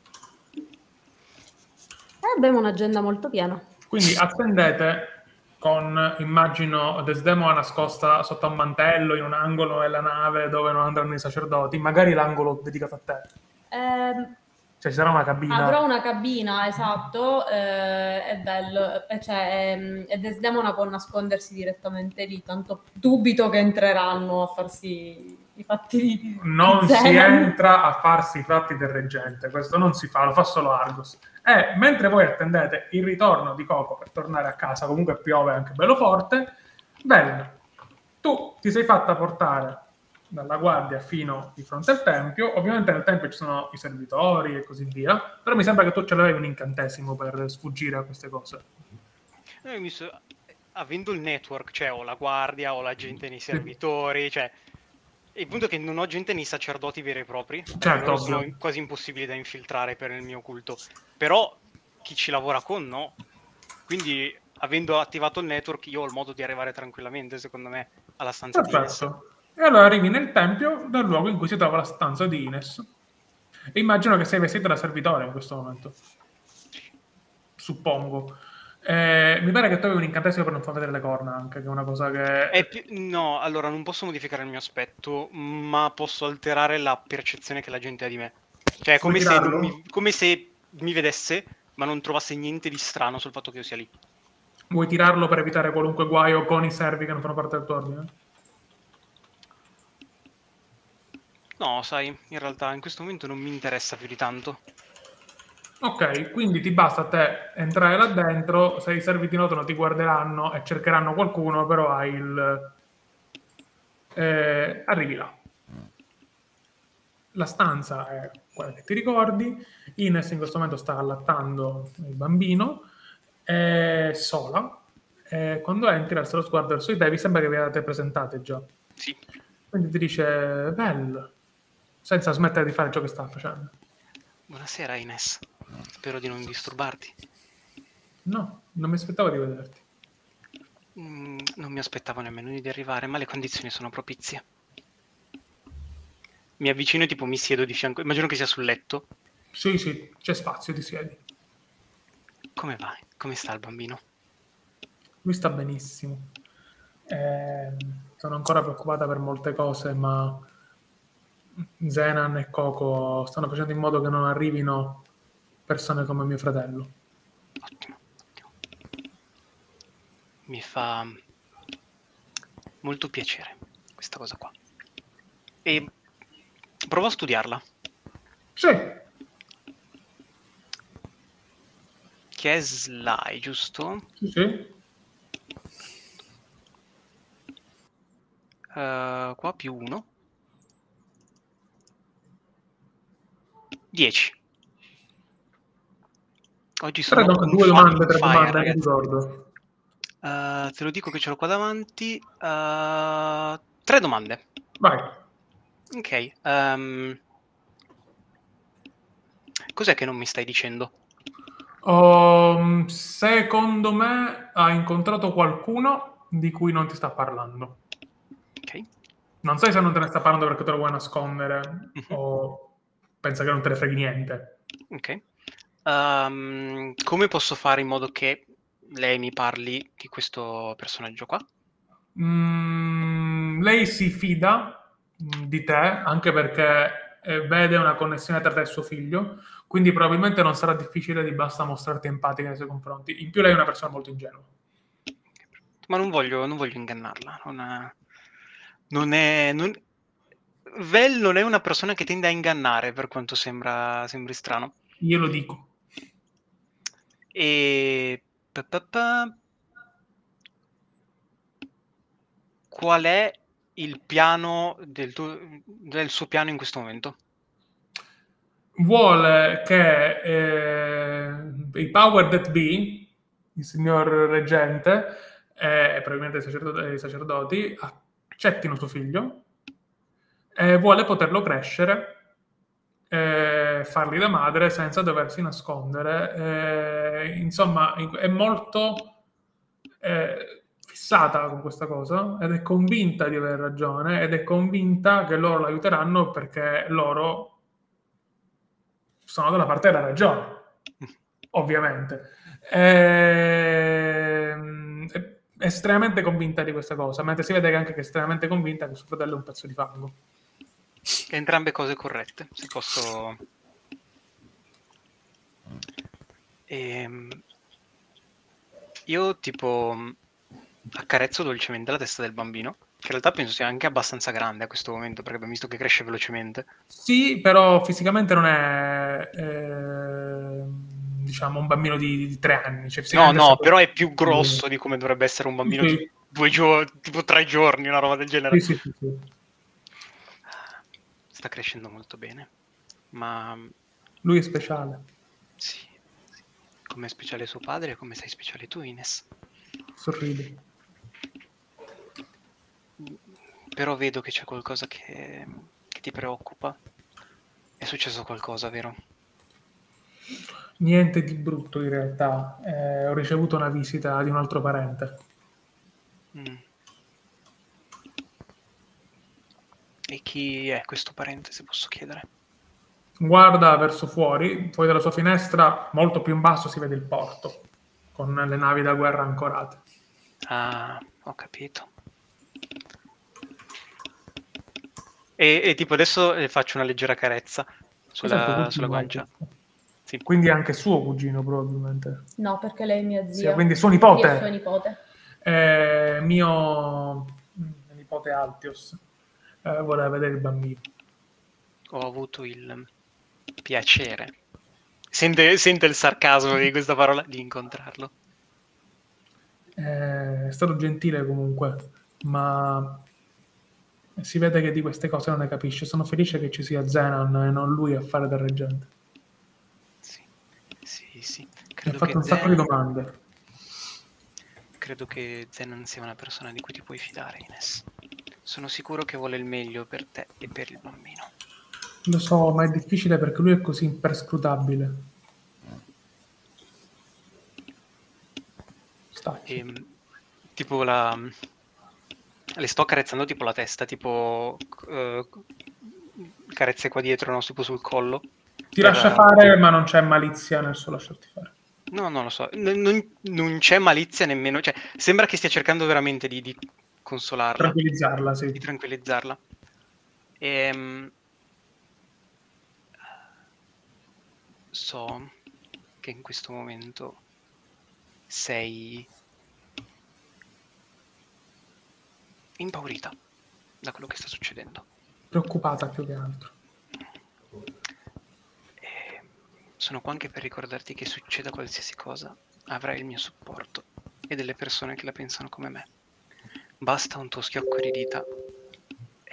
E abbiamo un'agenda molto piena. Quindi attendete con, immagino, Desdemona nascosta sotto un mantello in un angolo della nave dove non andranno i sacerdoti, magari l'angolo dedicato a te. Ehm, Cioè ci sarà una cabina. avrò una cabina, esatto, eh, è bello, eh, cioè, ehm, e Desdemona può nascondersi direttamente lì, tanto dubito che entreranno a farsi i fatti di Non di si Zenon. entra a farsi i fatti del reggente, questo non si fa, lo fa solo Argos. E mentre voi attendete il ritorno di Coco per tornare a casa, comunque piove anche bello forte, Vel, tu ti sei fatta portare dalla guardia fino di fronte al tempio. Ovviamente nel tempio ci sono i servitori e così via, però mi sembra che tu ce l'avevi un incantesimo per sfuggire a queste cose. Eh, mi so- avendo il network, cioè ho la guardia, ho la gente nei servitori, cioè il punto è che non ho gente nei sacerdoti veri e propri, perché Certo, loro ovvio. sono quasi impossibili da infiltrare per il mio culto, però chi ci lavora con no, quindi avendo attivato il network io ho il modo di arrivare tranquillamente, secondo me, alla stanza di Ines. Perfetto. E allora arrivi nel tempio, dal luogo in cui si trova la stanza di Ines. E immagino che sei vestita da servitore in questo momento. Suppongo. Eh, mi pare che tu avevi un incantesimo per non far vedere le corna anche, che è una cosa che... È più- No, allora non posso modificare il mio aspetto, ma posso alterare la percezione che la gente ha di me. Cioè, è come Vuoi se, tirarlo? non mi, come se mi vedesse, ma non trovasse niente di strano sul fatto che io sia lì. Vuoi tirarlo per evitare qualunque guaio con i servi che non fanno parte del tuo ordine? No, sai, in realtà in questo momento non mi interessa più di tanto. Ok, quindi ti basta a te entrare là dentro, se i serviti notano ti guarderanno e cercheranno qualcuno, però hai il... Eh, arrivi là. La stanza è quella che ti ricordi. Ines in questo momento sta allattando il bambino, è sola. E quando entri, alza lo sguardo verso di te, vi sembra che vi abbiate presentate già. Sì. Quindi ti dice, Vel, senza smettere di fare ciò che sta facendo. Buonasera Ines, spero di non disturbarti. No, non mi aspettavo di vederti. Mm, non mi aspettavo nemmeno di arrivare, ma le condizioni sono propizie. Mi avvicino e tipo mi siedo di fianco, immagino che sia sul letto. Sì, sì, c'è spazio, ti siedi. Come vai? Come sta il bambino? Lui sta benissimo. Eh, sono ancora preoccupata per molte cose, ma Zenan e Coco stanno facendo in modo che non arrivino persone come mio fratello. Ottimo, ottimo. Mi fa molto piacere questa cosa qua. E provo a studiarla. Sì, Che è Sly, giusto? sì, sì. Uh, qua più uno. dieci. Oggi Tre sono dom- on due fi- domande, on tre fire, domande, non ragazzi. ricordo. Uh, te lo dico che ce l'ho qua davanti. Uh, tre domande. Vai. Ok. Um, cos'è che non mi stai dicendo? Um, secondo me ha incontrato qualcuno di cui non ti sta parlando. Ok. Non sai se non te ne sta parlando perché te lo vuoi nascondere Mhm. o pensa che non te ne freghi niente. Ok. Um, come posso fare in modo che lei mi parli di questo personaggio qua? Mm, lei si fida mm, di te anche perché eh, vede una connessione tra te e suo figlio, quindi probabilmente non sarà difficile, di basta mostrarti empatica nei suoi confronti. In più lei è una persona molto ingenua. Ma non voglio, non voglio ingannarla. Non è, non è, non- Vel non è una persona che tende a ingannare, per quanto sembra, sembri strano. Io lo dico. E pa, pa, pa. Qual è il piano del, tuo, del suo piano in questo momento? Vuole che eh, i power that be, il signor reggente e probabilmente i sacerdoti, i sacerdoti accettino suo figlio e vuole poterlo crescere e fargli da madre senza doversi nascondere. Eh, insomma, è molto eh, fissata con questa cosa ed è convinta di aver ragione ed è convinta che loro l'aiuteranno perché loro sono dalla parte della ragione, ovviamente. Ehm, È estremamente convinta di questa cosa, mentre si vede che anche che è estremamente convinta che suo fratello è un pezzo di fango. Entrambe cose corrette, se posso... Ehm, io tipo accarezzo dolcemente la testa del bambino, che in realtà penso sia anche abbastanza grande a questo momento, perché abbiamo visto che cresce velocemente. Sì, però fisicamente non è, eh, diciamo, un bambino di, di tre anni. Cioè, No, fisicamente no, stato- però è più grosso di come dovrebbe essere un bambino Sì. di due giorni, tipo tre giorni, una roba del genere. Sì, sì, sì, sì. Sta crescendo molto bene, ma Lui è speciale. sì, sì. Come è speciale suo padre, come sei speciale tu, Ines. Sorride. Però vedo che c'è qualcosa che, che ti preoccupa. È successo qualcosa, vero? Niente di brutto in realtà. Eh, ho ricevuto una visita di un altro parente. Mm. E chi è questo parente, se posso chiedere? Guarda verso fuori, fuori dalla sua finestra, molto più in basso si vede il porto, con le navi da guerra ancorate. Ah, ho capito. E, e tipo adesso le faccio una leggera carezza sulla, Esatto, cugino, sulla guancia. Sì. Quindi anche suo cugino probabilmente. No, perché lei è mia Sì, zia. quindi suo Io nipote. suo nipote. Eh, mio nipote Altios eh, voleva vedere il bambino. Ho avuto il piacere, sente, sente il sarcasmo di questa parola, di incontrarlo. Eh, è stato gentile comunque, ma si vede che di queste cose non ne capisce. Sono felice che ci sia Zenon e non lui a fare da reggente. Sì, sì, sì. Mi ha Credo fatto che, un sacco di Zen, domande. credo che Zenon sia una persona di cui ti puoi fidare, Ines. Sono sicuro che vuole il meglio per te e per il bambino. Lo so, ma è difficile perché lui è così imperscrutabile. Stacchi. E, tipo la... Le sto accarezzando tipo la testa, tipo eh, carezze qua dietro, no? Tipo sul collo. Ti Per- lascia fare, ma non c'è malizia nel suo lasciarti fare. No, non lo so. N- non, non c'è malizia nemmeno. Cioè, sembra che stia cercando veramente di, di consolarla, Tranquillizzarla, sì. di tranquillizzarla. Ehm, so che in questo momento sei impaurita da quello che sta succedendo. Preoccupata più che altro. E sono qua anche per ricordarti che succeda qualsiasi cosa, avrai il mio supporto e delle persone che la pensano come me. Basta un tuo schiocco di dita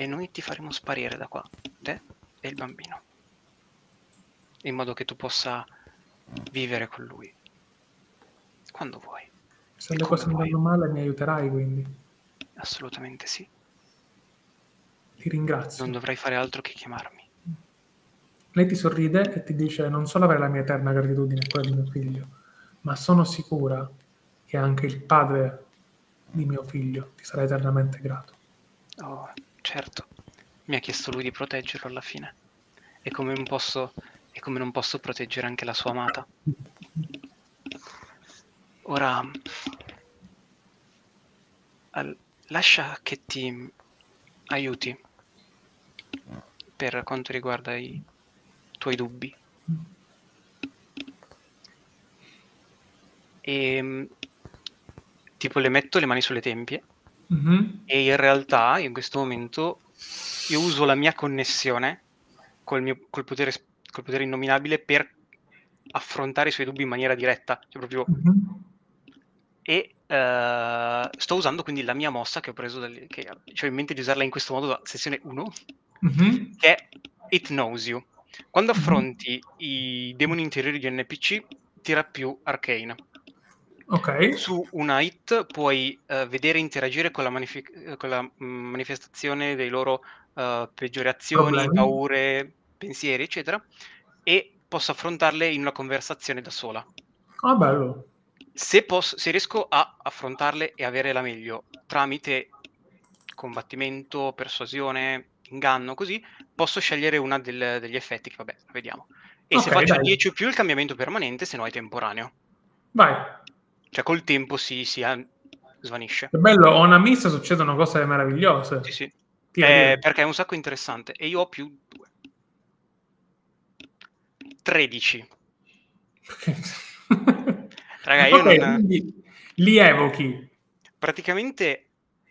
e noi ti faremo sparire da qua, te e il bambino, in modo che tu possa vivere con lui quando vuoi. Se e le come cose vuoi. andranno male mi aiuterai, quindi Assolutamente sì. ti ringrazio. Non dovrai fare altro che chiamarmi. Lei ti sorride e ti dice: non solo avere la mia eterna gratitudine e quella di mio figlio, ma sono sicura che anche il padre di mio figlio ti sarà eternamente grato. Oh, certo. Mi ha chiesto lui di proteggerlo alla fine. E come non posso, e come non posso proteggere anche la sua amata. Ora, al- lascia che ti aiuti per quanto riguarda i tuoi dubbi. E tipo le metto le mani sulle tempie Mhm. e in realtà in questo momento io uso la mia connessione col mio col potere, col potere innominabile per affrontare i suoi dubbi in maniera diretta, cioè proprio. Mhm. E eh, sto usando quindi la mia mossa che ho preso dal, che ho in mente di usarla in questo modo da sessione uno, Mhm. che è It Knows You. Quando Mhm. affronti i demoni interiori di N P C tira più Arcane. Ok. Su una hit puoi eh, vedere e interagire con la, manifi- con la mm, manifestazione dei loro eh, peggiori azioni, Problemi? paure, pensieri, eccetera, e posso affrontarle in una conversazione da sola. Ah, bello. Se, posso, se riesco a affrontarle e avere la meglio tramite combattimento, persuasione, inganno, così, posso scegliere una del- degli effetti che, vabbè, vediamo. E se Ok, faccio dai. dieci o più il cambiamento permanente, se no è temporaneo. Vai. Cioè col tempo si, si eh, svanisce. Che bello, ho una missa, succedono cose meravigliose. Sì, sì. Tira, Eh, tira. perché è un sacco interessante. E io ho più due. tredici. Raga, io Ok, non... quindi li evochi. Praticamente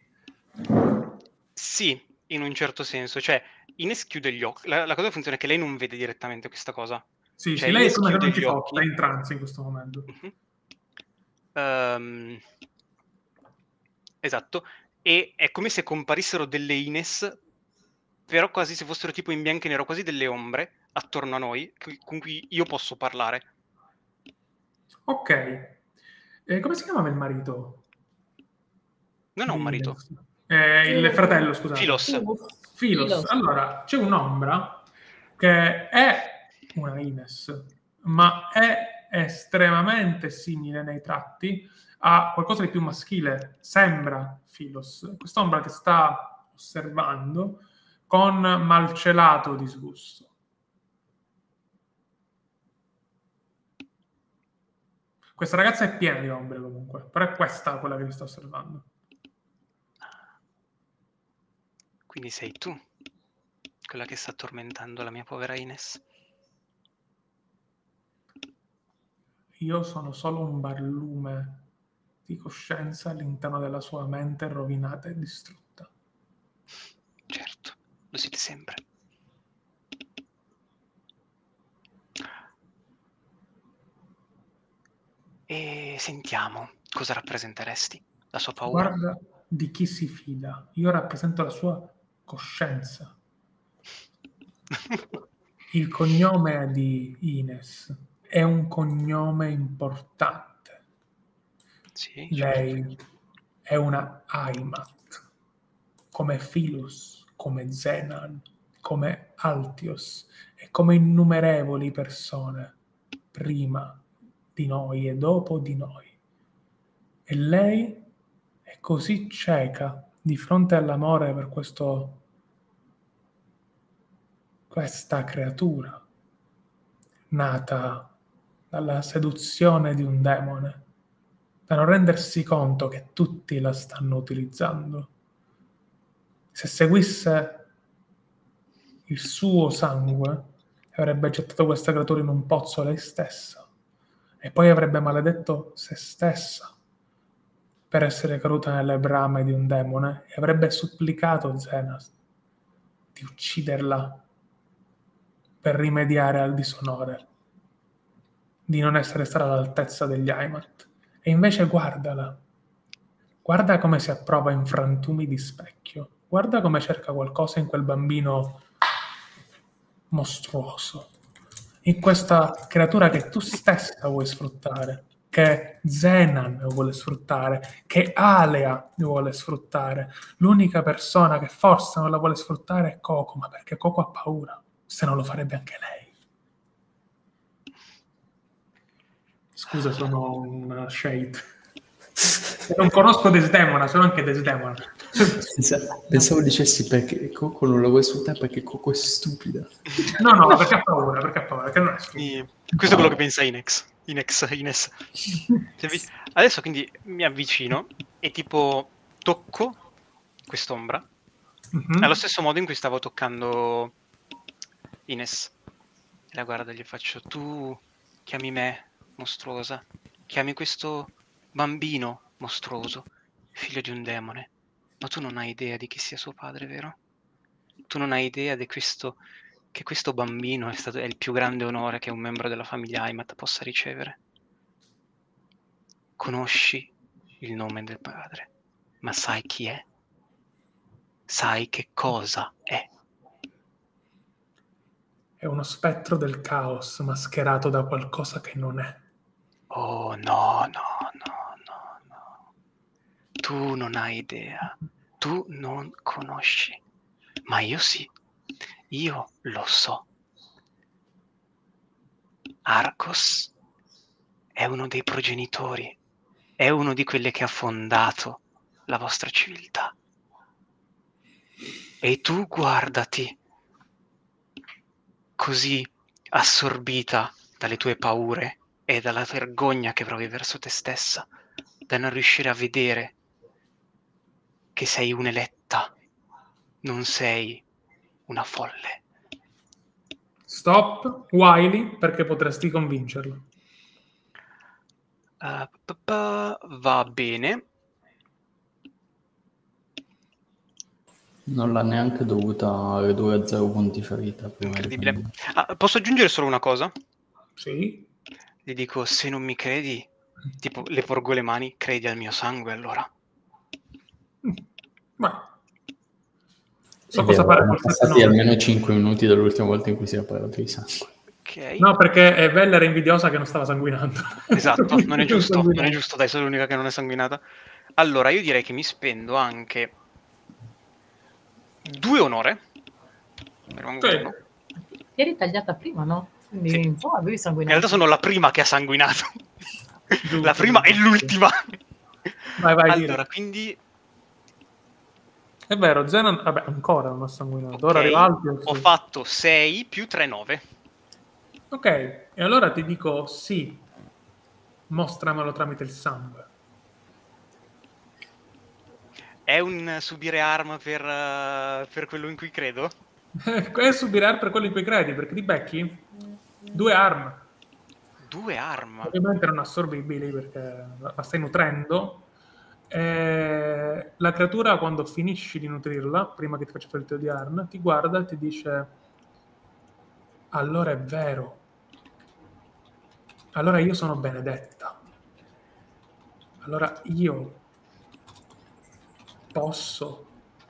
sì, in un certo senso. Cioè, Ines chiude gli occhi. La, la cosa funziona è che lei non vede direttamente questa cosa. Sì, Cioè, sì, lei è Ines come se chiude non ci gli fosse, è occhi. in trance in questo momento. Mhm. Ehm, esatto. E è come se comparissero delle Ines, però quasi se fossero tipo in bianco e nero, quasi delle ombre attorno a noi, che- con cui io posso parlare. Ok. E come si chiamava il marito Non ho un di marito. Ines? Eh, il fratello, scusate. Filos. Filos. Filos. Allora, c'è un'ombra che è una Ines, ma è estremamente simile nei tratti a qualcosa di più maschile. Sembra Filos. Quest'ombra che sta osservando con malcelato disgusto. Questa ragazza è piena di ombre comunque, però è questa quella che vi sta osservando. Quindi sei tu quella che sta tormentando la mia povera Ines. Io sono solo un barlume di coscienza all'interno della sua mente rovinata e distrutta. Certo, lo siete sempre. E sentiamo, cosa rappresenteresti? La sua paura? Guarda di chi si fida. Io rappresento la sua coscienza. Il cognome di Ines è un cognome importante. Sì, Lei certo. è una Heimat, come Philus, come Zenan, come Altios e come innumerevoli persone prima di noi e dopo di noi. E lei è così cieca di fronte all'amore per questo questa creatura nata dalla seduzione di un demone, da non rendersi conto che tutti la stanno utilizzando. Se seguisse il suo sangue, avrebbe gettato questa creatura in un pozzo lei stessa e poi avrebbe maledetto se stessa per essere caduta nelle brame di un demone e avrebbe supplicato Zenas di ucciderla per rimediare al disonore, di non essere stata all'altezza degli Heimat. E invece guardala, guarda come si approva in frantumi di specchio, guarda come cerca qualcosa in quel bambino mostruoso, in questa creatura che tu stessa vuoi sfruttare, che Zenan vuole sfruttare, che Alea vuole sfruttare. L'unica persona che forse non la vuole sfruttare è Coco, ma perché Coco ha paura, se non lo farebbe anche lei. Scusa, sono una shade. Non conosco Desdemona, sono anche Desdemona. Pensavo dicessi perché Coco non la vuoi sfruttare perché Coco è stupida. No, no, perché ha paura, perché ha paura, perché non è stupida. Sì, questo è quello che pensa Inex. Inex, Ines. Si avvic- Adesso quindi mi avvicino e tipo tocco quest'ombra Mhm. allo stesso modo in cui stavo toccando Ines. E la guardo e gli faccio: tu chiami me mostruosa, chiami questo bambino mostruoso, figlio di un demone, ma tu non hai idea di chi sia suo padre, vero? Tu non hai idea di questo, che questo bambino è stato è il più grande onore che un membro della famiglia Heimat possa ricevere. Conosci il nome del padre, ma sai chi è? Sai che cosa è? È uno spettro del caos mascherato da qualcosa che non è. Oh no, no, no, no, no. Tu non hai idea. Tu non conosci. Ma io sì. Io lo so. Arcos è uno dei progenitori. È uno di quelli che ha fondato la vostra civiltà. E tu guardati, così assorbita dalle tue paure e dalla vergogna che provi verso te stessa, da non riuscire a vedere che sei un'eletta, non sei una folle. Stop, Wiley, perché potresti convincerlo. Uh, pa- pa- va bene. Non l'ha neanche dovuta ridurre a zero punti ferita prima di Incredibile. prendere. Ah, posso aggiungere solo una cosa? Sì? Gli dico: se non mi credi, tipo le porgo le mani, credi al mio sangue allora. Ma so È cosa vero, fare erano col passati sette nove. almeno cinque minuti dall'ultima volta in cui si era parlato di sangue. Ok. No, perché è Bella era invidiosa che non stava sanguinando. Esatto, non è giusto, non è Sanguinando. giusto, dai, sono l'unica che non è sanguinata. Allora, io direi che mi spendo anche due onore. Mi rimango Sì. uno. Ti eri tagliata prima, no? Quindi Sì. un po' avevi In sanguinato. realtà sono la prima che ha sanguinato. Giusto, La prima e giusto. l'ultima. Vai, vai, Allora, dire. quindi È vero, Zenon, vabbè, ancora non ha sanguinato. ok, Ora arriva Alfio. ho Sì. fatto sei più tre, nove. Ok, e allora ti dico sì, mostramelo tramite il sangue. È un subire arma per, eh, per quello in cui credo? È subire arma per quello in cui credi, perché ti becchi due armi. Due arma. Ovviamente non assorbibili perché la la stai nutrendo. E la creatura, quando finisci di nutrirla, prima che ti faccia fare il tiro di arma, ti guarda e ti dice: allora è vero. Allora io sono benedetta. Allora io posso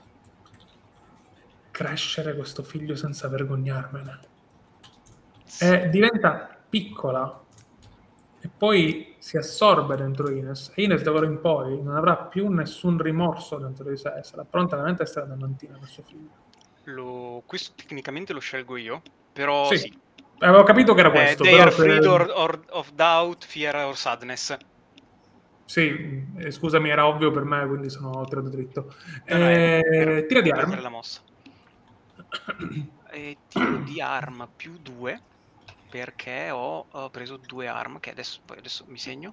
crescere questo figlio senza vergognarmene. E diventa piccola e poi si assorbe dentro Ines, e Ines da ora in poi non avrà più nessun rimorso dentro di sé, sarà pronta veramente a essere adamantina per suo figlio. Lo... Questo tecnicamente lo scelgo io, però Sì, sì. avevo capito che era Eh, questo, they però are se- freed or, or- of doubt, fear or sadness. sì, eh, scusami, era ovvio per me, quindi sono tirato dritto. No, no, è Eh, per tira di comprendere arma. la mossa. E tiro di arma più due perché ho, ho preso due arma che adesso, poi adesso mi segno.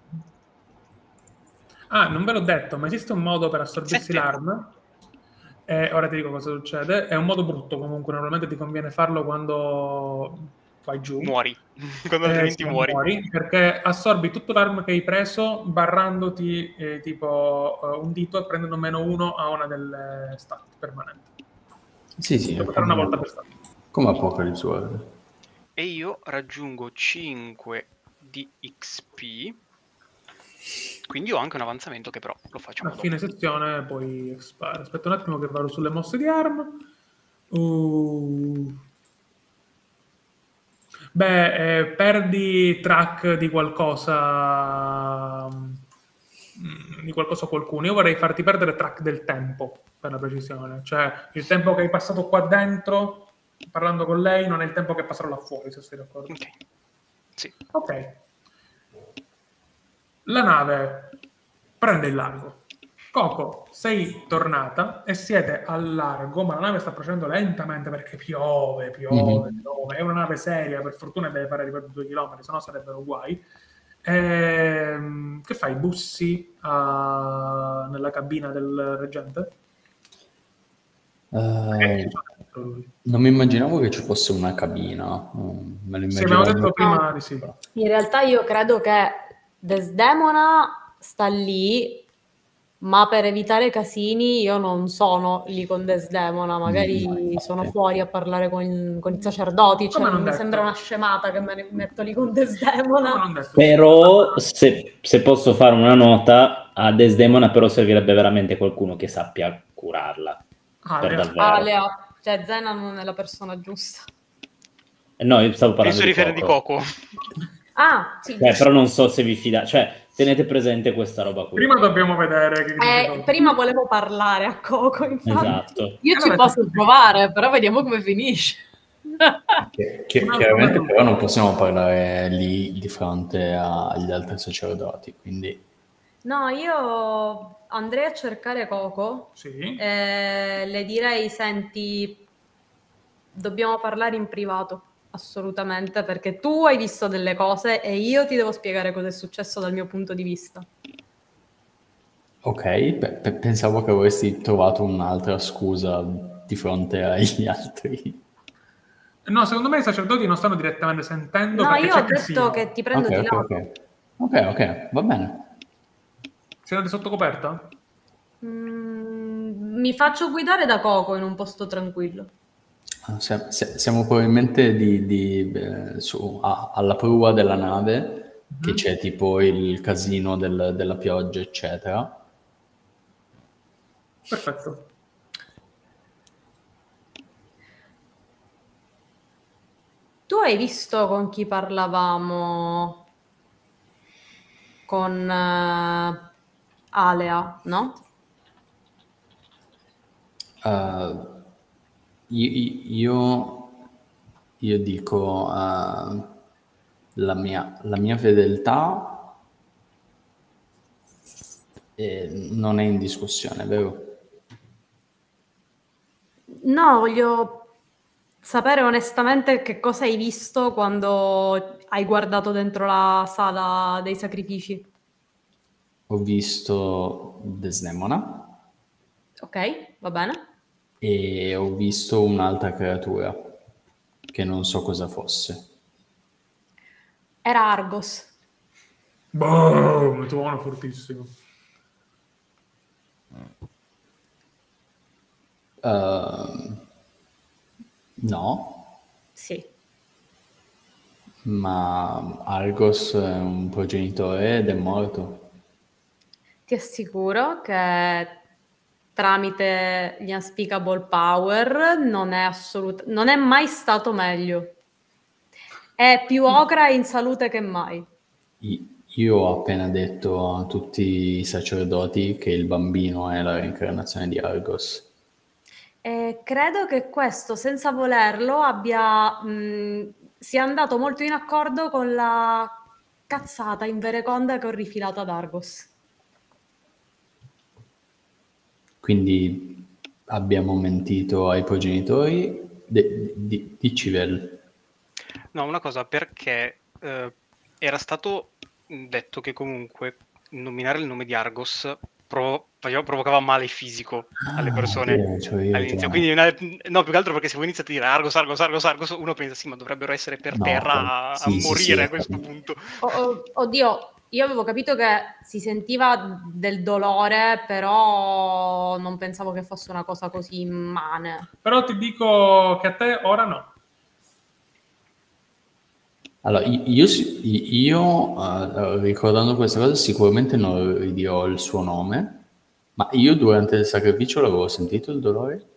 Ah, non ve l'ho detto, ma esiste un modo per assorbirsi Sette. l'arma. E ora ti dico cosa succede. È un modo brutto comunque, normalmente ti conviene farlo quando vai giù. Muori, quando Eh, altrimenti se muori. muori, perché assorbi tutto l'arma che hai preso barrandoti eh, tipo eh, un dito e prendendo meno uno a una delle stat permanenti. Sì, sì, Devo è fare una come, volta per stat. come Apocalypse World. E io raggiungo cinque di X P Quindi ho anche un avanzamento che però lo facciamo A dopo. fine sezione poi expire. Aspetta un attimo che vado sulle mosse di Arm. Uh. Beh, eh, perdi track di qualcosa mm, di qualcosa o qualcuno. Io vorrei farti perdere track del tempo, per la precisione. Cioè, il tempo che hai passato qua dentro, parlando con lei, non è il tempo che passerò là fuori, se sei d'accordo. Ok. Sì. Ok. La nave prende il largo. Coco, sei tornata e siete al largo, ma la nave sta procedendo lentamente perché piove, piove, Mhm. piove. È una nave seria, per fortuna deve fare ripeto due chilometri, sennò sarebbero guai. Ehm, che fai? Bussi ah, nella cabina del reggente? Eh, Eh, lui. non mi immaginavo che ci fosse una cabina. mm, Me lo Sì, abbiamo immaginavo. detto prima di sì. In realtà io credo che Desdemona sta lì, ma per evitare casini io non sono lì con Desdemona, magari Mm, infatti. sono fuori a parlare con, con i sacerdoti, cioè Come non non mi detto? sembra una scemata che me ne metto lì con Come Desdemona. non detto? Però, se, se posso fare una nota, a Desdemona però servirebbe veramente qualcuno che sappia curarla. Ah, Per le- davvero. Alea, cioè Zena non è la persona giusta. Eh, No, io stavo parlando Penso di riferire di Coco. Coco. Ah, sì, Cioè, però non so se vi fidate. Cioè, tenete presente questa roba qui. Prima dobbiamo vedere che dice eh, Coco. prima volevo parlare a Coco, infatti. Esatto. Io Eh, ci vabbè, posso sì. provare, però vediamo come finisce. Che- che- Un altro chiaramente menù. però non possiamo parlare lì di fronte a- agli altri sacerdoti, quindi No, io andrei a cercare Coco Sì. e le direi, senti, dobbiamo parlare in privato, assolutamente, perché tu hai visto delle cose e io ti devo spiegare cosa è successo dal mio punto di vista. ok, pe- pe- pensavo che avresti trovato un'altra scusa di fronte agli altri. No, secondo me i sacerdoti non stanno direttamente sentendo No, perché io c'è ho detto casino. che ti prendo Ok, di ok, lato. ok. Ok, ok, va bene. Siete sotto coperta? Mm, mi faccio guidare da Coco in un posto tranquillo. Ah, se- se- siamo probabilmente di, di, eh, su- a- alla prua della nave, che Mhm. c'è tipo il casino del- della pioggia, eccetera. Perfetto. Tu hai visto con chi parlavamo? Con eh, Alea, no? Uh, io, io dico uh, la mia, la mia fedeltà eh, non è in discussione, vero? No, voglio sapere onestamente che cosa hai visto quando hai guardato dentro la sala dei sacrifici. Ho visto Desdemona Ok, va bene. e ho visto un'altra creatura che non so cosa fosse. Era Argos. Boom, tuono fortissimo. Uh, no, Sì. ma Argos è un progenitore ed è morto. Ti assicuro che tramite gli Unspeakable Power non è assolut- non è mai stato meglio. È più ocra e in salute che mai. I- Io ho appena detto a tutti i sacerdoti che il bambino è la reincarnazione di Argos. E credo che questo, senza volerlo, abbia mh, sia andato molto in accordo con la cazzata invereconda che ho rifilato ad Argos. Quindi abbiamo mentito ai progenitori de- di, di Civel. No, una cosa, perché eh, era stato detto che comunque nominare il nome di Argos provo- provocava male fisico alle persone Ah, c'ho io all'inizio. già. Quindi, una- no, più che altro perché se voi iniziate a dire Argos, Argos, Argos, Argos, uno pensa sì, ma dovrebbero essere per No, terra a, sì, a sì, morire sì, a questo sì. punto. Oh, oh, oddio, io avevo capito che si sentiva del dolore, però non pensavo che fosse una cosa così immane. Però ti dico che a te ora no. Allora, i- io, si- io eh, ricordando questa cosa, sicuramente non ridirò il suo nome, ma io durante il sacrificio l'avevo sentito il dolore?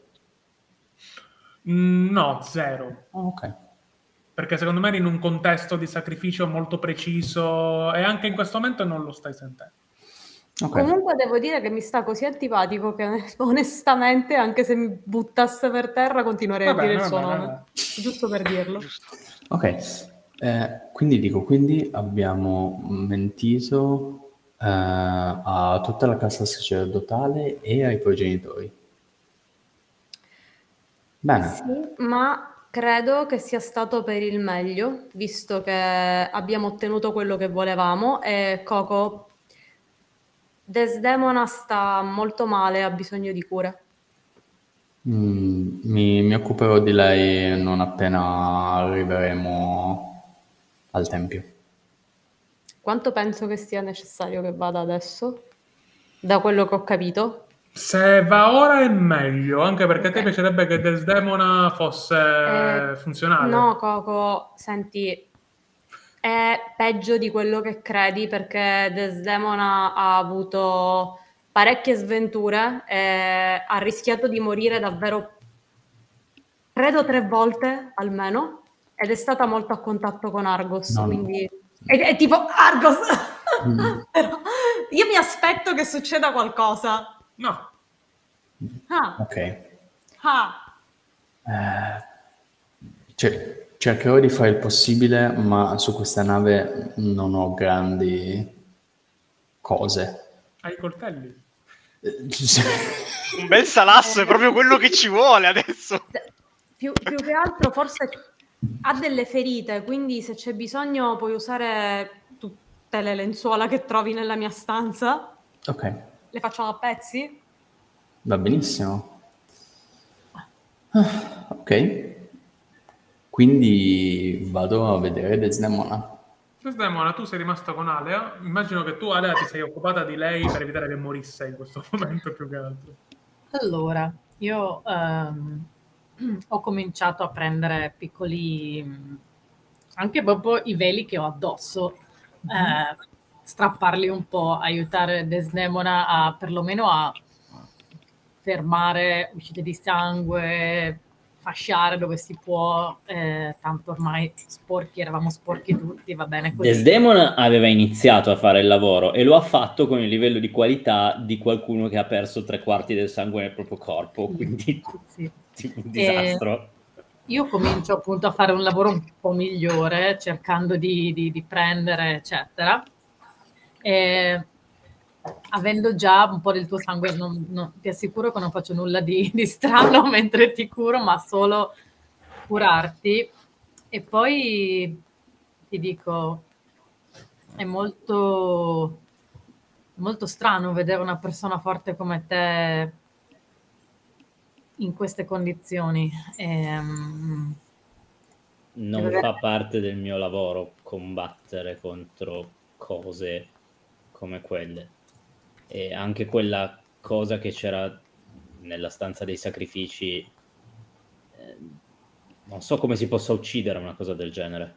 Mm, No, zero. Ah, ok. Perché secondo me eri in un contesto di sacrificio molto preciso e anche in questo momento non lo stai sentendo. Ok. Comunque devo dire che mi sta così antipatico che onestamente, anche se mi buttasse per terra, continuerei Va a dire bene, il va suo bene, nome. va Giusto per dirlo. Giusto. Ok, eh, quindi dico, quindi abbiamo mentito eh, a tutta la casa sacerdotale e ai progenitori. Bene, Sì, ma credo che sia stato per il meglio, visto che abbiamo ottenuto quello che volevamo e Coco, Desdemona sta molto male, ha bisogno di cure. Mm, mi, mi occuperò di lei non appena arriveremo al tempio. Quanto penso che sia necessario che vada adesso? Da quello che ho capito. Se va ora è meglio, anche perché a te Ok. piacerebbe che Desdemona fosse Eh, funzionale. No, Coco, senti, è peggio di quello che credi perché Desdemona ha avuto parecchie sventure e ha rischiato di morire davvero, credo tre volte almeno, ed è stata molto a contatto con Argos, No, no. quindi è, è tipo Argos! Mm. Però io mi aspetto che succeda qualcosa. No, Ah, Ok, ah. Cer- cercherò di fare il possibile, ma su questa nave non ho grandi cose. hai i coltelli. Eh, Un bel salasso è proprio quello che ci vuole adesso. Più, più che altro forse ha delle ferite, quindi se c'è bisogno puoi usare tutte le lenzuola che trovi nella mia stanza. Ok, Le facciamo a pezzi? va benissimo. Ah, ok, quindi vado a vedere Desdemona. Desdemona, tu sei rimasta con Alea. Immagino che tu, Alea, ti sei occupata di lei per evitare che morisse in questo momento più che altro. Allora, io ehm, ho cominciato a prendere piccoli, mh, anche proprio i veli che ho addosso, eh, strapparli un po', aiutare Desdemona a perlomeno a fermare uscite di sangue, fasciare dove si può, eh, tanto ormai sporchi, eravamo sporchi tutti, va bene così. Desdemona aveva iniziato a fare il lavoro e lo ha fatto con il livello di qualità di qualcuno che ha perso tre quarti del sangue nel proprio corpo, quindi Sì. tipo un E disastro. io comincio appunto a fare un lavoro un po' migliore, cercando di, di- di prendere, eccetera. E avendo già un po' del tuo sangue, non- non- ti assicuro che non faccio nulla di, di strano mentre ti curo, ma solo curarti. E poi ti dico, è molto, molto strano vedere una persona forte come te in queste condizioni. Ehm, Non deve- fa parte del mio lavoro combattere contro cose come quelle. E anche quella cosa che c'era nella stanza dei sacrifici, eh, non so come si possa uccidere una cosa del genere.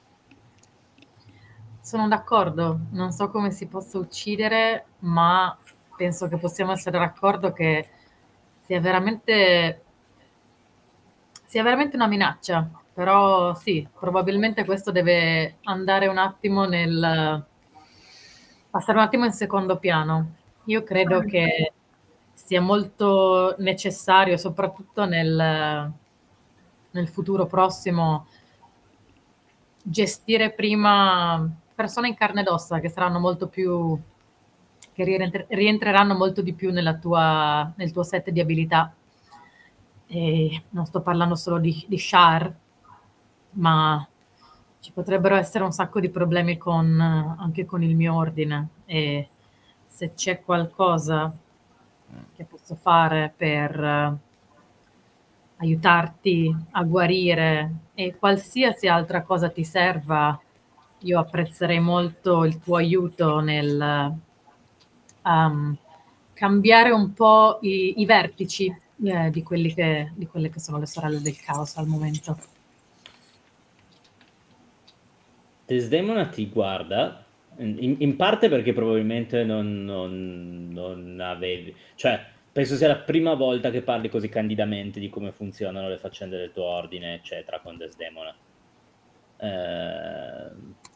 Sono d'accordo, non so come si possa uccidere, ma penso che possiamo essere d'accordo che sia veramente, sia veramente una minaccia. Però sì, probabilmente questo deve andare un attimo nel passare un attimo in secondo piano. Io credo che sia molto necessario, soprattutto nel, nel futuro prossimo, gestire prima persone in carne ed ossa che saranno molto più, che rientre- rientreranno molto di più nella tua, nel tuo set di abilità. E non sto parlando solo di, di Shar, ma ci potrebbero essere un sacco di problemi con, anche con il mio ordine. E se c'è qualcosa che posso fare per eh, aiutarti a guarire e qualsiasi altra cosa ti serva, io apprezzerei molto il tuo aiuto nel um, cambiare un po' i, i vertici eh, di, quelli che, di quelle che sono le sorelle del caos al momento. Desdemona ti guarda, in, in parte perché probabilmente non, non, non avevi... Cioè, penso sia la prima volta che parli così candidamente di come funzionano le faccende del tuo ordine, eccetera, con Desdemona. Eh...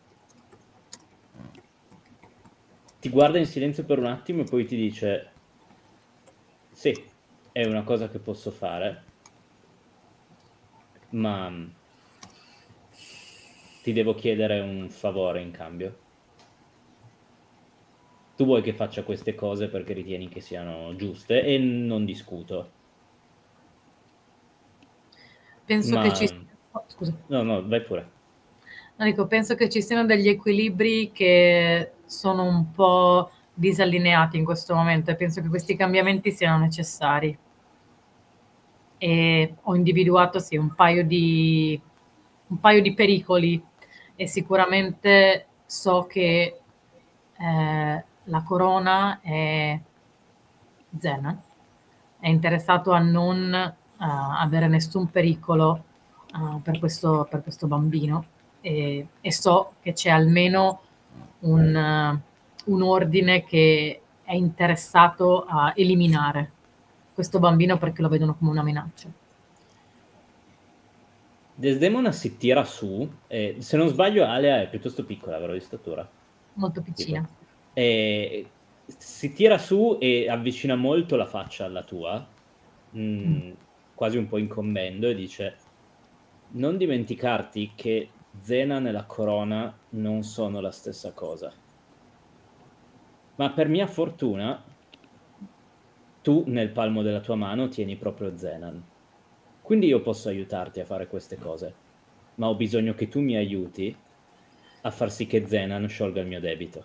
Ti guarda in silenzio per un attimo e poi ti dice: sì, è una cosa che posso fare, ma ti devo chiedere un favore in cambio. Tu vuoi che faccia queste cose perché ritieni che siano giuste e non discuto. Penso Ma... che ci... Oh, scusa. No, no, vai pure. No, dico, penso che ci siano degli equilibri che sono un po' disallineati in questo momento e penso che questi cambiamenti siano necessari. E ho individuato sì un paio di un paio di pericoli e sicuramente so che eh, la corona è Zenan è interessato a non uh, avere nessun pericolo uh, per questo, per questo bambino e, e so che c'è almeno un, uh, un ordine che è interessato a eliminare questo bambino perché lo vedono come una minaccia. Desdemona si tira su, e, se non sbaglio Alea è piuttosto piccola, vero, di statura? Molto piccina. Tipo. E si tira su e avvicina molto la faccia alla tua, mh, mm. quasi un po' incombendo, e dice: non dimenticarti che Zenan e la corona non sono la stessa cosa. Ma per mia fortuna tu nel palmo della tua mano tieni proprio Zenan. Quindi io posso aiutarti a fare queste cose, ma ho bisogno che tu mi aiuti a far sì che Zenan sciolga il mio debito.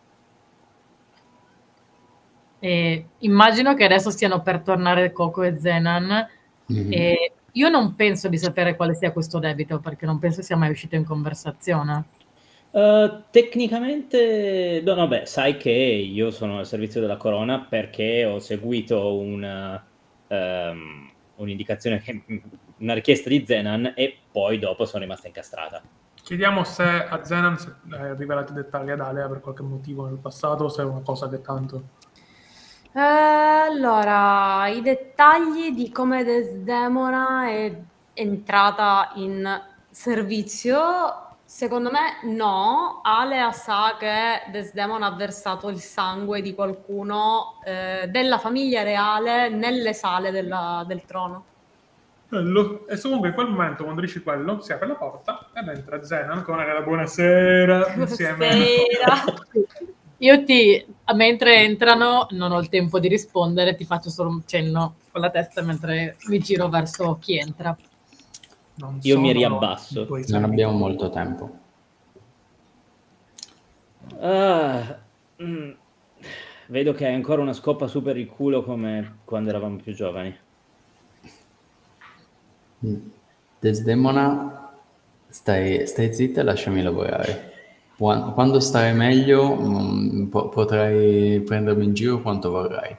E immagino che adesso stiano per tornare Coco e Zenan, mm-hmm. e io non penso di sapere quale sia questo debito, perché non penso sia mai uscito in conversazione. Uh, tecnicamente, no, no, beh, sai che io sono al servizio della corona perché ho seguito una... Um, un'indicazione, che, una richiesta di Zenan, e poi dopo sono rimasta incastrata. Chiediamo se a Zenan è rivelato i dettagli ad Alea per qualche motivo nel passato, o se è una cosa che tanto... Eh, allora, i dettagli di come Desdemona è entrata in servizio, secondo me no. Alea sa che Desdemona ha versato il sangue di qualcuno eh, della famiglia reale nelle sale della, del trono. Bello. E comunque in quel momento, quando dici quello, si apre la porta ed entra Zenan con una buonasera insieme. Buonasera. Io ti, mentre entrano, non ho il tempo di rispondere, ti faccio solo un cenno con la testa mentre mi giro verso chi entra. Non Io mi riabbasso. Non abbiamo molto tempo. Ah, mm, vedo che hai ancora una scopa su per il culo come quando eravamo più giovani. Desdemona, stai, stai zitta e lasciami lavorare. Quando starai meglio mh, po- potrai prendermi in giro quanto vorrai.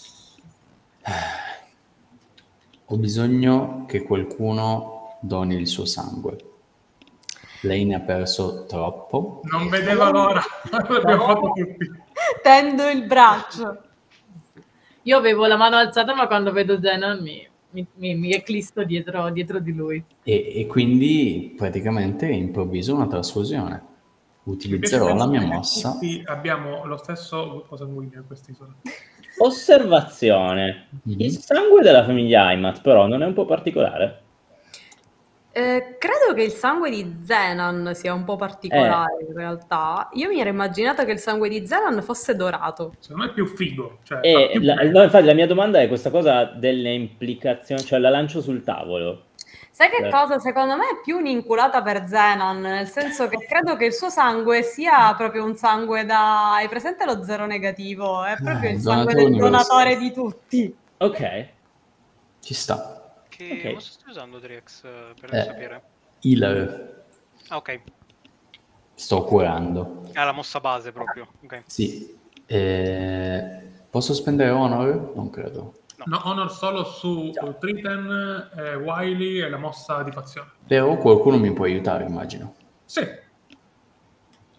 Ho bisogno che qualcuno doni il suo sangue. Lei ne ha perso troppo. Non vedeva l'ora. L'abbiamo fatto tutti. Tendo il braccio. Io avevo la mano alzata, ma quando vedo Zenan mi, mi, mi, mi eclisto dietro, dietro di lui. E, e quindi praticamente improvviso una trasfusione. Utilizzerò la mia mossa. Tutti abbiamo lo stesso cosa sanguigno in quest'isola. Osservazione. Mm-hmm. Il sangue della famiglia Aymat però non è un po' particolare? Eh, credo che il sangue di Zenan sia un po' particolare eh. in realtà. Io mi ero immaginata che il sangue di Zenan fosse dorato. Secondo me è più figo. Cioè, e più la, figo. No, infatti la mia domanda è questa cosa delle implicazioni, cioè la lancio sul tavolo. Sai che cosa? Secondo me è più un'inculata per Zenan, nel senso che credo che il suo sangue sia proprio un sangue da... Hai presente lo zero negativo? È proprio eh, il sangue del donatore di tutti. Ok. Ci sta. Che okay. mossa stai usando, Drix, per eh, sapere? Healer. Ah, ok. Sto curando. Ah, la mossa base proprio. Okay. Sì. Eh, posso spendere honor? Non credo. No, no, honor solo su no. Triton, eh, Wily e la mossa di fazione. Però qualcuno mi può aiutare, immagino. Sì.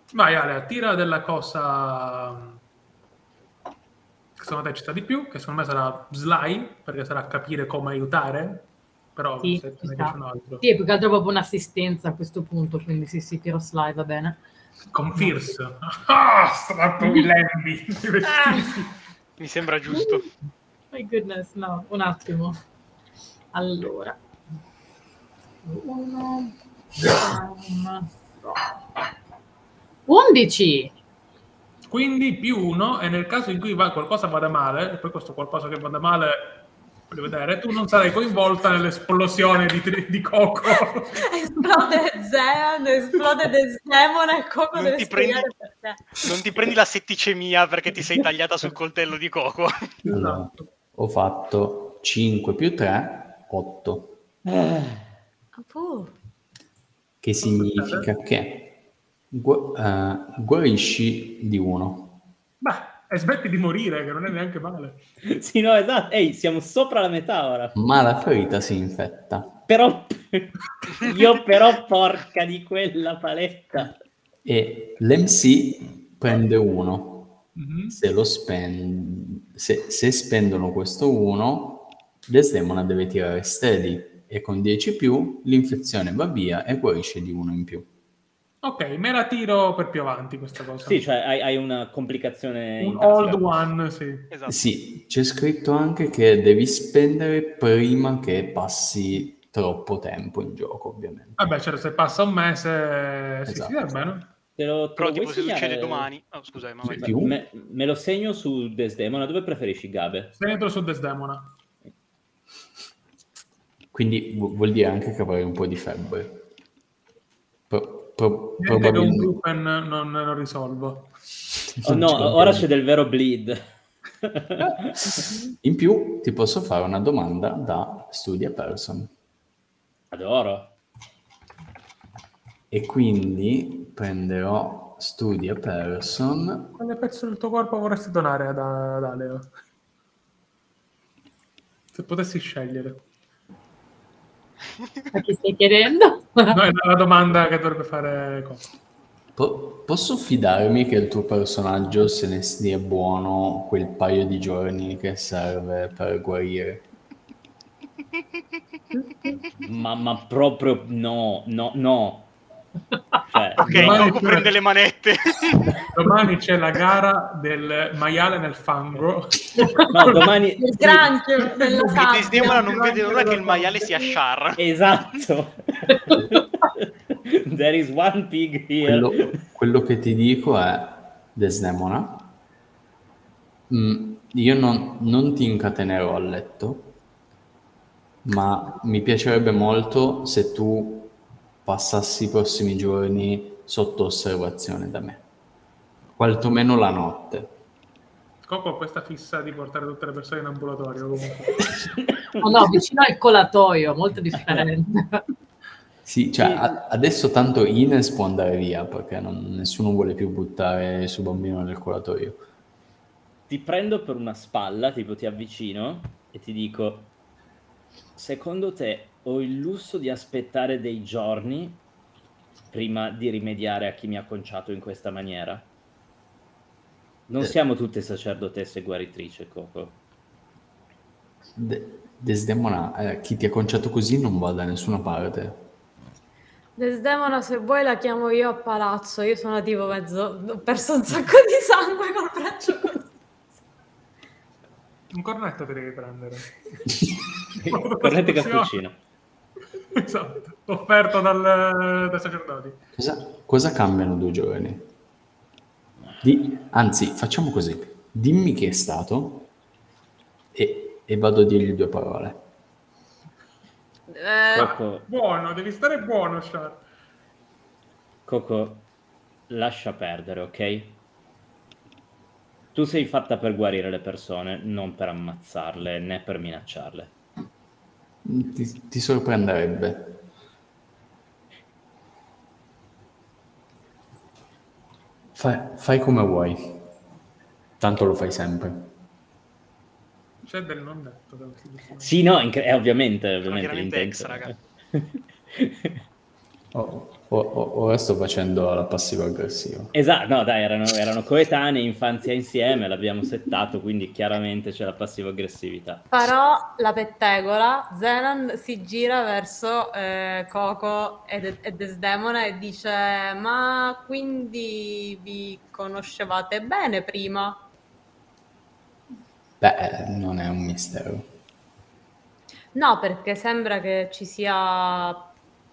Vai Ale, attira della cosa che secondo te ci sta di più, che secondo me sarà Sly, perché sarà capire come aiutare, però Sì, se ci ne sta. piace un altro. Sì, è più che altro proprio un'assistenza a questo punto, quindi sì, sì, tiro slide, va bene. Con Fierce. Ah, strato i lembi, i vestiti. Mi sembra giusto. My goodness, no, un attimo. Allora. Uno. um, undici. Quindi più uno, e nel caso in cui va, qualcosa vada male, e poi questo qualcosa che vada male, voglio vedere, tu non sarai coinvolta nell'esplosione di, tri- di Coco. Esplode Zean, esplode Desdemona e Coco Non deve ti, prendi, spiegare perché. non ti prendi la setticemia perché ti sei tagliata sul coltello di Coco. Allora, Esatto. ho fatto cinque più tre, otto, Ah, puh. che significa che gu- eh, guarisci di uno. Beh, e smetti di morire, che non è neanche male. Sì, no, esatto. Ehi, siamo sopra la metà ora. Ma la ferita si infetta Però io però porca di quella paletta. e l'M C prende uno. Mhm. Se lo spend- se, se spendono questo uno, Desdemona deve tirare steady e con dieci più l'infezione va via e guarisce di uno in più. Ok, me la tiro per più avanti questa cosa. Sì, cioè hai, hai una complicazione Un in tasca. old one, sì. Esatto. Sì, c'è scritto anche che devi spendere prima che passi troppo tempo in gioco, ovviamente. Vabbè, cioè, se passa un mese, sì, Esatto. sì, va bene. Te lo, te Però lo tipo vuoi se segnare? succede domani... Oh, scusate, ma vai. Sì. Più? Me, me lo segno su Desdemona. Dove preferisci Gabe? Dentro su Desdemona. Quindi vu- vuol dire anche che avrai un po' di febbre. Pro- pro- Niente che un probabilmente. Gruppen non, non risolvo. Oh no, Ce l'abbiamo. ora c'è del vero bleed. In più ti posso fare una domanda da studia person Adoro. e quindi prenderò studia person. Quale pezzo del tuo corpo vorresti donare ad, ad Aleo? Se potessi scegliere. A chi stai chiedendo? No, è la domanda che dovrebbe fare cosa. Po- posso fidarmi che il tuo personaggio se ne stia buono quel paio di giorni che serve per guarire? Ma, ma proprio no, no, no. Cioè, Ok, Domani Coco c'è- prende le manette. Domani c'è la gara del maiale nel fango. no, domani... Il sì, granchio della E sabbia. Desdemona non vede l'ora che il maiale sia Char. esatto. There is one pig here. Quello, quello che ti dico è, Desdemona, mm, io non, non ti incatenerò a letto, ma mi piacerebbe molto se tu passassi i prossimi giorni sotto osservazione da me, quantomeno la notte. Coco ha questa fissa di portare tutte le persone in ambulatorio comunque. Oh, no, vicino al colatoio, molto differente. Sì, cioè Sì. a- adesso tanto Ines può andare via perché non- nessuno vuole più buttare il suo bambino nel colatoio. Ti prendo per una spalla, tipo ti avvicino e ti dico: secondo te ho il lusso di aspettare dei giorni prima di rimediare a chi mi ha conciato in questa maniera? Non Eh. siamo tutte sacerdotesse guaritrice, Coco. De- Desdemona, eh, chi ti ha conciato così non va da nessuna parte. Desdemona, se vuoi la chiamo io a palazzo. Io sono tipo mezzo... Ho perso un sacco di sangue col braccio così. Un cornetto ti devi prendere. Corrente cappuccino. Esatto, offerto dal, dai sacerdoti. Cosa, cosa cambiano due giorni? Di- anzi, facciamo così. Dimmi chi è stato e, e vado a dirgli due parole. Eh, Coco, Buono, devi stare buono, Char. Coco, lascia perdere, ok? Tu sei fatta per guarire le persone, non per ammazzarle né per minacciarle. Ti, ti sorprenderebbe. Fai, fai come vuoi. Tanto lo fai sempre. C'è del non detto. da questi personaggi. Sì, no, incre- eh, ovviamente, Sono ovviamente chiaramente l'intento. ex, raga. Ho, O- o- Ora sto facendo la passiva aggressiva. Esatto, no dai, erano, erano coetanei, infanzia insieme, l'abbiamo settato, quindi chiaramente c'è la passiva aggressività. Farò la pettegola, Zenan si gira verso eh, Coco e, e Desdemona e dice: ma quindi vi conoscevate bene prima? Beh, non è un mistero. No, perché sembra che ci sia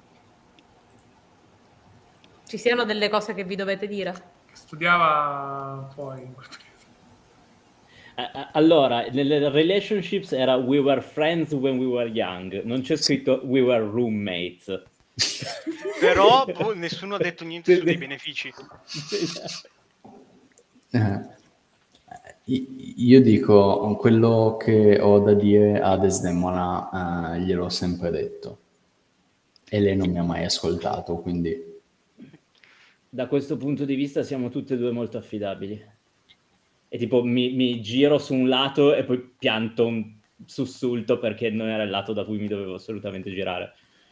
ci siano delle cose che vi dovete dire. Studiava poi in portoghese. Eh, eh, Allora, nelle relationships era we were friends when we were young, non c'è scritto we were roommates. Però boh, nessuno ha detto niente su dei benefici. Eh, i- io dico quello che ho da dire a Desdemona, eh, gliel'ho sempre detto. E lei non mi ha mai ascoltato, quindi... Da questo punto di vista siamo tutte e due molto affidabili. E tipo mi, mi giro su un lato e poi pianto un sussulto perché non era il lato da cui mi dovevo assolutamente girare.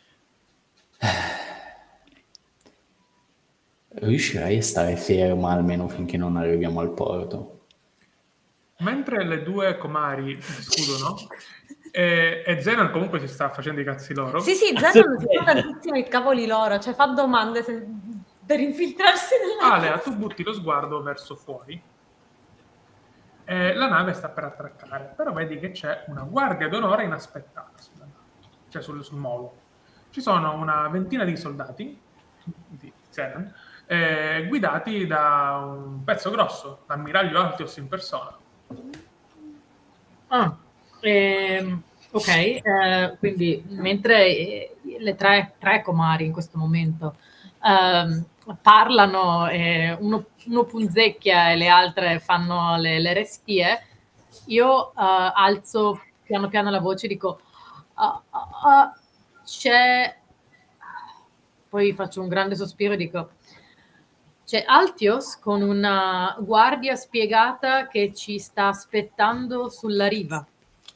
Riuscirai a stare ferma almeno finché non arriviamo al porto? Mentre le due comari discutono, e, e Zenan comunque si sta facendo i cazzi loro. Sì, sì, Zenan si fa tantissimo i cavoli loro, cioè fa domande se- per infiltrarsi nella... Alea, tu butti lo sguardo verso fuori. E la nave sta per attraccare, però vedi che c'è una guardia d'onore inaspettata sulla nave, cioè sul, sul molo. Ci sono una ventina di soldati di Zenan, eh, guidati da un pezzo grosso, l'ammiraglio Altios in persona. Ah, ehm, ok, eh, quindi mentre eh, le tre, tre comari in questo momento ehm, parlano, eh, uno, uno punzecchia e le altre fanno le, le restie, io eh, alzo piano piano la voce e dico "Ah, ah, ah, c'è", poi faccio un grande sospiro e dico c'è Altios con una guardia spiegata che ci sta aspettando sulla riva.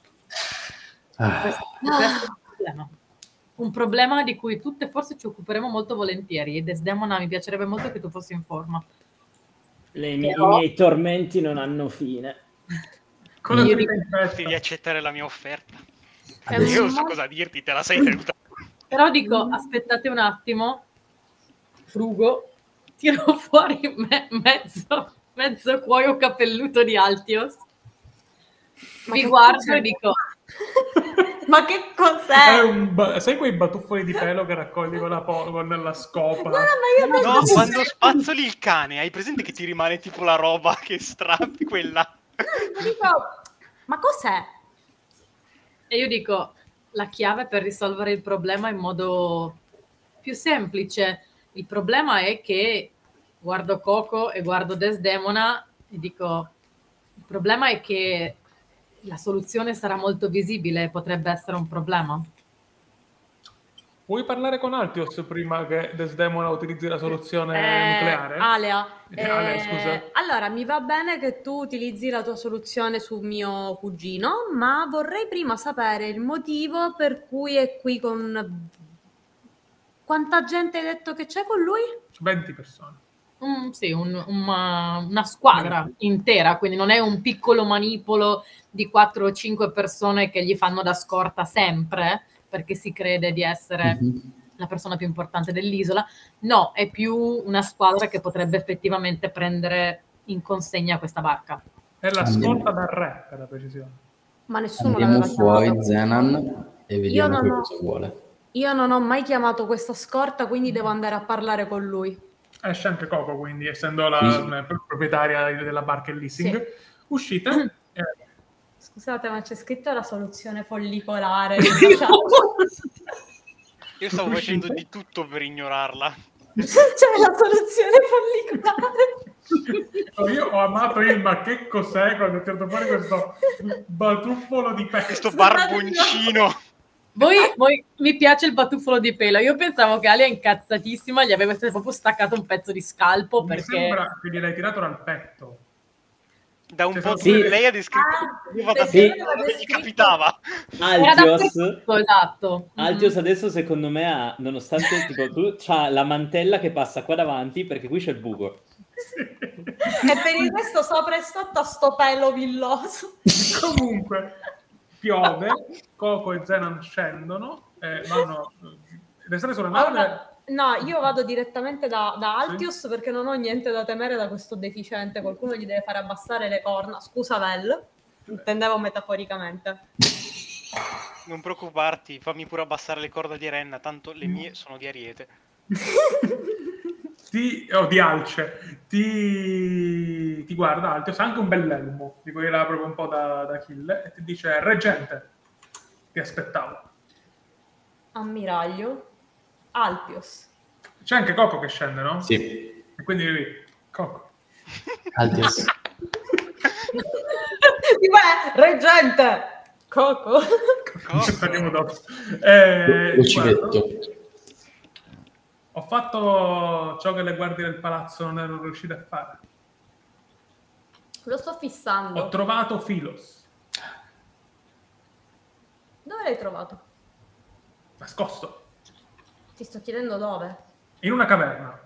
Ah, Questo, questo è un problema. Un problema di cui tutte forse ci occuperemo molto volentieri. E Desdemona, mi piacerebbe molto che tu fossi in forma. Le mie- Però- I miei tormenti non hanno fine. Con la Io ferita dico- in testa. Devi accettare la mia offerta. adesso- Io non so cosa dirti, te la sei tenuta. Però dico, aspettate un attimo, frugo, tiro fuori me- mezzo, mezzo cuoio capelluto di Altios, Ma vi che guardo cos'è? e dico, Ma che È cos'è? un ba- sai quei batuffoli di pelo che raccogli con la, po- con la scopa? No, no, ma io non No, so quando se- spazzoli il cane, hai presente che ti rimane tipo la roba che strappi quella? Dico, ma cos'è? e io dico, la chiave per risolvere il problema in modo più semplice. Il problema è che guardo Coco e guardo Desdemona e dico, il problema è che la soluzione sarà molto visibile e potrebbe essere un problema. Vuoi parlare con Altios prima che Desdemona utilizzi la soluzione Eh, nucleare? Alea, Eh, Alea, eh, scusa. allora mi va bene che tu utilizzi la tua soluzione su mio cugino, ma vorrei prima sapere il motivo per cui è qui con... Quanta gente hai detto che c'è con lui? venti persone. Mm, sì, un- una, una squadra intera, quindi non è un piccolo manipolo di quattro o cinque persone che gli fanno da scorta sempre, perché si crede di essere Mhm. la persona più importante dell'isola. No, è più una squadra che potrebbe effettivamente prendere in consegna questa barca. È la Andiamo. scorta dal re, per la precisione. Ma nessuno Andiamo l'aveva fuori chiamato. Zenan e vediamo non che ho- cosa vuole. Io non ho mai chiamato questa scorta, quindi devo andare a parlare con lui. Esce anche Coco, quindi, essendo la Sì. eh, proprietaria della barca e leasing. Sì. Uscite. eh, Scusate, ma c'è scritto la soluzione follicolare. Io stavo Uscite? facendo di tutto per ignorarla. C'è la soluzione follicolare. oh, io ho amato il ma che cos'è quando ho tirato fuori questo batuffolo di pezzo. Questo barboncino. Voi, voi- mi piace il batuffolo di pelo. Io pensavo che Alia incazzatissima gli avesse proprio staccato un pezzo di scalpo Mi perché sembra che gliel'hai tirato dal petto. Da un Cioè, po' sì. lei ha descritto Ah, che da perché quello aveva che gli descritto- capitava. Era Altios, dappertutto, esatto. Altios adesso secondo me ha, nonostante tipo, tu c'ha la mantella che passa qua davanti perché qui c'è il buco. E per il resto sopra e sotto sto pelo villoso. Comunque, piove, Coco e Zenan scendono, e vanno... Restate sulla nave... Allora, no, io vado direttamente da, da Sì. Altius perché non ho niente da temere da questo deficiente. Qualcuno gli deve fare abbassare le corna. Scusa, Vel, intendevo metaforicamente. Non preoccuparti, fammi pure abbassare le corda di Renna, tanto le mie sono di Ariete. Ti, o di Alce, ti, ti guarda Altios, ha anche un bell'elmo, di cui là proprio un po' da, da kill, e ti dice, reggente, ti aspettavo. Ammiraglio. Altius. C'è anche Coco che scende, no? Sì, E quindi lui, Coco. Altios. Beh, reggente! Coco. Ci parliamo dopo. Eh, Lo ti guardo. civetto. Ho fatto ciò che le guardie del palazzo non erano riuscite a fare. Lo sto fissando. Ho trovato Filos, Dove l'hai trovato? nascosto, Ti sto chiedendo dove. in una caverna.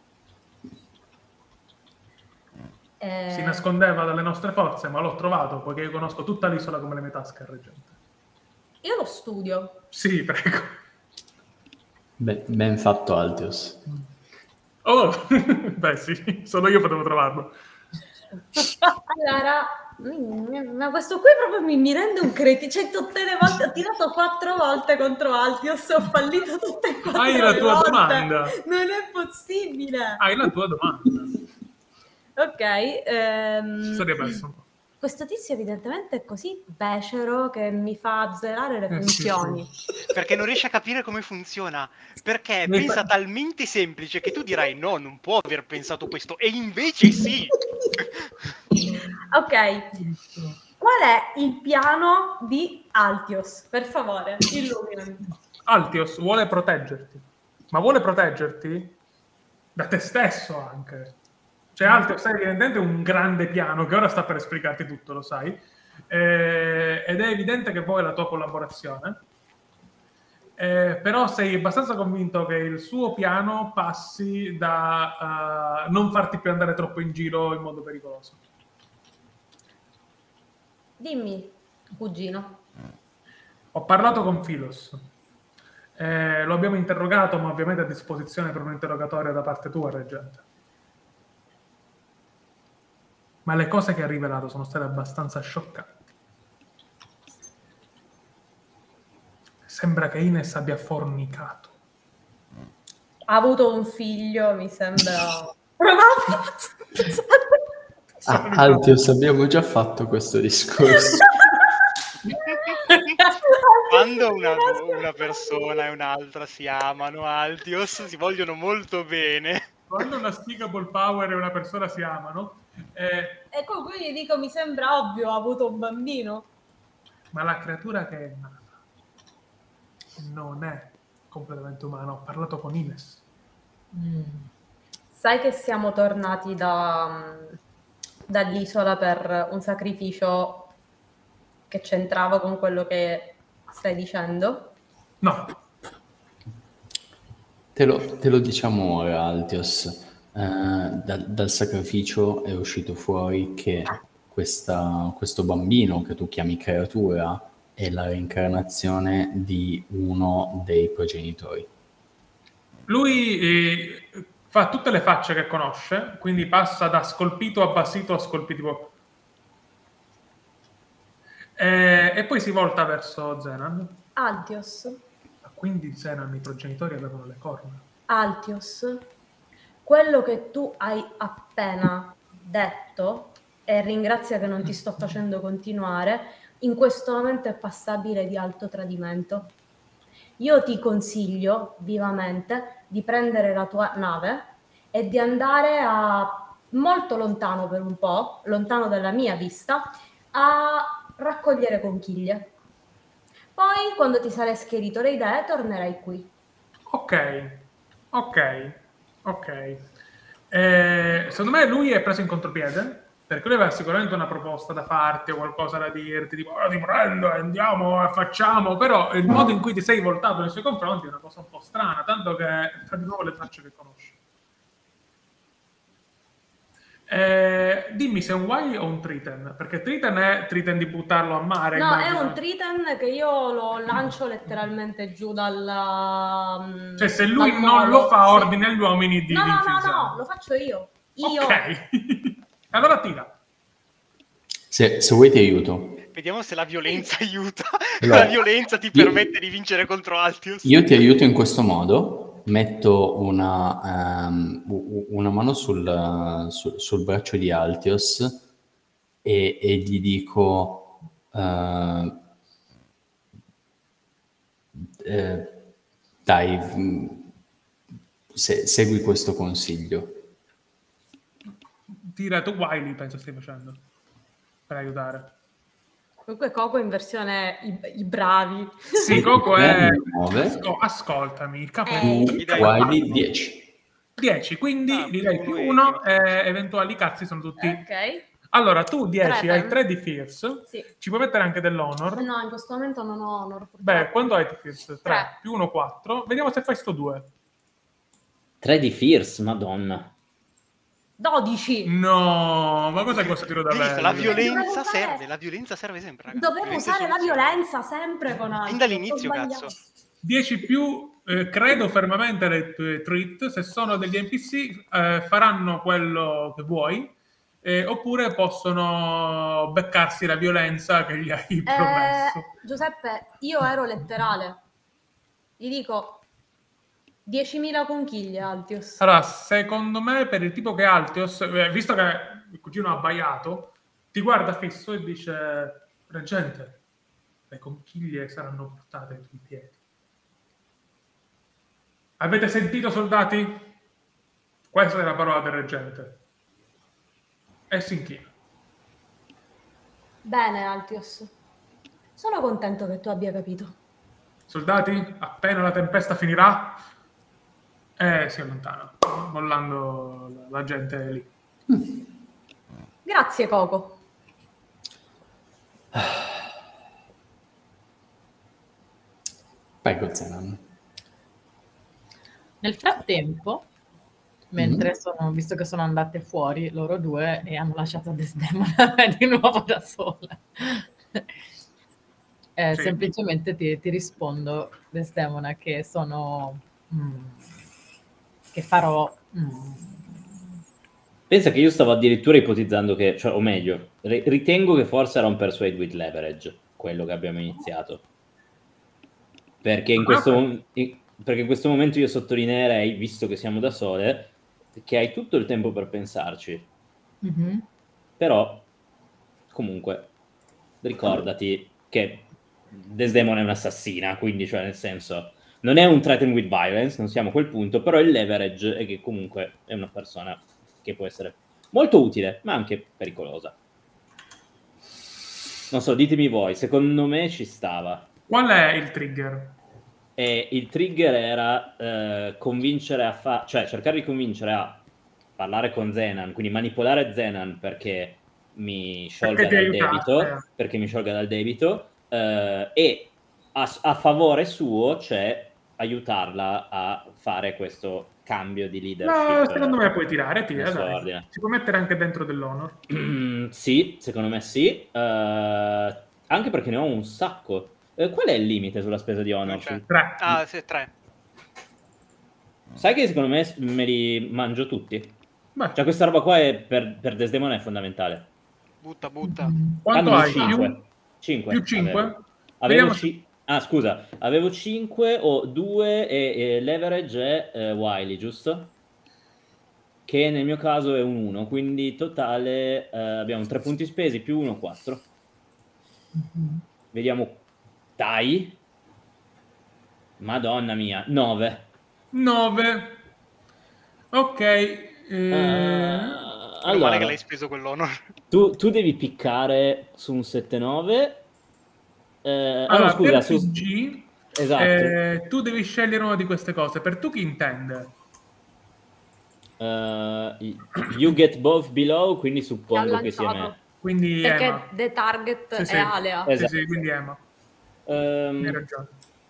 Eh, Si nascondeva dalle nostre forze, ma l'ho trovato, poiché io conosco tutta l'isola come le mie tasche, reggente. Io lo studio. Sì, prego. Be- ben fatto, Altios. Oh, beh sì, solo io potevo trovarlo. Allora, mm, ma questo qui proprio mi, mi rende un cretino. Cioè, tutte le volte ho tirato quattro volte contro Altios, ho fallito tutte e quattro Hai la tua volte. domanda. Non è possibile. Hai la tua domanda. Ok, ehm, Sono ripreso un po'. questo tizio evidentemente è così becero che mi fa azzerare le Eh, sì, funzioni. Perché non riesce a capire come funziona. Perché Mi pensa fa- talmente semplice che tu dirai no, non può aver pensato questo. E invece sì. Ok, qual è il piano di Altios? Per favore, illuminami. Altios vuole proteggerti, ma vuole proteggerti da te stesso anche. Cioè Altios è evidentemente un grande piano che ora sta per esplicarti tutto, lo sai, eh, ed è evidente che vuole la tua collaborazione, eh, però sei abbastanza convinto che il suo piano passi da uh, non farti più andare troppo in giro in modo pericoloso. Dimmi, cugino. Ho parlato con Filos. Eh, lo abbiamo interrogato, ma ovviamente a disposizione per un interrogatorio da parte tua, reggente. Ma le cose che ha rivelato sono state abbastanza scioccanti. Sembra che Ines abbia fornicato. Ha avuto un figlio, mi sembra probabile. Ah, Altios, abbiamo già fatto questo discorso. Quando una, una persona e un'altra si amano, Altios, si vogliono molto bene. Quando una Stigable Power e una persona si amano, eh, E con cui gli dico, mi sembra ovvio, ha avuto un bambino. ma la creatura che è nata non è completamente umana. Ho parlato con Ines. Sai che siamo tornati da, dall'isola per un sacrificio che c'entrava con quello che stai dicendo? No, Te lo, te lo diciamo ora, Altios. Eh, dal, dal sacrificio è uscito fuori che questa, questo bambino che tu chiami creatura è la reincarnazione di uno dei progenitori. lui eh, fa tutte le facce che conosce, quindi passa da scolpito a basito a scolpitivo. Eh, e poi si volta verso Zenan. Altios, Ma quindi Zenan, i progenitori avevano le corna. Altios, quello che tu hai appena detto, e ringrazia che non ti sto facendo continuare, in questo momento è passabile di alto tradimento. Io ti consiglio vivamente di prendere la tua nave e di andare a molto lontano per un po', lontano dalla mia vista, a raccogliere conchiglie. Poi, quando ti sarai schierito le idee, tornerai qui. Ok, ok, ok. Eh, secondo me lui è preso in contropiede Perché lui aveva sicuramente una proposta da farti o qualcosa da dirti, tipo ora ti prendo e andiamo e facciamo, però il modo in cui ti sei voltato nei suoi confronti è una cosa un po' strana, tanto che fa di nuovo le tracce che conosci. Eh, dimmi se è un Wily o un Triton, perché Triton è Triton di buttarlo a mare. No, immagino. è un Triton che io lo lancio letteralmente giù dal... Cioè se lui dal non molo, lo fa, sì. ordina agli uomini di No, no, no, infilzare. no, lo faccio io. Io. Ok. Allora tira. Se, se vuoi ti aiuto. Vediamo se la violenza aiuta. Allora, la violenza ti io- permette di vincere contro Altius. Io ti aiuto in questo modo, metto una, ehm, u- una mano sul, sul- sul braccio di Altios e, e gli dico eh, eh, dai, mh, se- segui questo consiglio. Tira tu Wily, penso stai facendo, per aiutare. Comunque Coco in versione i, i bravi. Sì, Coco è... nove. Asco- ascoltami, il capo è Eh. Mi dai Wiley dieci. dieci, quindi Ah, gli dai più più uno e uno dieci. e eventuali cazzi sono tutti... Ok. Allora, tu dieci Tre, hai per- tre di Fierce, Sì. ci puoi mettere anche dell'Honor. No, in questo momento non ho honor. purtroppo. Beh, quando hai di Fierce? tre Tre. più uno, quattro. Vediamo se fai sto due. tre di Fierce, madonna. dodici. No, ma cos'è questo tiro da Hai visto? bello? La violenza Dovevo usare- serve, la violenza serve sempre, ragazzi. Dovevo Violenza usare è la soluzione. violenza sempre con altri. Fin dall'inizio, Ho sbagliato. cazzo. dieci più, eh, credo fermamente alle tue treat, se sono degli N P C eh, faranno quello che vuoi, eh, oppure possono beccarsi la violenza che gli hai promesso. Eh, Giuseppe, io ero letterale. Gli dico diecimila conchiglie, Altius. Allora, secondo me, per il tipo che è Altios, eh, visto che il cugino ha abbaiato, ti guarda fisso e dice: Reggente, le conchiglie saranno portate ai tuoi piedi. Avete sentito, soldati? Questa è la parola del reggente. E si inchina. Bene, Altius. Sono contento che tu abbia capito. Soldati, appena la tempesta finirà, e si allontana, mollando la gente lì. Grazie, Coco. Prego, Zenan. Nel frattempo, mentre sono, visto che sono andate fuori loro due e hanno lasciato Desdemona di nuovo da sola, eh, Sì. semplicemente ti, ti rispondo, Desdemona, che sono... mm, che farò... mm, Pensa che io stavo addirittura ipotizzando che, cioè, o meglio, ri- ritengo che forse era un persuade with leverage, quello che abbiamo iniziato. Perché in questo, mom- in- perché in questo momento io sottolineerei, visto che siamo da sole, che hai tutto il tempo per pensarci. mhm. Però, comunque, ricordati che Desdemona è un'assassina, quindi, cioè, nel senso, non è un threaten with violence, non siamo a quel punto, però il leverage è che comunque è una persona che può essere molto utile, ma anche pericolosa. Non so, ditemi voi, secondo me ci stava. Qual è il trigger? E il trigger era eh, convincere a fa- cioè cercare di convincere a parlare con Zenan, quindi manipolare Zenan perché mi sciolga Perché ti dal aiutasse. debito, perché mi sciolga dal debito, eh, e a, a favore suo c'è aiutarla a fare questo cambio di leadership. No, secondo me puoi tirare, tira, nel suo dai. ordine. Si può mettere anche dentro dell'Honor. Sì, secondo me sì, eh, anche perché ne ho un sacco. Eh, qual è il limite sulla spesa di honor? Non c'è. Sul- tre. Ah, sì, tre. Sai che secondo me me li mangio tutti? Beh, Cioè questa roba qua è per, per Desdemona è fondamentale. Butta, butta. quanto Ah, hai? cinque. cinque. Più cinque? Avevo, avevo Vediamo ci- Ah, scusa, avevo cinque o due e, e leverage è eh, Wily, giusto? Che nel mio caso è un uno, quindi totale eh, abbiamo tre punti spesi più uno, quattro. Vediamo. Dai. Madonna mia, nove. nove. Ok. eh, Meno allora, male che l'hai speso quell'honor. tu, tu devi piccare su un sette nove. Eh, ah, allora, no, scusa, per su... P G, Esatto. eh, tu devi scegliere una di queste cose. Per tu chi intende? Uh, you get both below, quindi Ti ha suppongo che sia me. lanciato. Quindi Perché Emma. the target Sì, è sì. Alea. Sì, Esatto. sì, quindi Emma. Ehm, Hai ragione.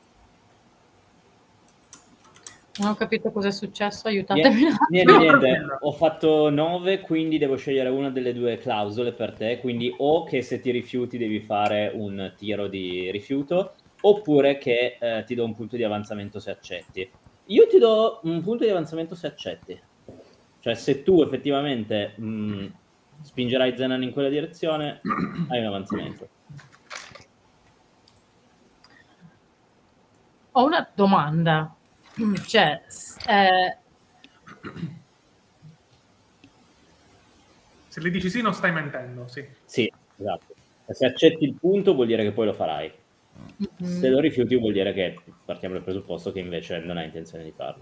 Non ho capito cosa è successo, niente, aiutatemi. un niente, attimo. niente. Tranquilla. Ho fatto nove, quindi devo scegliere una delle due clausole per te, quindi o che se ti rifiuti devi fare un tiro di rifiuto, oppure che eh, ti do un punto di avanzamento se accetti. Io ti do un punto di avanzamento se accetti. Cioè, se tu effettivamente mh, spingerai Zenan in quella direzione, hai un avanzamento. Ho una domanda. Cioè, s- eh, Se le dici sì non stai mentendo, sì. Sì, esatto. Se accetti il punto vuol dire che poi lo farai. Se mhm. lo rifiuti vuol dire che partiamo dal presupposto che invece non hai intenzione di farlo.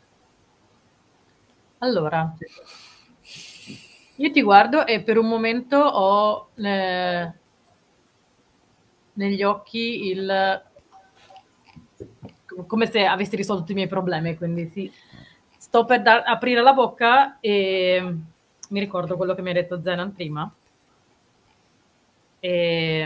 Allora, io ti guardo e per un momento ho eh, negli occhi il... come se avessi risolto i miei problemi, quindi sì. Sto per dar- aprire la bocca e mi ricordo quello che mi ha detto Zenan prima. E...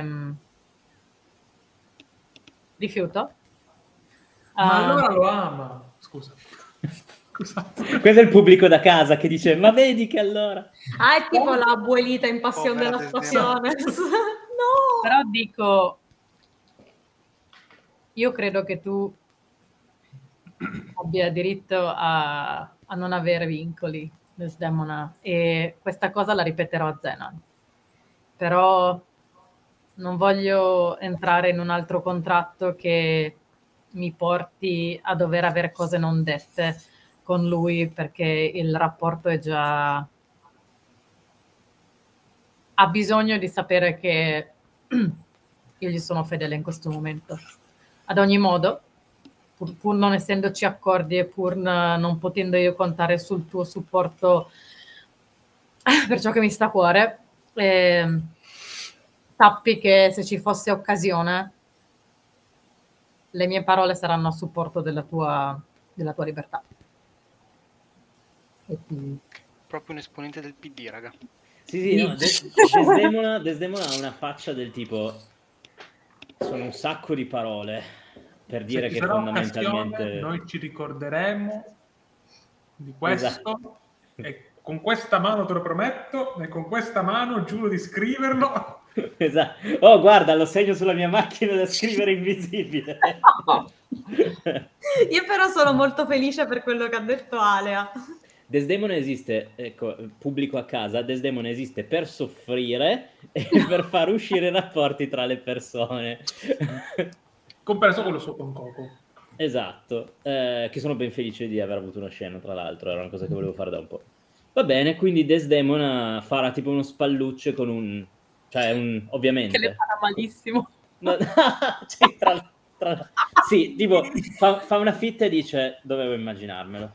rifiuto. Ma Ah, allora lo ama. Scusa. Scusate. Questo è il pubblico da casa che dice: ma vedi che allora... Ah, è tipo la abuelita in Passione Povera della Desdemona. Passione. No! però dico, io credo che tu abbia diritto a, a non avere vincoli, Desdemona, e questa cosa la ripeterò a Zenan. Però non voglio entrare in un altro contratto che mi porti a dover avere cose non dette con lui, perché il rapporto è già... ha bisogno di sapere che io gli sono fedele in questo momento. Ad ogni modo, pur, pur non essendoci accordi e pur n- non potendo io contare sul tuo supporto per ciò che mi sta a cuore, ehm, sappi che se ci fosse occasione, le mie parole saranno a supporto della tua, della tua libertà. E ti- Proprio un esponente del P D, raga. Sì, sì, no, Des- Desdemona, Desdemona ha una faccia del tipo: sono un sacco di parole per Se dire ci che sarà occasione, fondamentalmente... noi ci ricorderemo di questo Esatto. e con questa mano te lo prometto e con questa mano giuro di scriverlo. Esatto. Oh, guarda, lo segno sulla mia macchina da scrivere invisibile. Io però sono molto felice per quello che ha detto Alea. Desdemona esiste, ecco, pubblico a casa, Desdemona esiste per soffrire e per far uscire i rapporti tra le persone. Compreso quello suo con Coco. Esatto, eh, che sono ben felice di aver avuto una scena, tra l'altro, era una cosa che volevo fare da un po'. Va bene, quindi Desdemona farà tipo uno spallucce con un... cioè un... ovviamente... che le farà malissimo. No, cioè, tra- tra- sì, tipo, fa, fa una fitta e dice: dovevo immaginarmelo.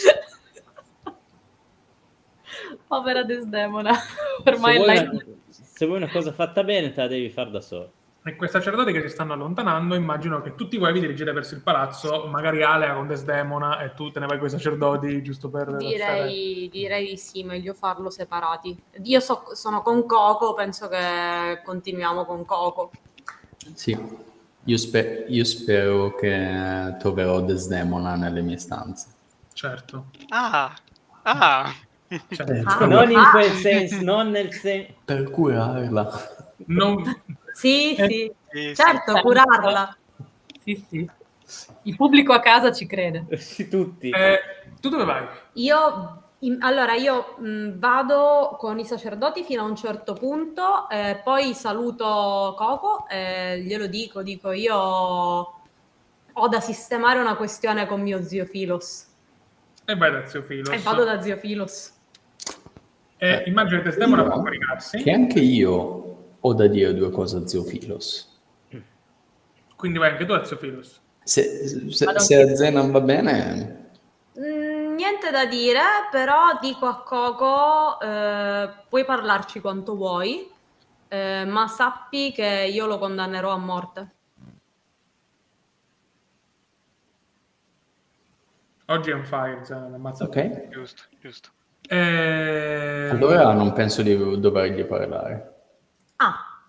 Povera Desdemona. Se Ormai vuoi, lei... una, se vuoi una cosa fatta bene, te la devi fare da solo. E quei sacerdoti che si stanno allontanando, immagino che tutti voi vi dirigete verso il palazzo, magari Alea con Desdemona e tu te ne vai con i sacerdoti giusto per lasciare... Direi, direi di sì, meglio farlo separati. Io so- sono con Coco, penso che continuiamo con Coco. Sì, io, spe- io spero che troverò Desdemona nelle mie stanze. Certo. Ah, ah. certo. Ah. Non in Ah. quel senso, non nel senso... Per curarla. Sì, Non... sì, Sì, sì. certo, curarla. Sì, sì. Il pubblico a casa ci crede. Sì, tutti. Eh, tu dove vai? Io, in- allora, io mh, vado con i sacerdoti fino a un certo punto, eh, poi saluto Coco e glielo dico, dico io ho da sistemare una questione con mio zio Filos. E vai da zio Filos. E vado da zio Filos. E immagino che Desdemona può Io, caricarsi, che anche io ho da dire due cose a zio Filos. quindi vai anche tu da zio Filos. Se, se, Ma non se ti- a Zenan va bene, Mm, niente da dire, però dico a Coco, eh, puoi parlarci quanto vuoi, eh, ma sappi che io lo condannerò a morte. Oggi è un fire, cioè, ammazza. Ok. Giusto, giusto. Eh, Allora non penso di dovergli parlare. Ah.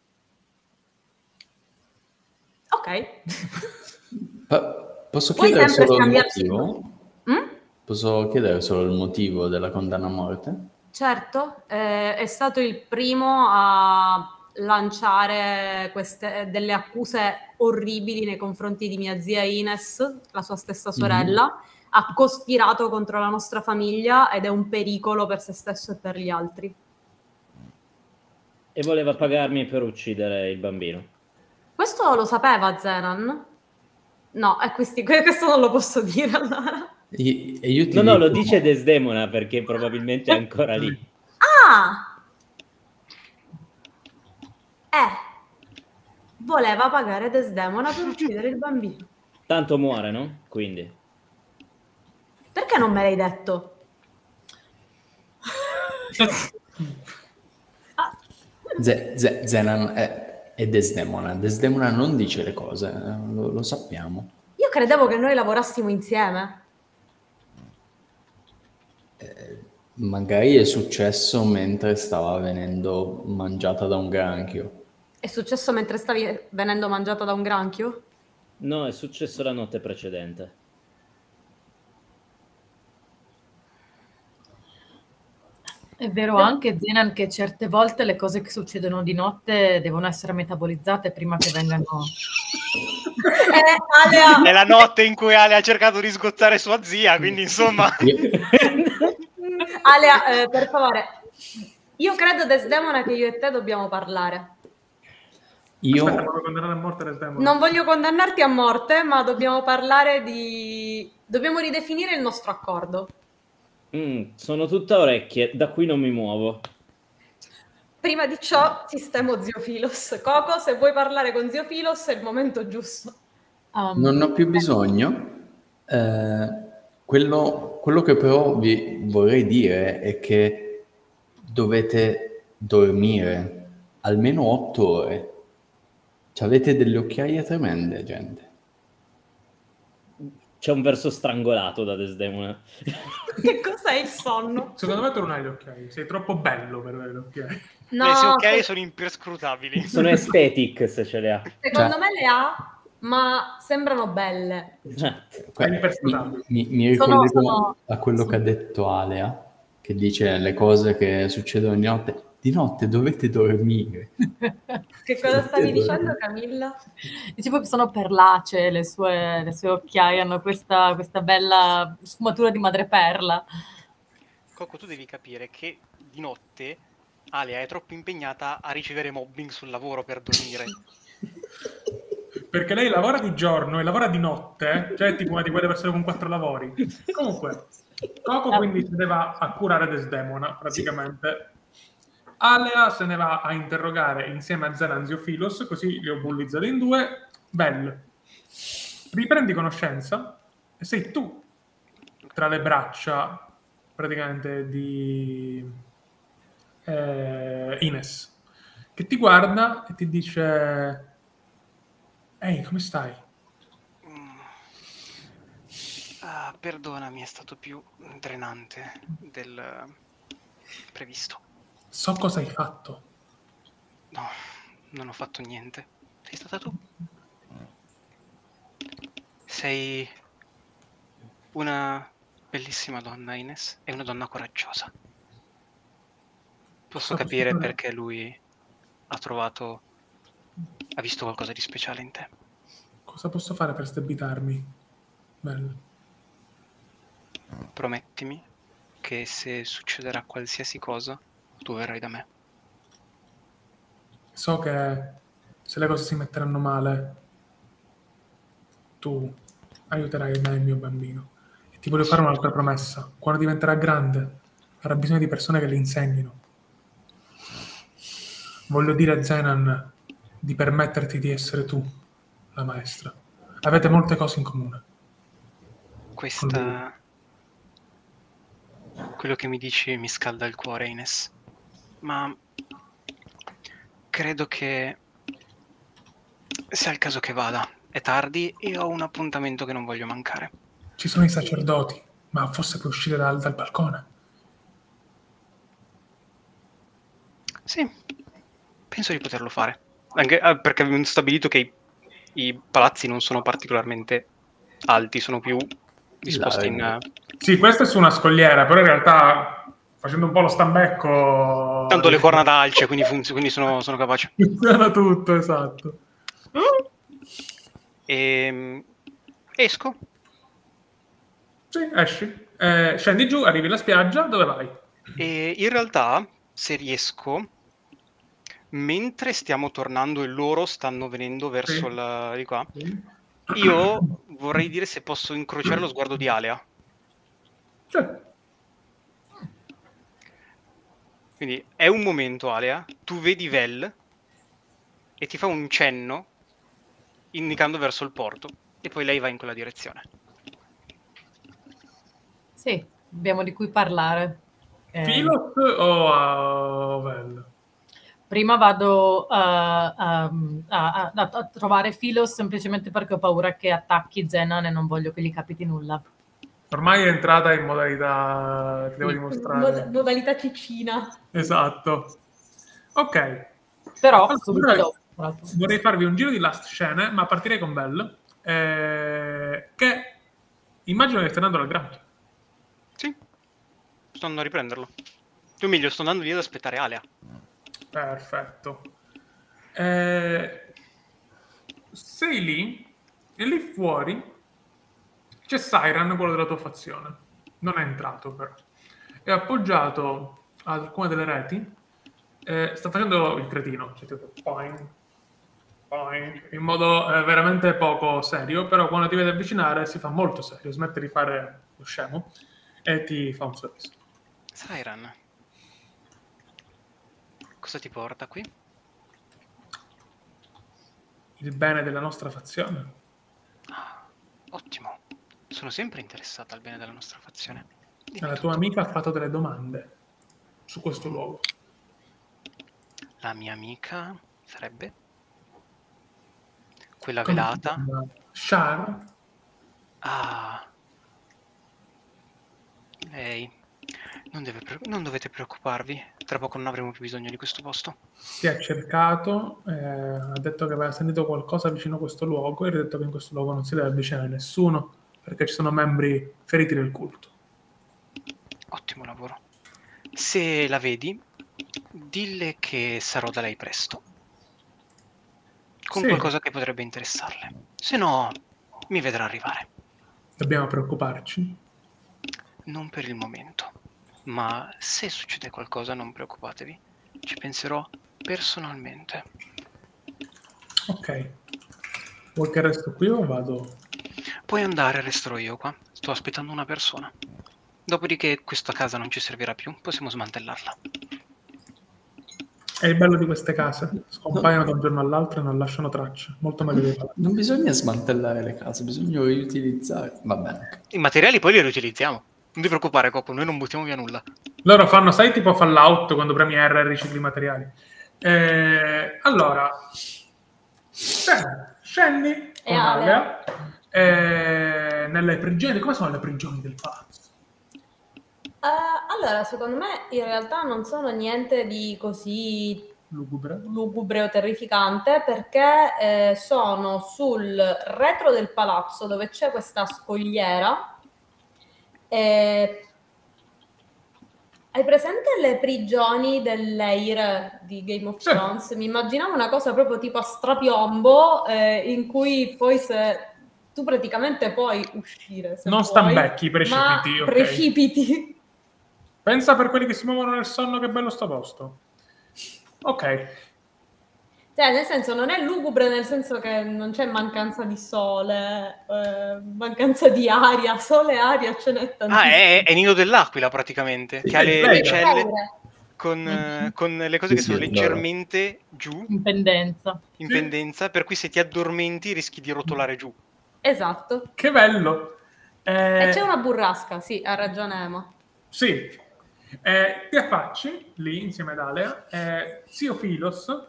Ok. Pa- posso Puoi chiedere sempre solo il scambiarci. motivo? Mm? Posso chiedere solo il motivo della condanna a morte? Certo, eh, è stato il primo a lanciare queste, delle accuse orribili nei confronti di mia zia Ines, la sua stessa sorella. Ha cospirato contro la nostra famiglia ed è un pericolo per se stesso e per gli altri. E voleva pagarmi per uccidere il bambino. Questo lo sapeva Zenan? No, e questi- questo non lo posso dire allora. E, e io ti No, no, lo dico- dice Desdemona perché probabilmente è ancora lì. Ah! Eh, voleva pagare Desdemona per uccidere il bambino. Tanto muore, no? Quindi. Perché non me l'hai detto? Ah, Ze- Ze- Zenan è, è Desdemona. Desdemona non dice le cose, eh, lo, lo sappiamo. io credevo che noi lavorassimo insieme. Magari è successo mentre stava venendo mangiata da un granchio. È successo mentre stavi venendo mangiata da un granchio? No, è successo la notte precedente. È vero anche, Zenan, che certe volte le cose che succedono di notte devono essere metabolizzate prima che vengano... Eh, Alea, È la notte in cui Ale ha cercato di sgozzare sua zia, quindi insomma... Io- Alea, eh, per favore. Io credo, Desdemona, che io e te dobbiamo parlare. Io, Aspetta, vuoi condannare a morte Desdemona? Non voglio condannarti a morte, ma dobbiamo parlare di... Dobbiamo ridefinire il nostro accordo. Mm, sono tutta orecchie, da qui non mi muovo. Prima di ciò, sistemo Zio Filos. Coco, se vuoi parlare con Zio Filos è il momento giusto. Um, non ho più bisogno. Eh, quello, quello che però vi vorrei dire è che dovete dormire almeno otto ore. Cioè, avete delle occhiaie tremende, gente. C'è un verso strangolato da Desdemona. Che cos'è il sonno? Secondo me tu non hai le occhiaie, sei troppo bello per avere le occhiaie. No, Le sue occhiaie se- sono imperscrutabili. Sono aesthetic se ce le ha. secondo Cioè- me le ha, ma sembrano belle. Que- È impersonabile. Mi, mi- mi Sono- ricollego sono- a quello che ha detto Alea, che dice le cose che succedono di notte. Di notte dovete dormire. Che cosa stavi dicendo, Camilla? Dicevo che sono perlacee, le sue, le sue occhiaie hanno questa, questa bella sfumatura di madreperla. Coco, tu devi capire che di notte Alia è troppo impegnata a ricevere mobbing sul lavoro per dormire. Perché lei lavora di giorno e lavora di notte, cioè è tipo una di quelle persone con quattro lavori. Comunque, Coco quindi si deve a curare Desdemona, praticamente. Alea se ne va a interrogare insieme a Zenan Zio Filos, così li ho bullizzati in due. Bell, riprendi conoscenza e sei tu tra le braccia praticamente di eh, Ines, che ti guarda e ti dice: ehi, come stai? Mm. Ah, perdonami, è stato più drenante del eh, previsto. So cosa hai fatto. No, non ho fatto niente. Sei stata tu. Sei una bellissima donna, Ines, e una donna coraggiosa. Posso Cosa capire posso fare? perché lui ha trovato, ha visto qualcosa di speciale in te. Cosa posso fare per stebitarmi? Bello. Promettimi che se succederà qualsiasi cosa, tu verrai da me. So che se le cose si metteranno male, tu aiuterai me e il mio bambino. E ti voglio fare un'altra promessa. Quando diventerà grande, avrà bisogno di persone che le insegnino. Voglio dire a Zenan di permetterti di essere tu la maestra. Avete molte cose in comune. Questa... Quello che mi dici mi scalda il cuore, Ines. Ma credo che sia il caso che vada. È tardi e ho un appuntamento che non voglio mancare. Ci sono i sacerdoti, ma forse puoi uscire dal, dal balcone. Sì, penso di poterlo fare. Anche ah, perché abbiamo stabilito che i, i palazzi non sono particolarmente alti, sono più disposti in... Larghi. Sì, questo è su una scogliera, però in realtà facendo un po' lo stambecco... Tanto le corna da alce, quindi, funz- quindi sono, sono capace. Funziona tutto, esatto. E... esco. Sì, esci. Eh, scendi giù, arrivi alla spiaggia, dove vai? E in realtà, se riesco, mentre stiamo tornando e loro stanno venendo verso Sì. il, di qua, Sì. io vorrei dire se posso incrociare lo sguardo di Alea. Cioè, Quindi è un momento, Alea, tu vedi Vel e ti fa un cenno indicando verso il porto e poi lei va in quella direzione. Sì, abbiamo di cui parlare. Eh, Philip o a Vel? Prima vado uh, um, a, a- a trovare Philos semplicemente perché ho paura che attacchi Zenan e non voglio che gli capiti nulla. Ormai è entrata in modalità... Ti devo Sì. dimostrare. Mod- modalità ciccina. Esatto. Ok. Però Allora, subito vorrei- dopo. tra l'altro. Vorrei farvi un giro di last scene, ma partirei con Belle, eh, che immagino che stia andando al granchio. Sì, sto andando a riprenderlo. O meglio, sto andando lì ad aspettare Alea. Perfetto. Eh, sei lì, e lì fuori c'è Siren, quello della tua fazione. Non è entrato, però. È appoggiato ad alcune delle reti. eh, sta facendo il cretino, cioè tipo poing, poing, in modo eh, veramente poco serio, però quando ti vede avvicinare si fa molto serio, smette di fare lo scemo e ti fa un sorriso. Siren, cosa ti porta qui? Il bene della nostra fazione. Ottimo, sono sempre interessata al bene della nostra fazione. Dimmi La tutto. tua amica ha fatto delle domande su questo luogo. La mia amica sarebbe? Quella Come si velata? chiama? Shar? Ah, lei. Non, deve pre- non dovete preoccuparvi, tra poco non avremo più bisogno di questo posto. Ti ha cercato, eh, ha detto che aveva sentito qualcosa vicino a questo luogo e ha detto che in questo luogo non si deve avvicinare nessuno perché ci sono membri feriti del culto. Ottimo lavoro. Se la vedi, dille che sarò da lei presto. Con Sì. qualcosa che potrebbe interessarle. Se no, mi vedrà arrivare. Dobbiamo preoccuparci? Non per il momento. Ma se succede qualcosa, non preoccupatevi. Ci penserò personalmente. Ok. Vuoi che resto qui o vado? Puoi andare, resterò io qua. Sto aspettando una persona. Dopodiché questa casa non ci servirà più, possiamo smantellarla. È il bello di queste case. Scompaiono da un giorno all'altro e non lasciano tracce. Molto meglio dei palazzi. Non bisogna smantellare le case, bisogna riutilizzare. Va bene. I materiali poi li riutilizziamo. Non ti preoccupare, Coppo, noi non buttiamo via nulla. Loro fanno, sai, tipo Fallout quando premi R e ricicli i materiali. Eh, allora, bene, scendi con Alea. Alea eh, nelle prigioni. Come sono le prigioni del palazzo? Eh, allora, secondo me in realtà non sono niente di così Lugubre. lugubre o terrificante perché eh, sono sul retro del palazzo dove c'è questa scogliera. E... Hai presente le prigioni dell'Eire di Game of Sì. Thrones? Mi immaginavo una cosa proprio tipo a strapiombo eh, in cui poi se tu praticamente puoi uscire se Non vuoi, stambecchi, precipiti, ma ok. precipiti. Pensa per quelli che si muovono nel sonno che bello sto posto. Ok. Cioè, nel senso, non è lugubre nel senso che non c'è mancanza di sole, eh, mancanza di aria, sole e aria ce n'è tantissimo. Ah, è, è Nido dell'Aquila praticamente, che ha le, le Sveglia. celle con, eh, con le cose che Sì, sono sì, leggermente giù, In pendenza. in Sì. pendenza, per cui se ti addormenti rischi di rotolare giù. Esatto. Che bello. Eh, E c'è una burrasca, sì, ha ragione Emma. Sì. Eh, ti affacci lì insieme ad Alea. Eh, zio Philos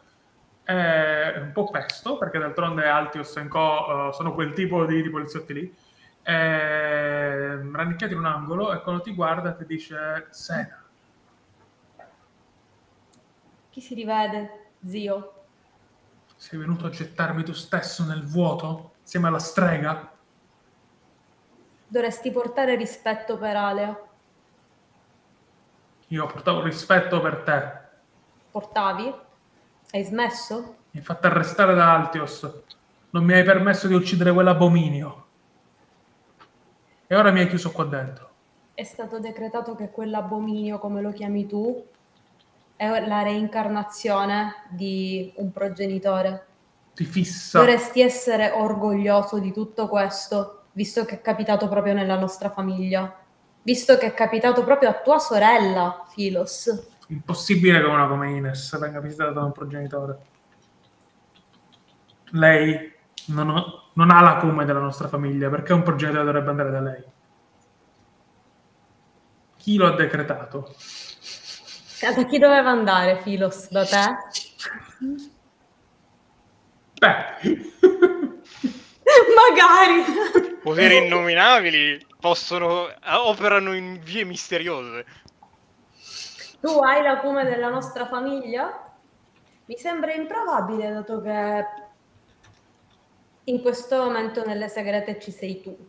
è un po' pesto, perché d'altronde Altios e Co eh, sono quel tipo di, di poliziotti lì. è rannicchiato in un angolo e quando ti guarda ti dice Sena. Chi si rivede, zio? Sei venuto a gettarmi tu stesso nel vuoto insieme alla strega? Dovresti portare rispetto per Alea. Io portavo rispetto per te. Portavi? Hai smesso? Mi hai fatto arrestare da Altios. Non mi hai permesso di uccidere quell'abominio. E ora mi hai chiuso qua dentro. È stato decretato che quell'abominio, come lo chiami tu, è la reincarnazione di un progenitore. Ti fissa. Dovresti essere orgoglioso di tutto questo, visto che è capitato proprio nella nostra famiglia. Visto che è capitato proprio a tua sorella, Philos. Impossibile che una come Ines venga visitata da un progenitore. Lei non, ho- non ha l'acume della nostra famiglia, perché un progenitore dovrebbe andare da lei? Chi lo ha decretato? Da chi doveva andare, Philos? Da te? Beh, Magari! Poteri innominabili possono operano in vie misteriose. Tu hai l'acume della nostra famiglia? Mi sembra improbabile, dato che in questo momento nelle segrete ci sei tu.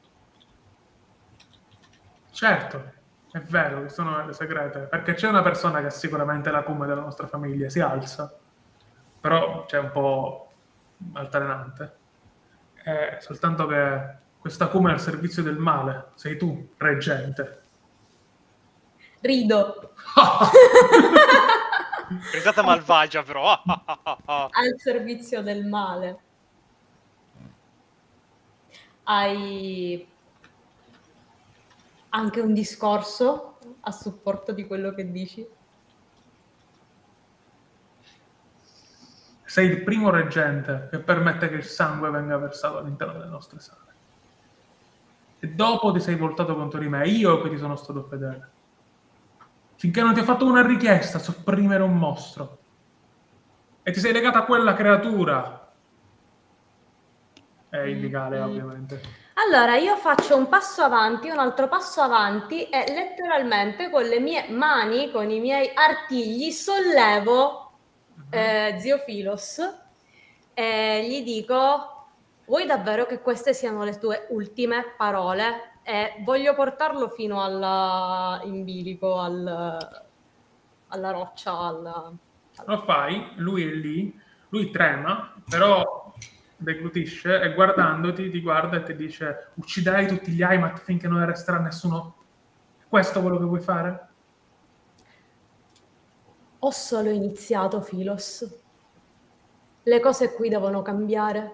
certo, è vero che sono le segrete, perché c'è una persona che ha sicuramente l'acume della nostra famiglia, si alza, però c'è un po' altalenante. È soltanto che questa acume è al servizio del male, sei tu, reggente. Rido. Risata malvagia, però. Ah, ah, ah, ah. Al servizio del male. Hai anche un discorso a supporto di quello che dici? Sei il primo reggente che permette che il sangue venga versato all'interno delle nostre sale. E dopo ti sei voltato contro di me, io che ti sono stato fedele. Finché non ti ho fatto una richiesta, sopprimere un mostro. E ti sei legato a quella creatura. È illegale, Mm. ovviamente. Allora, io faccio un passo avanti, un altro passo avanti e letteralmente con le mie mani, con i miei artigli, sollevo eh, zio Philos e gli dico: vuoi davvero che queste siano le tue ultime parole? E voglio portarlo fino alla, in bilico, al, alla roccia, alla... Lo fai, lui è lì, lui trema, però deglutisce e guardandoti ti guarda e ti dice: ucciderai tutti gli Heimat finché non ne resterà nessuno. È questo quello che vuoi fare? Ho solo iniziato, Philos. Le cose qui devono cambiare.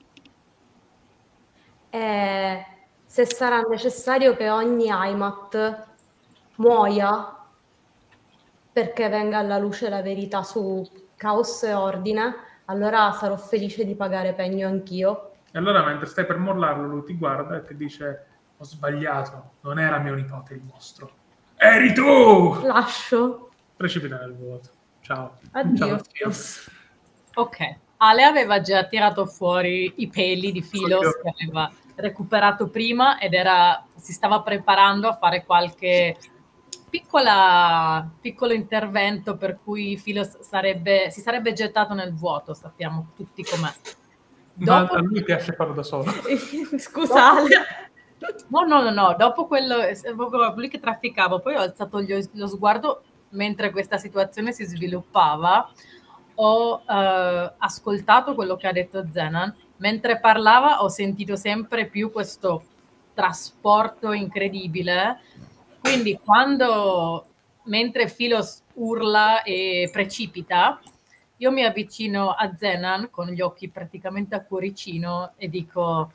E se sarà necessario che ogni Heimat muoia perché venga alla luce la verità su caos e ordine, allora sarò felice di pagare pegno anch'io. E allora mentre stai per mollarlo lui ti guarda e ti dice: ho sbagliato, non era mio nipote il mostro, eri tu! Lascio. Precipita nel vuoto. Ciao. Addio, Ciao. Philos. Ok, Ale aveva già tirato fuori i peli di Philos Io- che aveva recuperato prima ed era, si stava preparando a fare qualche piccola, piccolo intervento per cui Philos sarebbe, si sarebbe gettato nel vuoto, sappiamo tutti com'è. Ma Dopo- a lui piace farlo da solo. Scusa, Ale. No, no, no, no, dopo quello, è proprio lui che trafficava, poi ho alzato gli- lo sguardo mentre questa situazione si sviluppava, ho eh, ascoltato quello che ha detto Zenan, mentre parlava ho sentito sempre più questo trasporto incredibile, quindi quando, mentre Philos urla e precipita, io mi avvicino a Zenan con gli occhi praticamente a cuoricino e dico: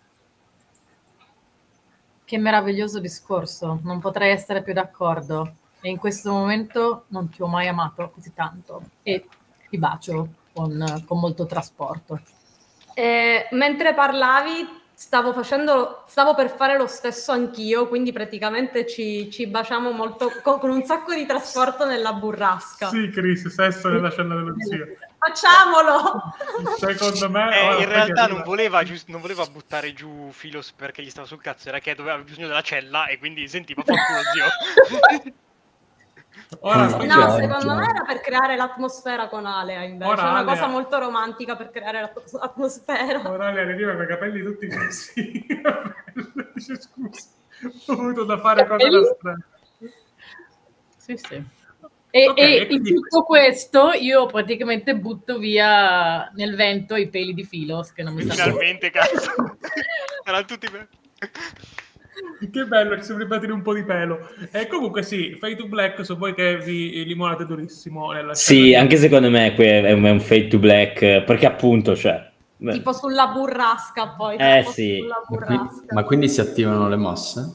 che meraviglioso discorso, non potrei essere più d'accordo. E in questo momento non ti ho mai amato così tanto. E ti bacio con, con molto trasporto. Eh, mentre parlavi stavo facendo, stavo per fare lo stesso anch'io, quindi praticamente ci, ci baciamo molto con, con un sacco di trasporto nella burrasca. Sì, Chris, sesso nella cella dello zio. Facciamolo! Secondo me... Eh, ora, in realtà perché- non voleva, gius- non voleva buttare giù Filos perché gli stava sul cazzo, era che doveva bisogno della cella e quindi senti, ma fanculo zio. Ora, No, quindi- No, già, secondo già. me era per creare l'atmosfera con Alea, invece. Ora È una Alea- cosa molto romantica per creare l'att- l'atmosfera. Ora le arriva con i capelli tutti così. Dice scusa, ho avuto da fare cose Capelli? da strano. Sì, sì. E, Ok, e e in quindi- tutto questo io praticamente butto via nel vento i peli di Filos che non mi stanno. Finalmente, cazzo. Erano tutti... be- Che bello, ci siamo ribattere un po' di pelo. E comunque sì, Fade to Black, so voi che vi limonate durissimo nella Sì, scena. anche secondo me que- è un, è un fade to black, eh, perché appunto, cioè... beh, Tipo sulla burrasca, poi. Eh, tipo sì. Sulla Ma, qui- burrasca. ma quindi si attivano le mosse?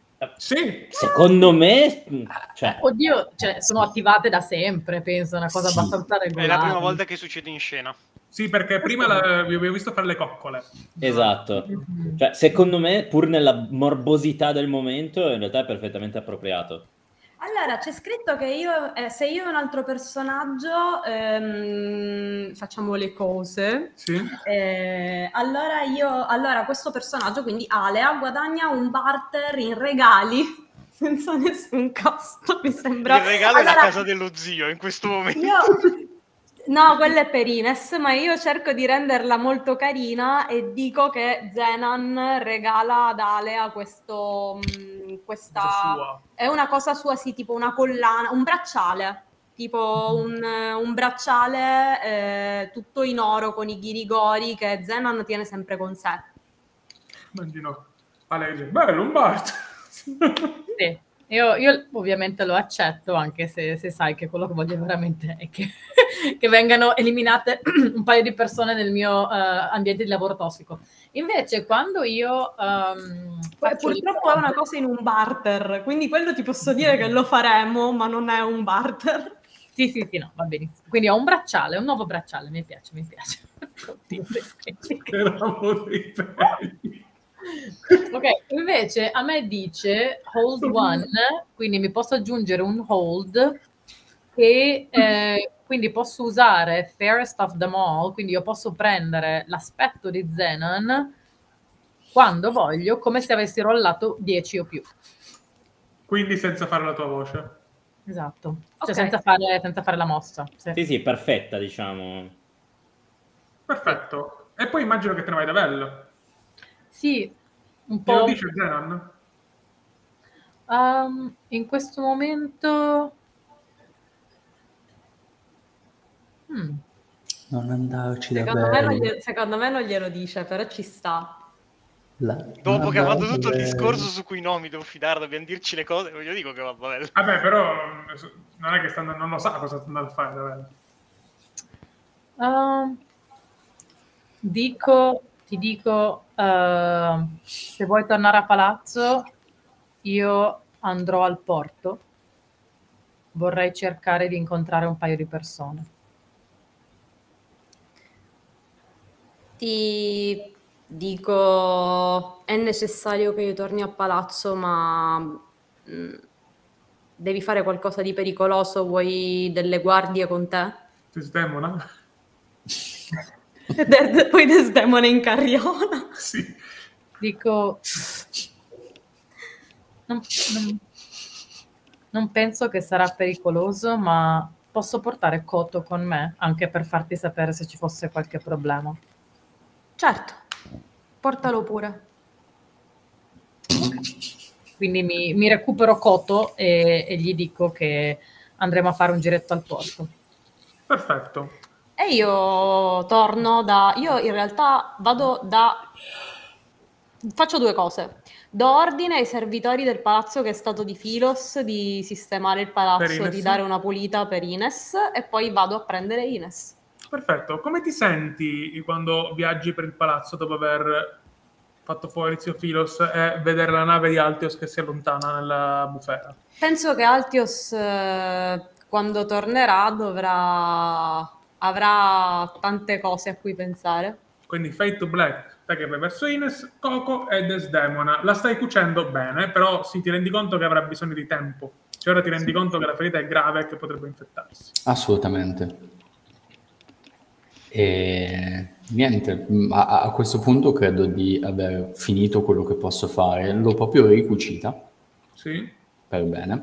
Sì, secondo me... Cioè, Oddio, cioè, sono attivate da sempre, penso, è una cosa Sì. abbastanza È regolare. la prima volta che succede in scena. sì, perché prima la- vi avevo visto fare le coccole. esatto. Mhm. Cioè, secondo me, pur nella morbosità del momento, in realtà è perfettamente appropriato. Allora, c'è scritto che io, eh, se io e un altro personaggio ehm, facciamo le cose, Sì. eh, allora io, allora questo personaggio, quindi Alea, guadagna un barter in regali senza nessun costo, mi sembra. Il regalo è la Allora, casa dello zio in questo momento. io... No, quella è per Ines, ma io cerco di renderla molto carina e dico che Zenan regala ad Alea questo, mh, questa... Cosa sua. È una cosa sua, sì, tipo una collana, un bracciale, tipo un, un bracciale eh, tutto in oro con i ghirigori che Zenan tiene sempre con sé. Immagino. Ale dice, bello, un Bart. Sì. Io, io ovviamente lo accetto, anche se, se sai che quello che voglio veramente è che, che vengano eliminate un paio di persone nel mio eh, ambiente di lavoro tossico. Invece, quando io ehm, Poi, faccio le purtroppo è una cose- cosa in un barter, quindi quello ti posso dire che lo faremo, ma non è un barter. Sì, sì, sì, no, va benissimo. Quindi ho un bracciale, un nuovo bracciale, mi piace, mi piace. Oddio, Eravamo dei belli. ok, invece a me dice hold one, quindi mi posso aggiungere un hold e eh, quindi posso usare fairest of them all, quindi io posso prendere l'aspetto di Zenon quando voglio, come se avessi rollato dieci o più. Quindi senza fare la tua voce. Esatto, cioè Ok. senza fare, senza fare la mossa. Sì. Sì, sì, perfetta, diciamo. Perfetto. E poi immagino che te ne vai da bello. Sì, un Te lo po'. dice Zenon? Um, in questo momento... Hmm. Non andarci da Secondo me, non bello. glie- secondo me non glielo dice, però ci sta. La- Dopo non che ha fatto andarci tutto il da discorso bello. su cui no, mi devo fidare, dobbiamo dirci le cose, io dico che va bello. Vabbè, però non è che sta, non lo sa cosa sta andando a fare da bello. Um, dico, ti dico, uh, se vuoi tornare a palazzo, io andrò al porto. Vorrei cercare di incontrare un paio di persone. Ti dico, è necessario che io torni a palazzo, ma mh, devi fare qualcosa di pericoloso, vuoi delle guardie con te? Ti sdemona? De- poi Desdemona in carriola. Sì. Dico, non, non- non penso che sarà pericoloso, ma posso portare Koto con me, anche per farti sapere se ci fosse qualche problema. Certo, portalo pure. Quindi mi, mi recupero Koto e, e gli dico che andremo a fare un giretto al porto. Perfetto. E io torno da... Io in realtà vado da... Faccio due cose. Do ordine ai servitori del palazzo che è stato di Filos di sistemare il Per palazzo, Ines? di dare una pulita per Ines e poi vado a prendere Ines. Perfetto. Come ti senti quando viaggi per il palazzo dopo aver fatto fuori Zio Filos e vedere la nave di Altios che si allontana nella bufera? Penso che Altios eh, quando tornerà dovrà... avrà tante cose a cui pensare. Quindi Fade to Black, te che vai verso Ines, Coco e Desdemona. La stai cucendo bene, però sì, ti rendi conto che avrà bisogno di tempo. Cioè ora ti rendi conto che la ferita è grave e che potrebbe infettarsi. Assolutamente. E niente, a, a questo punto credo di aver finito quello che posso fare. L'ho proprio ricucita Sì? per bene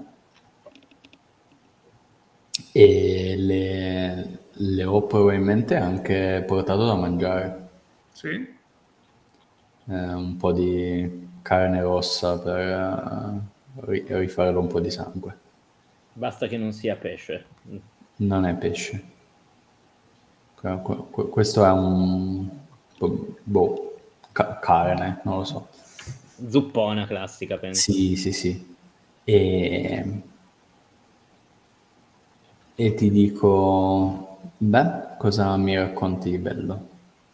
e le, le ho probabilmente anche portato da mangiare. Sì? Eh, un po' di carne rossa per eh, ri- rifarlo un po' di sangue. Basta che non sia pesce. Non è pesce. Que- que- questo è un boh, ca- carne, non lo so. Zuppona classica, penso. Sì, sì, sì. E, e ti dico, beh, cosa mi racconti di bello?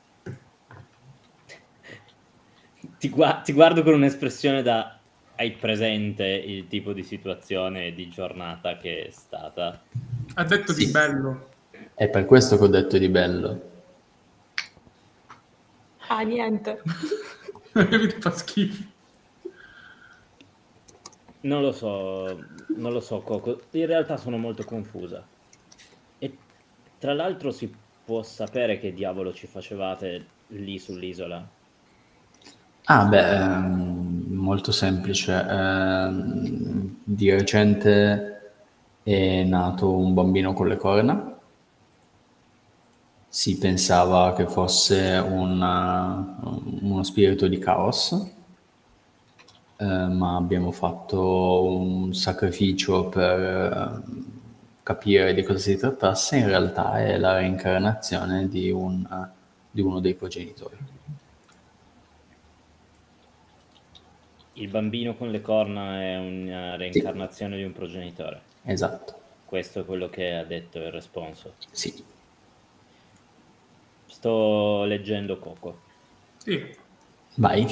Ti, gua- ti guardo con un'espressione da hai presente il tipo di situazione e di giornata che è stata. Ha detto Sì. di bello. È per questo che ho detto di bello. Ah, niente. Mi fa schifo. Non lo so, non lo so, Coco. In realtà sono molto confusa. E tra l'altro si può sapere che diavolo ci facevate lì sull'isola? Ah, beh, ehm, molto semplice. Ehm, di recente è nato un bambino con le corna. Si pensava che fosse una- uno spirito di caos, eh, ma abbiamo fatto un sacrificio per eh, capire di cosa si trattasse. In realtà è la reincarnazione di, un, di uno dei progenitori. Il bambino con le corna è una reincarnazione di un progenitore. Esatto, Questo è quello che ha detto il responso. sì. Sto leggendo Coco. Sì. Vai.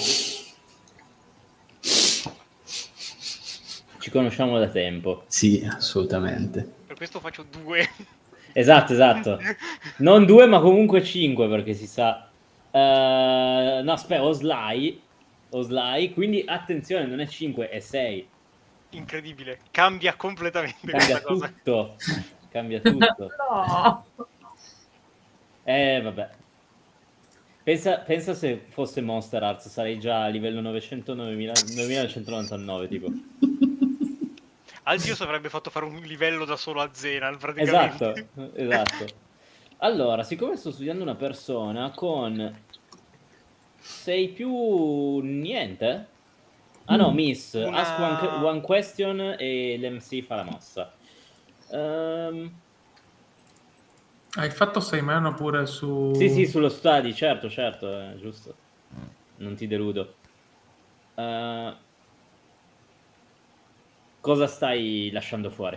Ci conosciamo da tempo. Sì, assolutamente. Per questo faccio due. Esatto, esatto. Non due, ma comunque cinque, perché si sa... Uh, no, aspetta, Oslai. Oslai, quindi attenzione, non è cinque, è sei. Incredibile. Cambia completamente Cambia questa cosa. tutto. Cambia tutto. No. Eh, vabbè. Pensa, pensa se fosse Monster Arts, sarei già a livello novecentonove novemilanovecentonovantanove, tipo. Altios avrebbe fatto fare un livello da solo a Zenal, praticamente. Esatto, esatto. Allora, siccome sto studiando una persona con sei più niente? Ah no, Miss, Una- ask one, one question e l'M C fa la mossa. Ehm, Hai fatto sei meno pure su... Sì, sì, sullo study, certo, certo, è giusto. Non ti deludo. Eh, cosa stai lasciando fuori?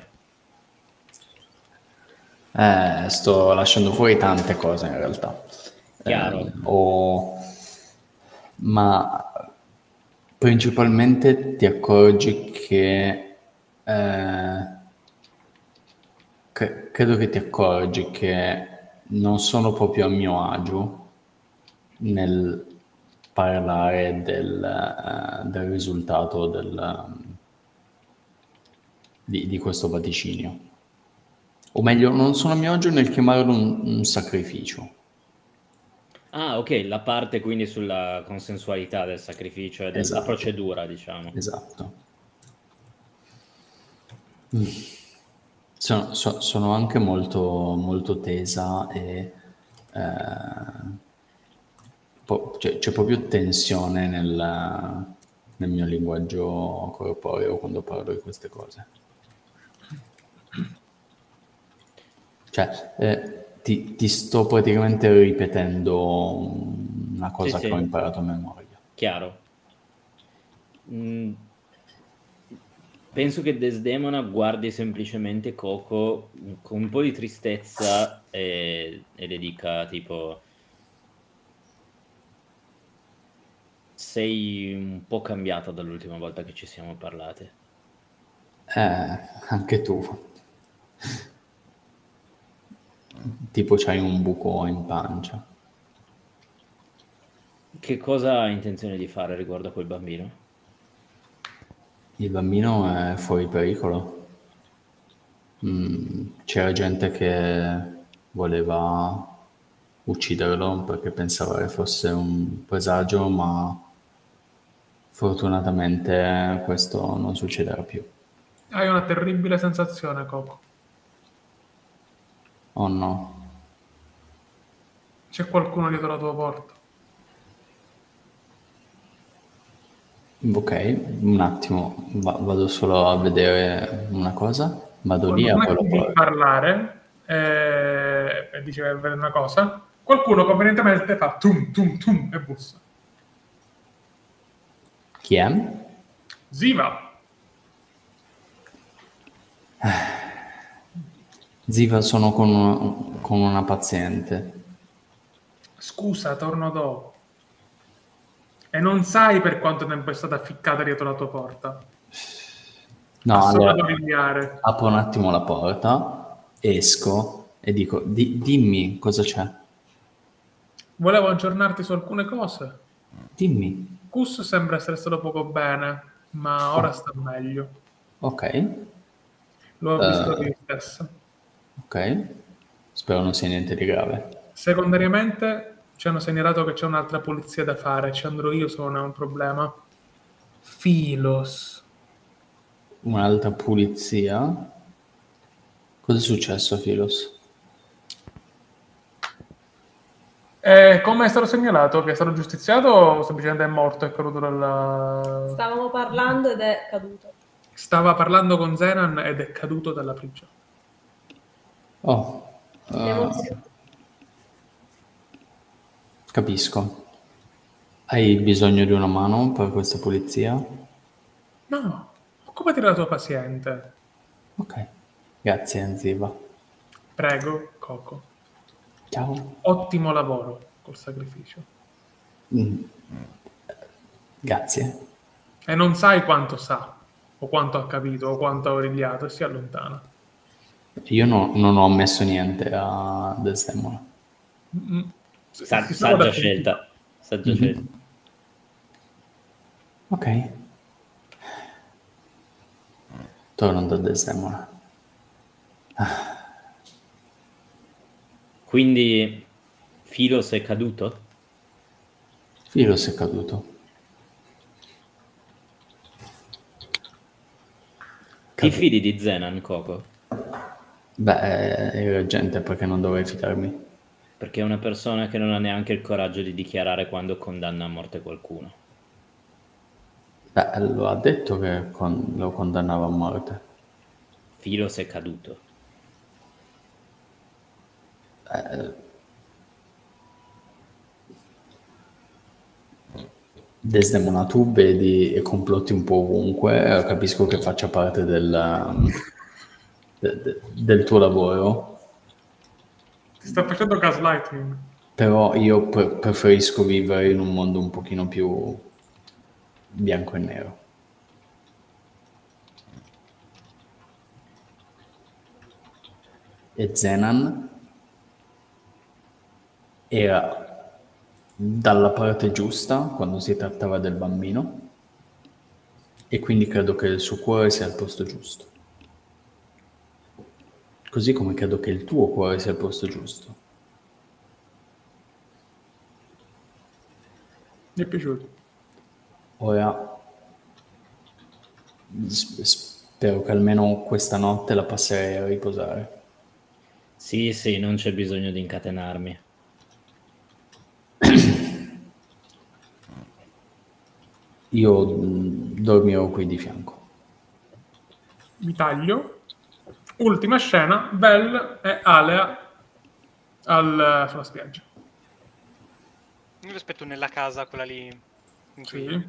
Eh, sto lasciando fuori tante cose in realtà. Chiaro. Eh, ho- Ma principalmente ti accorgi che eh, cre- credo che ti accorgi che non sono proprio a mio agio nel parlare del, eh, del risultato del, di, di questo vaticinio. O meglio, non sono a mio agio nel chiamarlo un, un sacrificio. Ah, ok, la parte quindi sulla consensualità del sacrificio e della Esatto. procedura, diciamo. Esatto. Mm. Sono, so- sono anche molto, molto tesa e eh, po- c'è, c'è proprio tensione nel, nel mio linguaggio corporeo quando parlo di queste cose. Cioè, eh, ti, ti sto praticamente ripetendo una cosa Sì, che sì. ho imparato a memoria. Chiaro. Mm, penso che Desdemona guardi semplicemente Coco con un po' di tristezza e, e le dica tipo sei un po' cambiata dall'ultima volta che ci siamo parlate. Eh, anche tu. Tipo c'hai un buco in pancia. Che cosa hai intenzione di fare riguardo a quel bambino? Il bambino è fuori pericolo. Mm, c'era gente che voleva ucciderlo perché pensavo che fosse un presagio, ma fortunatamente questo non succederà più. Hai una terribile sensazione, Coco. Oh no. C'è qualcuno dietro la tua porta. Ok, un attimo, va- vado solo a vedere una cosa. Vado lì Quando a tu smetti di parlare eh, e dice che vede una cosa, qualcuno convenientemente fa tum tum tum e bussa. Chi è? Ziva, Ziva, sono con una, con una paziente. scusa, torno dopo. E non sai per quanto tempo è stata ficcata dietro la tua porta. No, Ha solo da allora, pigliare. apro un attimo la porta, esco e dico, "Di- dimmi cosa c'è. Volevo aggiornarti su alcune cose. Dimmi. Cus sembra essere stato poco bene, ma ora sta meglio. Ok, L'ho Eh. visto io stessa. ok. Spero non sia niente di grave. Secondariamente ci hanno segnalato che c'è un'altra pulizia da fare. Ci andrò io se non è un problema. Filos. Un'altra pulizia. Cosa è successo, Filos? E come è stato segnalato? Che è stato giustiziato o semplicemente è morto? È caduto dalla... Stavamo parlando ed è caduto. Stava parlando con Zenan ed è caduto dalla prigione. Oh, eh, L'emozione. capisco. Hai bisogno di una mano per questa pulizia? No, occupati della tua paziente. Ok, grazie, Ziva. Prego, Coco. Ciao. Ottimo lavoro col sacrificio. Mm. Grazie. E non sai quanto sa, o quanto ha capito, o quanto ha origliato, e si allontana. Io no- non ho messo niente a Desdemona. Mm. Sa- Si stava saggia da- scelta. Saggia Mhm. scelta. Ok. Torno da Desdemona. Quindi Filos è caduto? Filos è caduto. Ti Capi- fidi di Zenan, Coco? Beh, è reggente perché non dovrei fidarmi. Perché è una persona che non ha neanche il coraggio di dichiarare quando condanna a morte qualcuno. Beh, lo ha detto che con- lo condannava a morte. Filos è caduto. Eh, Desdemona, tu vedi complotti un po' ovunque, eh, capisco che faccia parte del, de- de- del tuo lavoro, Ti sta facendo gaslighting. però io pre- preferisco vivere in un mondo un pochino più bianco e nero. E Zenan era dalla parte giusta quando si trattava del bambino e quindi credo che il suo cuore sia al posto giusto. Così come credo che il tuo cuore sia al posto giusto. Mi è piaciuto. Ora s- spero che almeno questa notte la passerei a riposare. Sì, sì, non c'è bisogno di incatenarmi. Io mh, dormirò qui di fianco. Mi taglio. Ultima scena, Vel e Alea al- sulla spiaggia. Io lo aspetto nella casa, quella lì. In cui... Sì.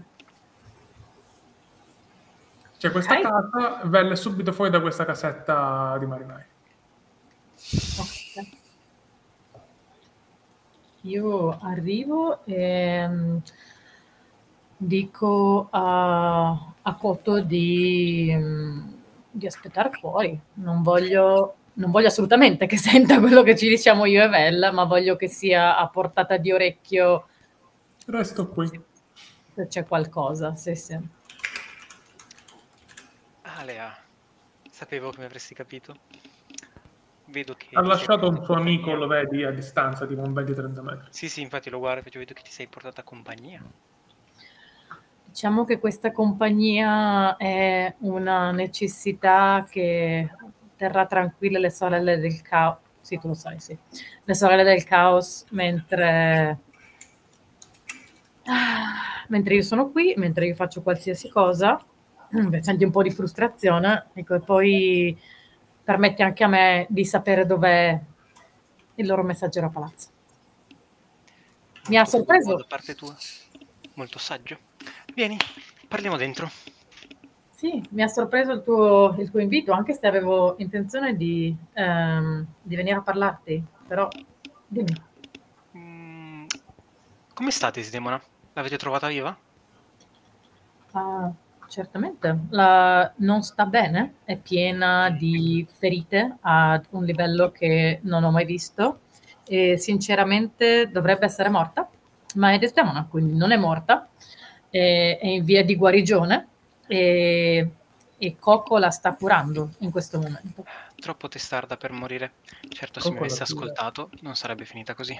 C'è questa Ok. casa, Vel è subito fuori da questa casetta di marinai. Ok. Io arrivo e mm, dico a, a Cotto di, mm, di aspettare fuori. Non voglio, non voglio assolutamente che senta quello che ci diciamo io e Vel, ma voglio che sia a portata di orecchio Resto qui. se c'è qualcosa. Sì, sì. Ah, Lea. Sapevo che mi avresti capito. vedo che... Ha ti lasciato sei un suo portata amico, compagnia. lo vedi, a distanza, tipo un venti trenta metri. Sì, sì, infatti lo guardo e vedo che ti sei portata compagnia. Diciamo che questa compagnia è una necessità che terrà tranquille le sorelle del caos. Sì, tu lo sai, sì. Le sorelle del caos mentre... Ah, mentre io sono qui, mentre io faccio qualsiasi cosa, mm, senti un po' di frustrazione, ecco, e poi permette anche a me di sapere dov'è il loro messaggero a palazzo. Mi ha Molto furbo sorpreso. da parte tua. Molto saggio. Vieni, parliamo dentro. Sì, mi ha sorpreso il tuo, il tuo invito, anche se avevo intenzione di, ehm, di venire a parlarti, però dimmi. Mm, come state, Desdemona? L'avete trovata viva? Ah, certamente, la- non sta bene, è piena di ferite ad un livello che non ho mai visto e sinceramente dovrebbe essere morta, ma è Desdemona, quindi non è morta, è, è in via di guarigione e, e Coco la sta curando in questo momento. Troppo testarda per morire. Certo, se mi Coco la avesse cura. ascoltato, non sarebbe finita così.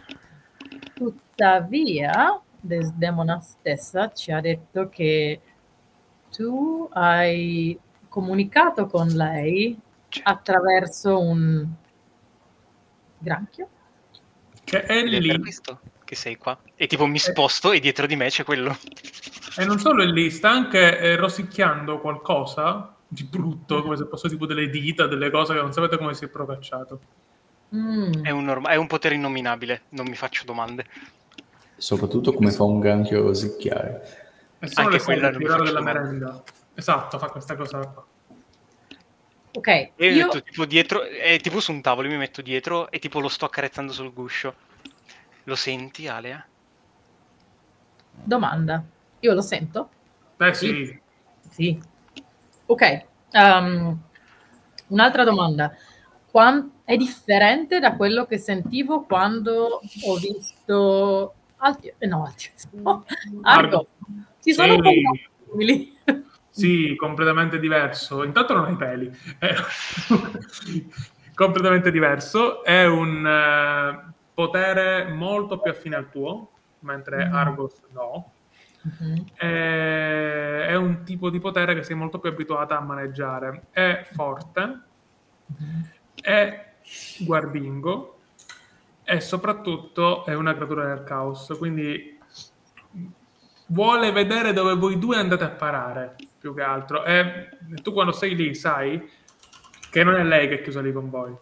Tuttavia, Desdemona stessa ci ha detto che tu hai comunicato con lei Certo. attraverso un granchio? Che è Ed è per lì. questo che sei qua. E tipo mi Eh. sposto e dietro di me c'è quello. E non solo è lì, sta anche eh, rosicchiando qualcosa di brutto, come se fosse tipo delle dita, delle cose che non sapete come si è procacciato. Mm. È un, norma- è un potere innominabile, non mi faccio domande. Soprattutto come fa un granchio a rosicchiare. E sono Anche le quella solite non mi tirare faccio della domande. merenda. Esatto, fa questa cosa qua. Ok, E io mi io metto tipo dietro, è tipo su un tavolo, io mi metto dietro e tipo lo sto accarezzando sul guscio. Lo senti, Alea? domanda. Io lo sento? Beh Sì. sì, Sì. Ok, um, un'altra domanda. Quan- è differente da quello che sentivo quando ho visto Altio, eh, no, Altio, no, Argo. Ci sono un po' di sì, simili. sì, completamente diverso. Intanto non hai peli. È completamente diverso. È un eh, potere molto più affine al tuo, mentre Mm. Argos no. Mhm. È, è un tipo di potere che sei molto più abituata a maneggiare. È forte, Mhm. è guardingo e soprattutto è una creatura del caos, quindi vuole vedere dove voi due andate a parare, più che altro. E tu quando sei lì sai che non è lei che è chiusa lì con voi,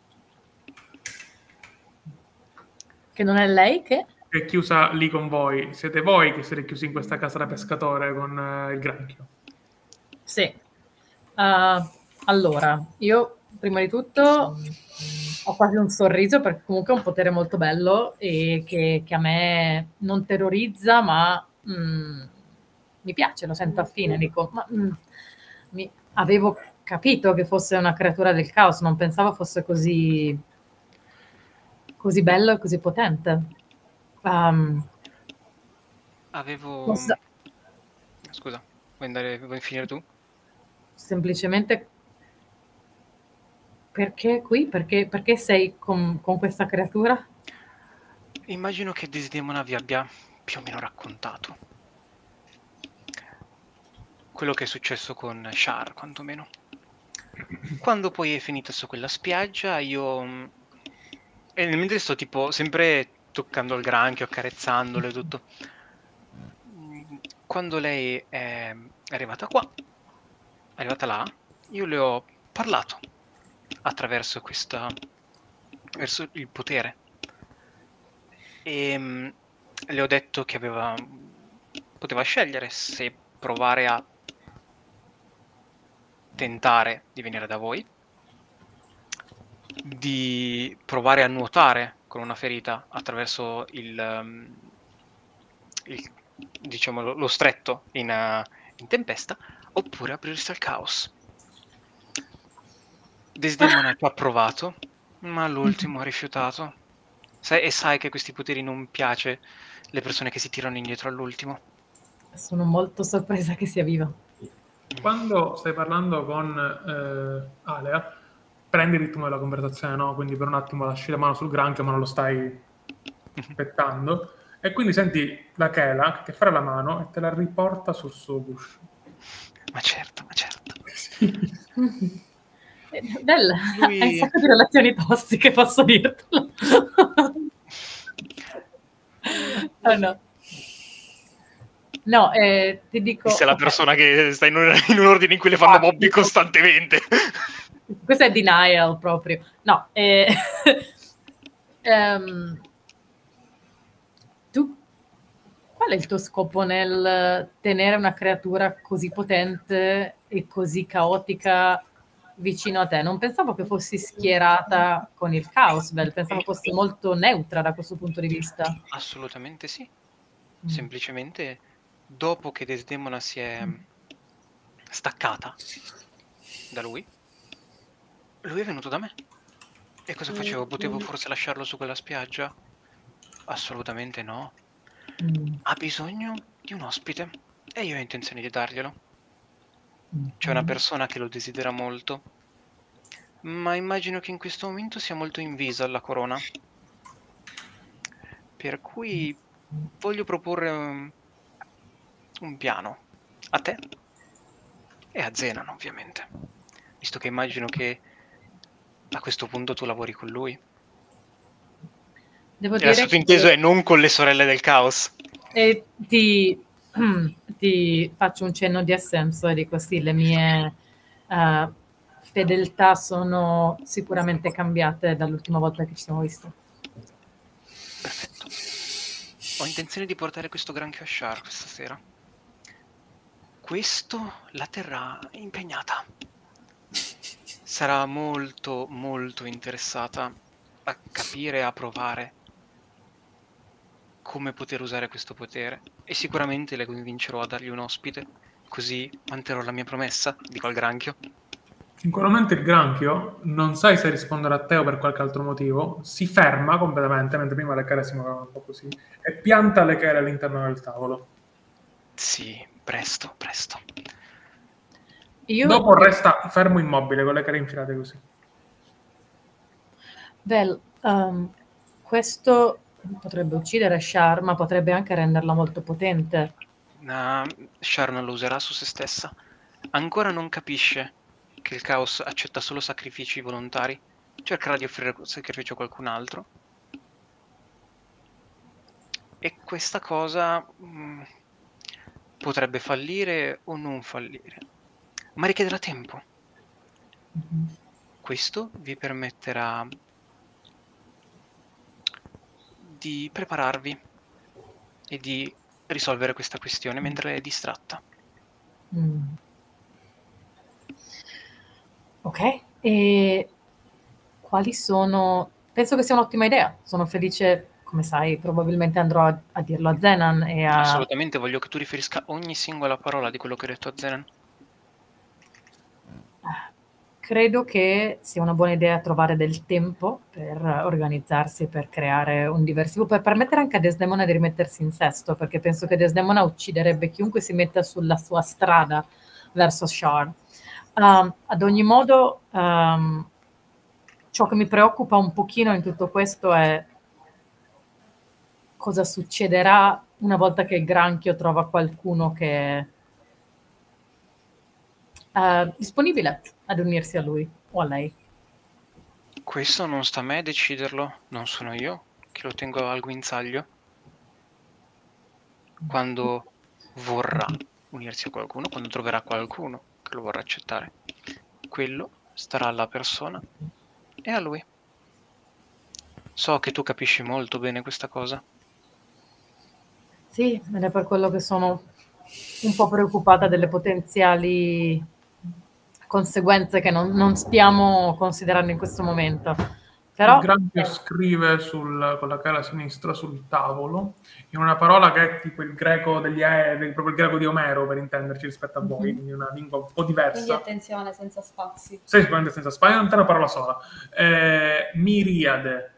Che non è lei che? che è chiusa lì con voi. Siete voi che siete chiusi in questa casa da pescatore con eh, il granchio. Sì. Uh, allora, io prima di tutto ho quasi un sorriso perché comunque è un potere molto bello e che, che a me non terrorizza, ma mm, mi piace, lo sento affine. Dico, ma mm, mi- avevo capito che fosse una creatura del caos, non pensavo fosse così, così bello e così potente. Um, Avevo... cosa- Scusa, vuoi andare, vuoi finire tu? semplicemente perché qui? Perché, perché sei con, con questa creatura? Immagino che Desdemona vi abbia più o meno raccontato quello che è successo con Char, quantomeno. Quando poi è finita su quella spiaggia, io... mh, E nel mentre sto tipo sempre toccando il granchio, accarezzandolo e tutto. Mm, Quando lei è arrivata qua, è arrivata là, io le ho parlato attraverso questa... verso il potere. E mh, le ho detto che aveva... poteva scegliere se provare a tentare di venire da voi, di provare a nuotare con una ferita attraverso il, um, il diciamo lo, lo stretto in, uh, in tempesta, oppure aprirsi al caos. Desdemona ci ha provato, ma all'ultimo ha rifiutato. Sai, e sai che questi poteri non piace le persone che si tirano indietro all'ultimo. Sono molto sorpresa che sia viva. Quando stai parlando con eh, Alea, prendi il ritmo della conversazione, no? Quindi per un attimo lasci la mano sul granchio ma non lo stai aspettando, e quindi senti la chela che ti affera la mano e te la riporta sul suo guscio. Ma certo, ma certo. Eh, Bella, Lui- hai un sacco di relazioni tossiche, posso dirtelo. Ah, no. No, eh, ti dico... Questa è la ok, persona che sta in un, in un ordine in cui le fanno Ah, Bobby sì. costantemente. questo è denial proprio. No, eh, ehm, tu, qual è il tuo scopo nel tenere una creatura così potente e così caotica vicino a te? Non pensavo che fossi schierata con il Chaosbell, pensavo fossi molto neutra da questo punto di vista. Assolutamente sì. Mm. Semplicemente dopo che Desdemona si è staccata da lui, lui è venuto da me. E cosa facevo? Potevo forse lasciarlo su quella spiaggia? Assolutamente no. Mm. Ha bisogno di un ospite e io ho intenzione di darglielo. C'è una persona che lo desidera molto, ma immagino che in questo momento sia molto invisa alla corona. Per cui voglio proporre un, un piano a te e a Zenan, ovviamente, visto che immagino che a questo punto tu lavori con lui. Devo E dire il sottinteso che- è non con le sorelle del caos. E ti, ti faccio un cenno di assenso e dico sì, le mie eh, fedeltà sono sicuramente cambiate dall'ultima volta che ci siamo visti. Perfetto. Ho intenzione di portare questo granchio a Shar questa sera. Questo la terrà impegnata. Sarà molto, molto interessata a capire e a provare come poter usare questo potere. E sicuramente le convincerò a dargli un ospite, così manterrò la mia promessa, dico al granchio. Sicuramente il granchio, non sai se rispondere a te o per qualche altro motivo, si ferma completamente, mentre prima le chele si muovevano un po' così, e pianta le chele all'interno del tavolo. Sì, presto, presto. Io, Dopo resta fermo immobile con le chele infilate così. Vel, um, questo potrebbe uccidere Shar, ma potrebbe anche renderla molto potente. Uh, Shar non lo userà su se stessa. Ancora non capisce che il caos accetta solo sacrifici volontari. Cercherà di offrire sacrificio a qualcun altro. E questa cosa mh, potrebbe fallire o non fallire, ma richiederà tempo. Mhm. Questo vi permetterà di prepararvi e di risolvere questa questione mentre è distratta. Mm. Ok, e quali sono... Penso che sia un'ottima idea. Sono felice, come sai, probabilmente andrò a, a dirlo a Zenan e a... Assolutamente, voglio che tu riferisca ogni singola parola di quello che ho detto a Zenan. Credo che sia una buona idea trovare del tempo per organizzarsi, per creare un diversivo, per permettere anche a Desdemona di rimettersi in sesto, perché penso che Desdemona ucciderebbe chiunque si metta sulla sua strada verso Shar. Um, ad ogni modo, um, ciò che mi preoccupa un pochino in tutto questo è cosa succederà una volta che il granchio trova qualcuno che è uh, disponibile ad unirsi a lui o a lei. Questo non sta a me deciderlo, non sono io che lo tengo al guinzaglio. Quando vorrà unirsi a qualcuno, quando troverà qualcuno che lo vorrà accettare, quello starà alla persona e a lui. So che tu capisci molto bene questa cosa. Sì, ed è per quello che sono un po' preoccupata delle potenziali conseguenze che non, non stiamo considerando in questo momento. Però, Il granchio scrive sul, con la cara sinistra sul tavolo in una parola che è tipo il greco degli aerei, proprio il greco di Omero per intenderci rispetto a voi, Mhm. quindi una lingua un po' Quindi diversa. attenzione, senza spazi. Sì, sicuramente senza spazio, è una parola sola. Eh, miriade.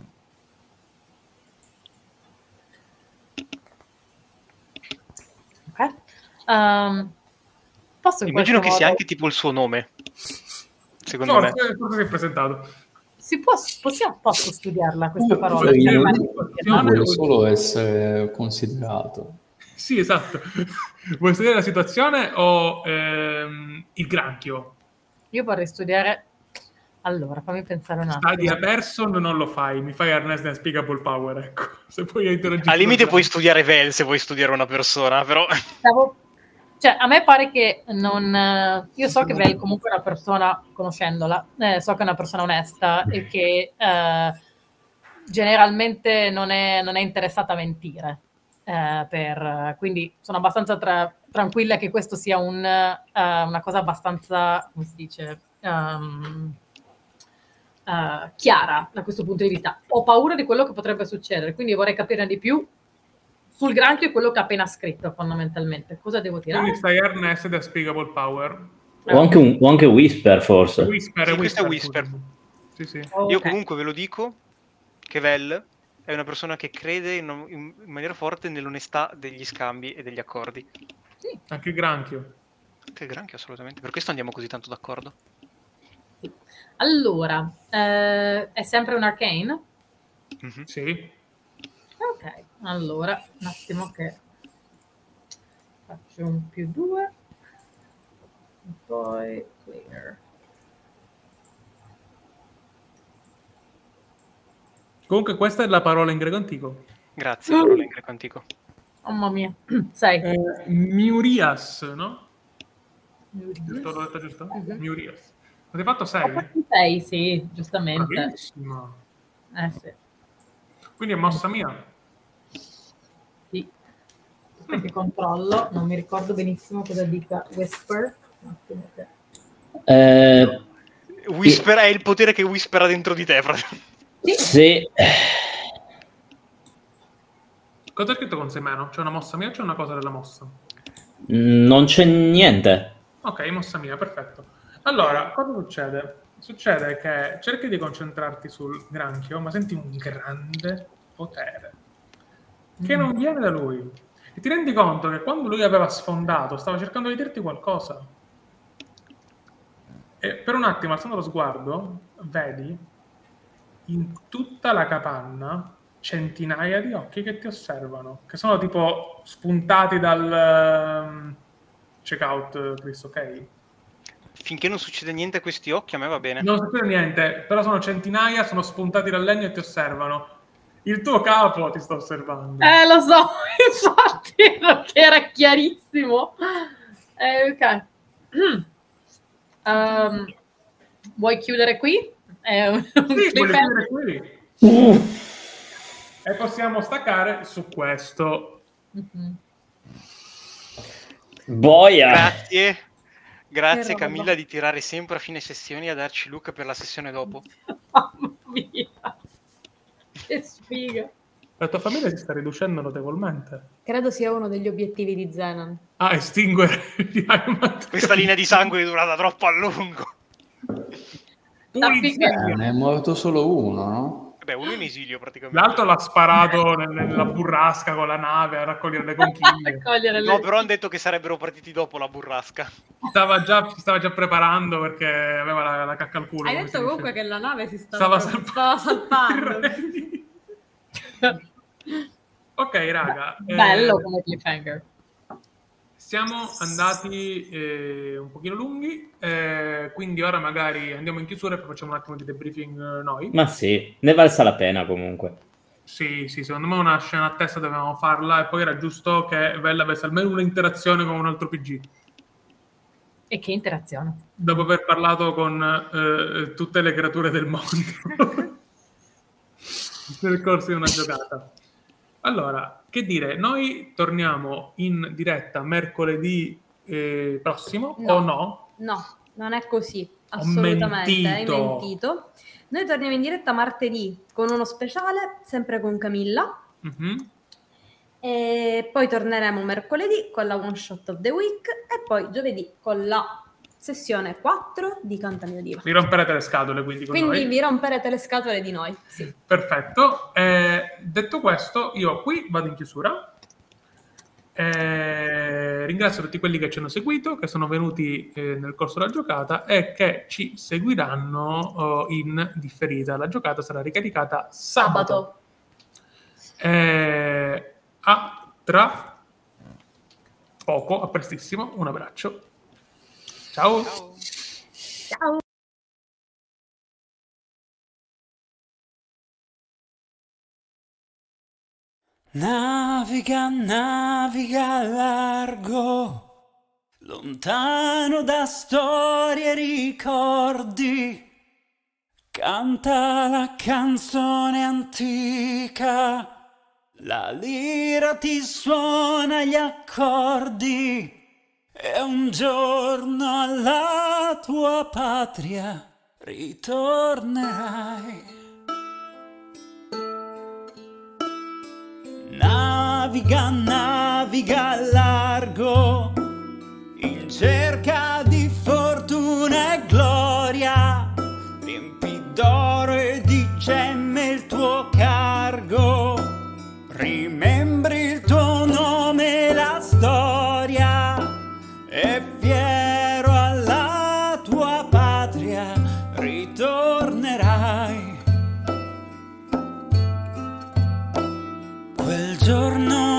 ok. Um, posso in Immagino qualche che sia modo... anche tipo il suo nome. secondo Forse, me. forse si è presentato. Si può, possiamo, posso studiarla questa parola? Sì, Io- sì. io voglio solo essere considerato. Sì, esatto. Vuoi studiare la situazione o ehm, il granchio? Io vorrei studiare... Allora, fammi pensare un attimo. Stadia person non lo fai, mi fai Ernest Unspeakable Power, ecco. Se poi interagire Al limite con- puoi studiare Vel se vuoi studiare una persona, però... Stavo- Cioè, a me pare che non... eh, Io so che Vel comunque è una persona, conoscendola, eh, so che è una persona onesta e che eh, generalmente non è, non è interessata a mentire. eh, per, quindi sono abbastanza tra- tranquilla che questo sia un, eh, una cosa abbastanza, come si dice, um, eh, chiara da questo punto di vista. Ho paura di quello che potrebbe succedere, quindi vorrei capire di più sul granchio e quello che ha appena scritto fondamentalmente. Cosa devo tirare? Quindi stai Ernest ed Unspeakable Power. O anche, un, o anche Whisper, forse. Whisper, Sì, è questo è Whisper. Whisper. Sì, sì. Ok. Io comunque ve lo dico che Vel è una persona che crede in, in maniera forte nell'onestà degli scambi e degli accordi. Sì. Anche il granchio. Che granchio, assolutamente. Per questo andiamo così tanto d'accordo. Allora, eh, è sempre un arcane? Mhm. Sì. Ok, allora, un attimo che faccio un più due. E poi clear. Comunque questa è la parola in greco antico. Grazie, parola in greco antico. Mamma mia, sei. Eh, Miurias, no? Giusto, l'ho detto giusto? Mhm. Miurias. Avete fatto sei? Sei, sì, giustamente. Bravissima. Eh sì. Quindi è mossa mia. Sì. Aspetta che controllo, non mi ricordo benissimo cosa dica Whisper. Un attimo che- Eh, Whisper è il potere che whispera dentro di te, praticamente. se... Cosa è scritto con sei meno? C'è una mossa mia o c'è una cosa della mossa? Non c'è niente. Ok, mossa mia, perfetto. Allora, cosa succede? Succede che cerchi di concentrarti sul granchio, ma senti un grande potere che non viene da lui. E ti rendi conto che quando lui aveva sfondato, stava cercando di dirti qualcosa. E per un attimo, alzando lo sguardo, vedi in tutta la capanna centinaia di occhi che ti osservano, che sono tipo spuntati dal ehm, checkout, Chris, ok? Finché non succede niente a questi occhi, a me va bene. Non succede niente, però sono centinaia, sono spuntati dal legno e ti osservano. Il tuo capo ti sta osservando. Eh, lo so, infatti, perché era chiarissimo. Eh, ok. Um, vuoi chiudere qui? È un, un Sì, voglio cliffhanger. chiudere qui. E possiamo staccare su questo. Mhm. Boia! Grazie. Grazie Che roba. Camilla di tirare sempre a fine sessioni a darci Luca per la sessione dopo. Mamma mia. Che sfiga. La tua famiglia si sta riducendo notevolmente. Credo sia uno degli obiettivi di Zenan. Ah, estinguere gli Heimat. Questa linea di sangue è durata troppo a lungo. Pulizia. Eh, ne è morto solo uno, no? Beh, uno in esilio praticamente. L'altro l'ha sparato nel- nella burrasca con la nave a raccogliere le conchiglie. Raccogliere le- No, però hanno detto che sarebbero partiti dopo la burrasca. Stava già, si stava già preparando perché aveva la, la cacca al culo. Hai come detto si comunque dice. che la nave si stava, Stava stava, salpando. salpando. Ok, raga. eh, Bello come cliffhanger. siamo andati eh, un pochino lunghi, eh, quindi ora magari andiamo in chiusura e poi facciamo un attimo di debriefing eh, noi. Ma sì, ne valsa la pena comunque. Sì, sì, secondo me una scena a testa dovevamo farla e poi era giusto che Bella avesse almeno un'interazione con un altro P G. E che interazione. Dopo aver parlato con eh, tutte le creature del mondo nel corso di una giocata. Allora, che dire, noi torniamo in diretta mercoledì eh, prossimo No. o no? No, non è così. Assolutamente, hai mentito. mentito. Noi torniamo in diretta martedì con uno speciale, sempre con Camilla. Mhm. E poi torneremo mercoledì con la one shot of the week e poi giovedì con la sessione quattro di Cantami Diva. Vi romperete le scatole quindi con Quindi noi. vi romperete le scatole di noi. Sì. Perfetto. Eh, detto questo, io qui vado in chiusura. Eh, Eh, ringrazio tutti quelli che ci hanno seguito, che sono venuti eh, nel corso della giocata e che ci seguiranno eh, in differita. La giocata sarà ricaricata sabato. Eh, a tra poco, a prestissimo. Un abbraccio. Ciao. Ciao. Ciao. Naviga, naviga largo, lontano da storie e ricordi, canta la canzone antica, la lira ti suona gli accordi, e un giorno alla tua patria ritornerai. Naviga, naviga largo, in cerca di fortuna e gloria, riempi d'oro e di gemme il tuo cargo, rimembri il tuo nome e la storia, e fiero alla tua patria ritornerai. Quel giorno